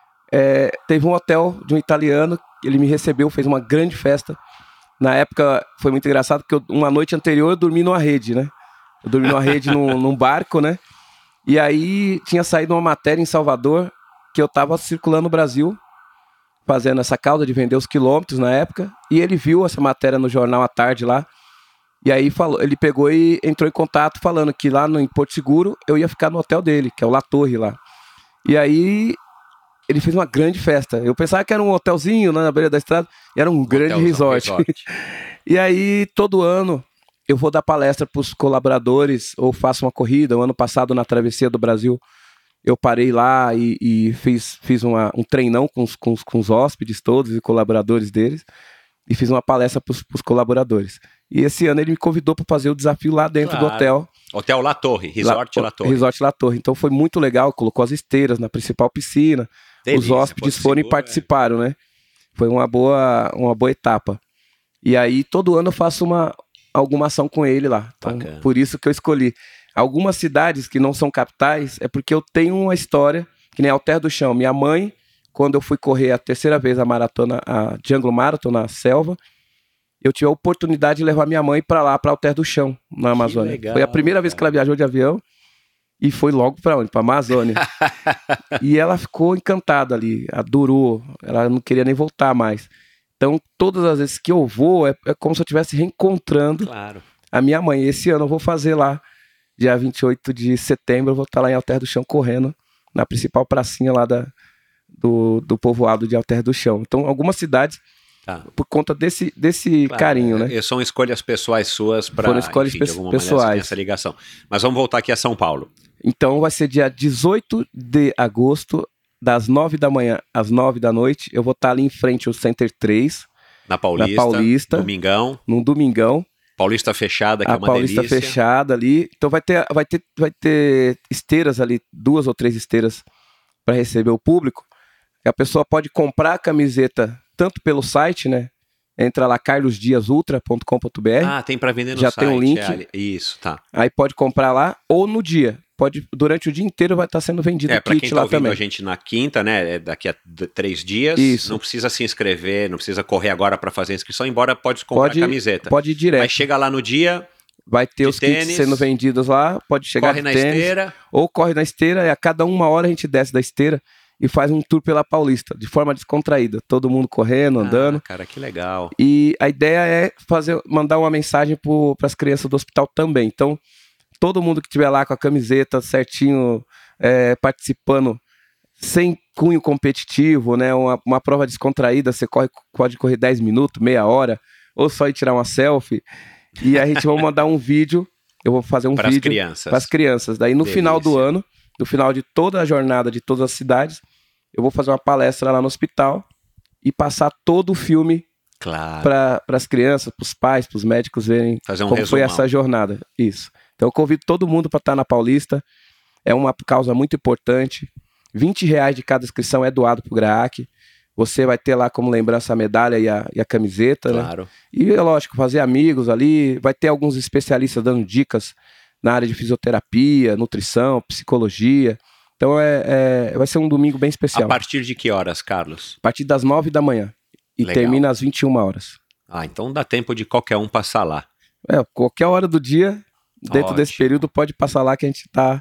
é, teve um hotel de um italiano, ele me recebeu, fez uma grande festa. Na época foi muito engraçado, porque eu, uma noite anterior eu dormi numa rede, né? Eu dormi numa rede num, num barco, né? E aí tinha saído uma matéria em Salvador, que eu tava circulando no Brasil, fazendo essa causa de vender os quilômetros na época, e ele viu essa matéria no jornal à tarde lá, e aí falou, ele pegou e entrou em contato falando que lá no, em Porto Seguro eu ia ficar no hotel dele, que é o La Torre lá. E aí ele fez uma grande festa. Eu pensava que era um hotelzinho, né, na beira da estrada, e era um, um grande resort. resort. E aí todo ano eu vou dar palestra para os colaboradores, ou faço uma corrida. O ano passado na Travessia do Brasil eu parei lá e, e fiz, fiz uma, um treinão com os, com, os, com os hóspedes todos e colaboradores deles, e fiz uma palestra para os colaboradores. E esse ano ele me convidou para fazer o desafio lá dentro claro. do hotel. Hotel La Torre, Resort La, La Torre. Resort La Torre. Então foi muito legal, colocou as esteiras na principal piscina, delícia, os hóspedes foram seguro, e participaram, é. né? Foi uma boa, uma boa etapa. E aí todo ano eu faço uma, alguma ação com ele lá. Então, por isso que eu escolhi. Algumas cidades que não são capitais é porque eu tenho uma história, que nem Alter do Chão. Minha mãe, quando eu fui correr a terceira vez a maratona, a Jungle Marathon na selva, eu tive a oportunidade de levar minha mãe para lá, para Alter do Chão, na Amazônia. Legal, foi a primeira cara. vez que ela viajou de avião e foi logo para onde? Para a Amazônia. E ela ficou encantada ali, adorou, ela não queria nem voltar mais. Então, todas as vezes que eu vou, é, é como se eu estivesse reencontrando Claro. a minha mãe. Esse ano eu vou fazer lá, dia vinte e oito de setembro, eu vou estar lá em Alter do Chão correndo, na principal pracinha lá da, do, do povoado de Alter do Chão. Então, algumas cidades, Tá. por conta desse, desse Claro, carinho, né? é, São escolhas pessoais suas para, Foram escolhas enfim, pe- de alguma maneira, pessoais. você tem essa ligação. Mas vamos voltar aqui a São Paulo. Então, vai ser dia dezoito de agosto, das nove da manhã às nove da noite. Eu vou estar ali em frente ao Center três, Na Paulista, Na Paulista. Domingão, num domingão. Paulista fechada, que A é uma Paulista delícia. fechada ali. Então vai ter, vai ter, vai ter esteiras ali, duas ou três esteiras para receber o público. E a pessoa pode comprar a camiseta tanto pelo site, né? Entra lá carlos dias ultra ponto com ponto b r. Ah, tem para vender no Já site. tem um link. é ali- isso, tá. Aí pode comprar lá ou no dia. Pode, durante o dia inteiro vai estar sendo vendido É, o para quem kit tá lá ouvindo também. a gente na quinta, né, é daqui a d- três dias, Isso. não precisa se inscrever, não precisa correr agora para fazer a inscrição, embora pode comprar Pode, a camiseta. pode ir direto. Mas chega lá no dia, Vai ter de os kits tênis, sendo vendidos lá, pode chegar corre de na tênis, esteira, ou corre na esteira, e a cada uma hora a gente desce da esteira e faz um tour pela Paulista, de forma descontraída, todo mundo correndo, andando. Ah, cara, que legal. E a ideia é fazer, mandar uma mensagem para as crianças do hospital também. Então, todo mundo que estiver lá com a camiseta certinho, é, participando, sem cunho competitivo, né? Uma, uma prova descontraída, você corre, pode correr dez minutos, meia hora, ou só ir tirar uma selfie. E a gente vai mandar um vídeo, eu vou fazer um Para as vídeo crianças. para as crianças. Daí no Delícia. final do ano, no final de toda a jornada de todas as cidades, eu vou fazer uma palestra lá no hospital e passar todo o filme Claro. para as crianças, para os pais, para os médicos verem Fazer um como foi resumão. essa jornada. Isso. Então eu convido todo mundo para estar na Paulista. É uma causa muito importante. vinte reais de cada inscrição é doado para o GRAAC. Você vai ter lá como lembrança a medalha e a, e a camiseta, né? Claro. E é lógico, fazer amigos ali. Vai ter alguns especialistas dando dicas na área de fisioterapia, nutrição, psicologia. Então é, é- vai ser um domingo bem especial. A partir de que horas, Carlos? A partir das nove da manhã. E Legal. termina às vinte e uma horas. Ah, então dá tempo de qualquer um passar lá. É, qualquer hora do dia, dentro Ótimo. desse período, pode passar lá que a gente tá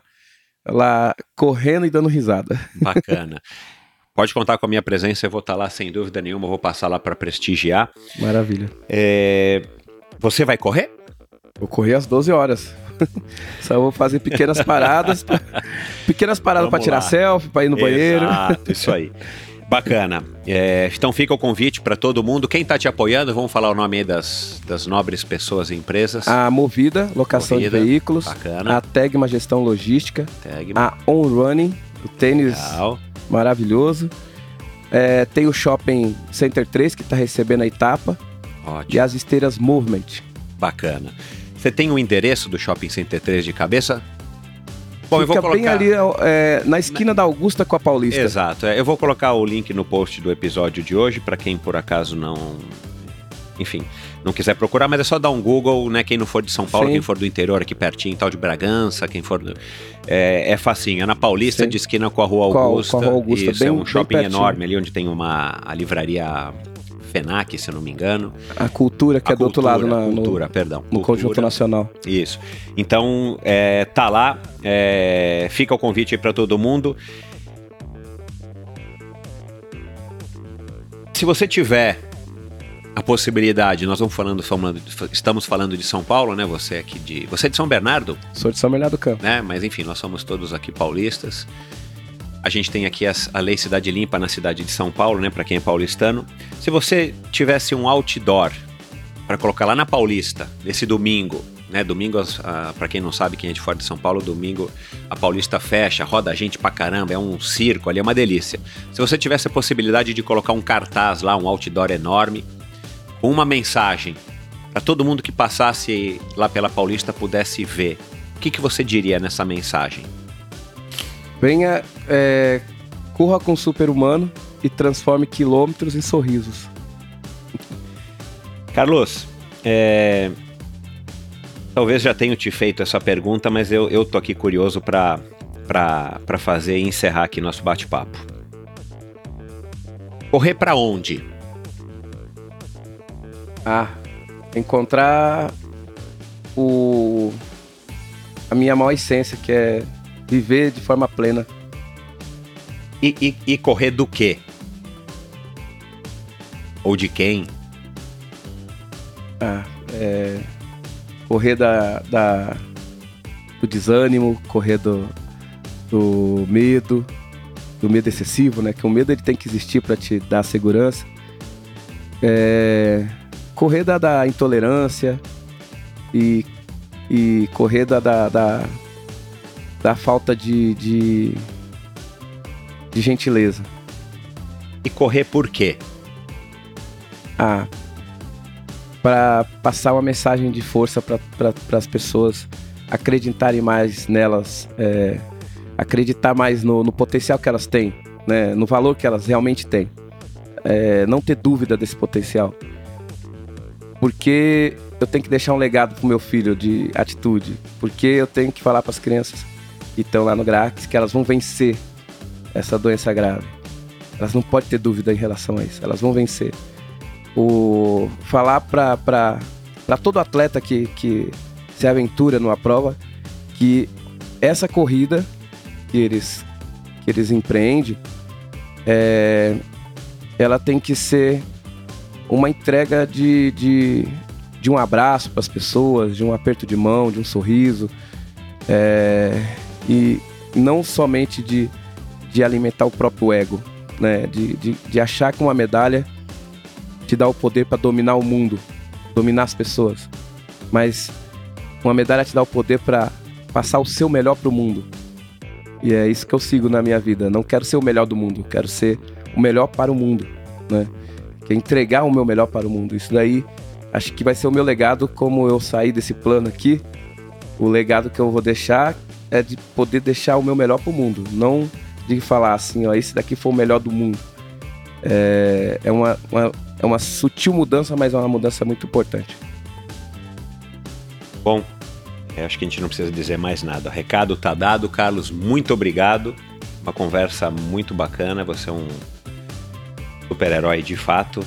lá correndo e dando risada. Bacana. Pode contar com a minha presença, eu vou estar lá sem dúvida nenhuma, eu vou passar lá para prestigiar. Maravilha. É, Você vai correr? Vou correr às doze horas. Só vou fazer pequenas paradas. pra- Pequenas paradas Vamos para tirar lá. selfie, para ir no banheiro. Exato, isso aí. Bacana. É, então fica o convite para todo mundo. Quem está te apoiando, vamos falar o nome aí das, das nobres pessoas e empresas. A Movida, locação Movida, de veículos. bacana. A Tegma, gestão logística. Tag, A On Running, o tênis legal. maravilhoso. É, tem o Shopping Center três, que está recebendo a etapa. E Ótimo, as esteiras Movement. bacana. Você tem o endereço do Shopping Center três de cabeça? Bom, eu vou Fica colocar... bem ali é, na esquina da Augusta com a Paulista. Exato. é, Eu vou colocar o link no post do episódio de hoje, para quem por acaso não... Enfim, não quiser procurar, mas é só dar um Google, né? Quem não for de São Paulo, Sim. quem for do interior aqui pertinho, tal de Bragança, quem for... Do... É, é facinho, é na Paulista, Sim. de esquina com a Rua Com a- Augusta. com a Rua Augusta, Isso, é bem- um bem shopping pertinho. enorme ali, onde tem uma a livraria FENAC, se eu não me engano. A cultura, que A é do outro cultura, lado, na- no, cultura, perdão. no cultura. Conjunto Nacional. Isso. Então, é, tá lá, é, fica o convite aí para todo mundo. Se você tiver a possibilidade, nós vamos falando, falando, estamos falando de São Paulo, né? Você é aqui de, você é de São Bernardo, Sou de São Bernardo do Campo. né? Mas enfim, nós somos todos aqui paulistas. A gente tem aqui as- a Lei Cidade Limpa na cidade de São Paulo, né? Para quem é paulistano. Se você tivesse um outdoor para colocar lá na Paulista nesse domingo, né? Domingo, para quem não sabe, quem é de fora de São Paulo, domingo a Paulista fecha, roda gente pra caramba, é um circo ali, é uma delícia. Se você tivesse a possibilidade de colocar um cartaz lá, um outdoor enorme, com uma mensagem para todo mundo que passasse lá pela Paulista pudesse ver, o que, que você diria nessa mensagem? Venha, é, corra com o super-humano e transforme quilômetros em sorrisos. Carlos, é, talvez já tenha te feito essa pergunta, mas eu, eu tô aqui curioso para para fazer e encerrar aqui nosso bate-papo. Correr para onde? Ah, encontrar o a minha maior essência, que é viver de forma plena. E, e, e correr do quê? Ou de quem? Ah, é... Correr da, da... do desânimo, correr do, do medo, do medo excessivo, né? Que o medo ele tem que existir para te dar segurança. É... Correr da, da intolerância e, e correr da, da, da, da falta de, de, de gentileza. E correr por quê? Ah, para passar uma mensagem de força para pra, as pessoas acreditarem mais nelas, é, acreditar mais no, no potencial que elas têm, né, no valor que elas realmente têm. É, não ter dúvida desse potencial. Porque eu tenho que deixar um legado pro meu filho de atitude. Porque eu tenho que falar para as crianças que estão lá no GRAAC que elas vão vencer essa doença grave. Elas não podem ter dúvida em relação a isso. Elas vão vencer. O, falar para todo atleta que, que se aventura numa prova que essa corrida que eles, que eles empreendem, é, ela tem que ser uma entrega de, de, de um abraço para as pessoas, de um aperto de mão, de um sorriso, é, e não somente de, de alimentar o próprio ego, né? de, de, de achar que uma medalha te dá o poder para dominar o mundo, dominar as pessoas, mas uma medalha te dá o poder para passar o seu melhor para o mundo. E é isso que eu sigo na minha vida. Não quero ser o melhor do mundo, quero ser o melhor para o mundo, né? Que é entregar o meu melhor para o mundo. Isso daí, acho que vai ser o meu legado. Como eu saí desse plano aqui, o legado que eu vou deixar é de poder deixar o meu melhor para o mundo. Não de falar assim, ó, esse daqui foi o melhor do mundo. É, é, uma, uma, é uma sutil mudança, mas é uma mudança muito importante. Bom, eu acho que a gente não precisa dizer mais nada. O recado tá dado. Carlos, muito obrigado. Uma conversa muito bacana. Você é um super-herói de fato.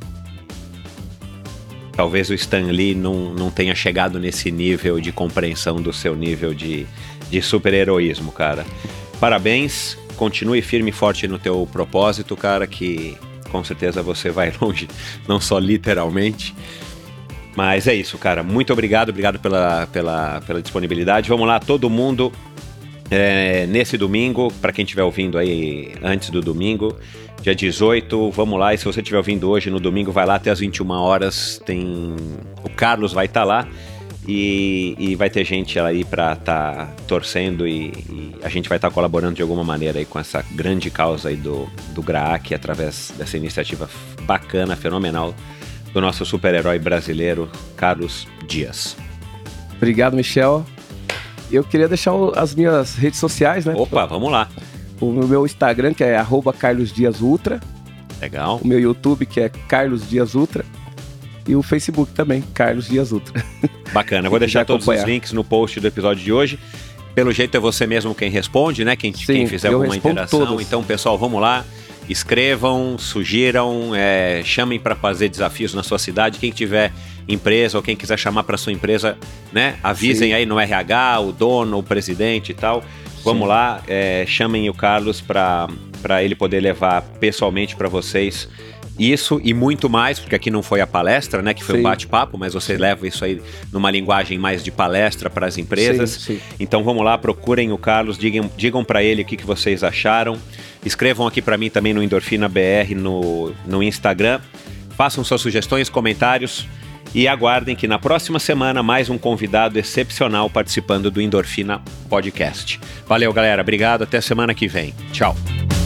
Talvez o Stan Lee não, não tenha chegado nesse nível de compreensão do seu nível de, de super-heroísmo, cara. Parabéns. Continue firme e forte no teu propósito, cara, que com certeza você vai longe, não só literalmente. Mas é isso, cara. Muito obrigado, obrigado pela, pela, pela disponibilidade. Vamos lá, todo mundo, é, nesse domingo, para quem estiver ouvindo aí antes do domingo, dia dezoito, vamos lá. E se você estiver ouvindo hoje, no domingo, vai lá até as vinte e uma horas. Tem... O Carlos vai estar lá e, e vai ter gente aí para estar tá torcendo e, e a gente vai estar tá colaborando de alguma maneira aí com essa grande causa aí do, do GRAAC, através dessa iniciativa bacana, fenomenal, do nosso super-herói brasileiro, Carlos Dias. Obrigado, Michel. Eu queria deixar as minhas redes sociais, né? Opa, vamos lá. O meu Instagram, que é arroba Carlos Dias Ultra. Legal. O meu YouTube, que é Carlos Dias Ultra. E o Facebook também, Carlos Dias Ultra. Bacana, eu vou deixar todos acompanhar. Os links no post do episódio de hoje. Pelo jeito é você mesmo quem responde, né? Quem, Sim, quem fizer alguma interação. Todos. Então, pessoal, vamos lá. Escrevam, sugiram, é, chamem para fazer desafios na sua cidade. Quem tiver empresa ou quem quiser chamar para sua empresa, né? Avisem Sim. aí no R H, o dono, o presidente e tal. Vamos Sim. lá, é, chamem o Carlos para ele poder levar pessoalmente para vocês isso e muito mais, porque aqui não foi a palestra, né? Que foi Sim. um bate-papo, mas você Sim. leva isso aí numa linguagem mais de palestra para as empresas. Sim, sim. Então vamos lá, procurem o Carlos, digam, digam para ele o que, que vocês acharam. Escrevam aqui para mim também no Endorfina B R no, no Instagram. Façam suas sugestões, comentários e aguardem que na próxima semana mais um convidado excepcional participando do Endorfina Podcast. Valeu, galera. Obrigado. Até semana que vem. Tchau.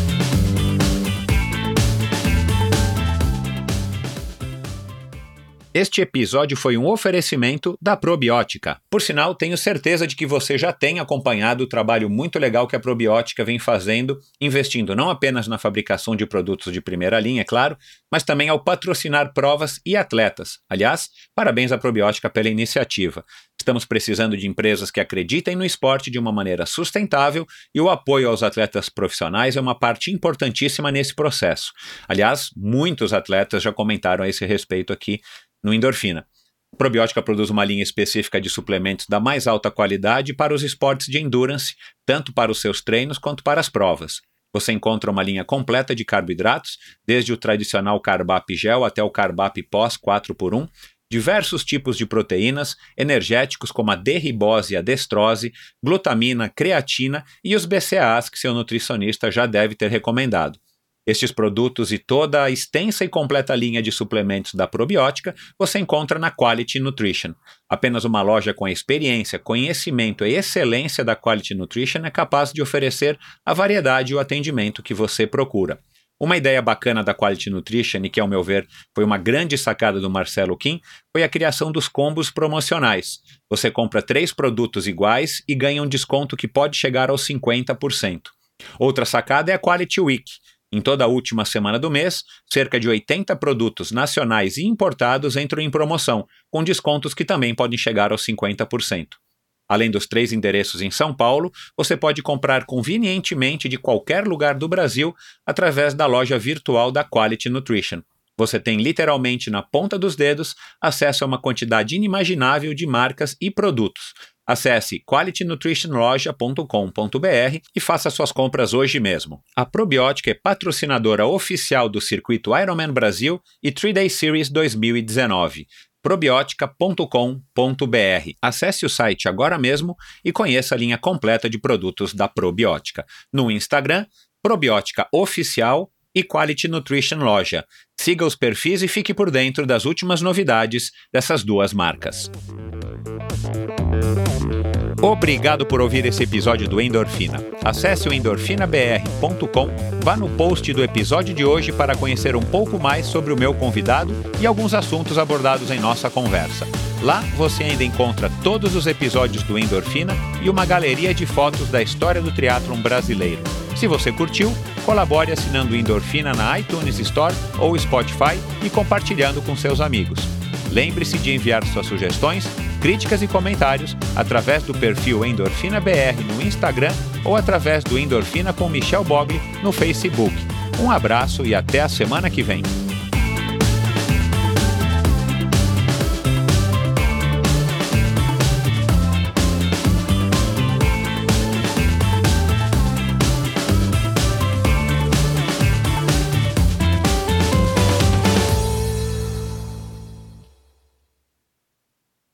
Este episódio foi um oferecimento da Probiótica. Por sinal, tenho certeza de que você já tem acompanhado o trabalho muito legal que a Probiótica vem fazendo, investindo não apenas na fabricação de produtos de primeira linha, é claro, mas também ao patrocinar provas e atletas. Aliás, parabéns à Probiótica pela iniciativa. Estamos precisando de empresas que acreditem no esporte de uma maneira sustentável e o apoio aos atletas profissionais é uma parte importantíssima nesse processo. Aliás, muitos atletas já comentaram a esse respeito aqui no Endorfina. A Probiótica produz uma linha específica de suplementos da mais alta qualidade para os esportes de endurance, tanto para os seus treinos quanto para as provas. Você encontra uma linha completa de carboidratos, desde o tradicional Carbap Gel até o Carbap Pós quatro por um, diversos tipos de proteínas, energéticos como a D-ribose e a destrose, glutamina, creatina e os B C A As que seu nutricionista já deve ter recomendado. Estes produtos e toda a extensa e completa linha de suplementos da probiótica você encontra na Quality Nutrition. Apenas uma loja com a experiência, conhecimento e excelência da Quality Nutrition é capaz de oferecer a variedade e o atendimento que você procura. Uma ideia bacana da Quality Nutrition e que, ao meu ver, foi uma grande sacada do Marcelo Kim, foi a criação dos combos promocionais. Você compra três produtos iguais e ganha um desconto que pode chegar aos cinquenta por cento. Outra sacada é a Quality Week. Em toda a última semana do mês, cerca de oitenta produtos nacionais e importados entram em promoção, com descontos que também podem chegar aos cinquenta por cento. Além dos três endereços em São Paulo, você pode comprar convenientemente de qualquer lugar do Brasil através da loja virtual da Quality Nutrition. Você tem literalmente na ponta dos dedos acesso a uma quantidade inimaginável de marcas e produtos. Acesse quality nutrition loja ponto com ponto b r e faça suas compras hoje mesmo. A Probiótica é patrocinadora oficial do circuito Ironman Brasil e três Day Series dois mil e dezenove. probiótica ponto com ponto b r. Acesse o site agora mesmo e conheça a linha completa de produtos da Probiótica. No Instagram, Probiótica Oficial e Quality Nutrition Loja. Siga os perfis e fique por dentro das últimas novidades dessas duas marcas. Obrigado por ouvir esse episódio do Endorfina. Acesse o endorfina b r ponto com, vá no post do episódio de hoje para conhecer um pouco mais sobre o meu convidado e alguns assuntos abordados em nossa conversa. Lá você ainda encontra todos os episódios do Endorfina e uma galeria de fotos da história do triatlon brasileiro. Se você curtiu, colabore assinando o Endorfina na iTunes Store ou Spotify e compartilhando com seus amigos. Lembre-se de enviar suas sugestões, críticas e comentários através do perfil Endorfina B R no Instagram ou através do Endorfina com Michel Bogli no Facebook. Um abraço e até a semana que vem.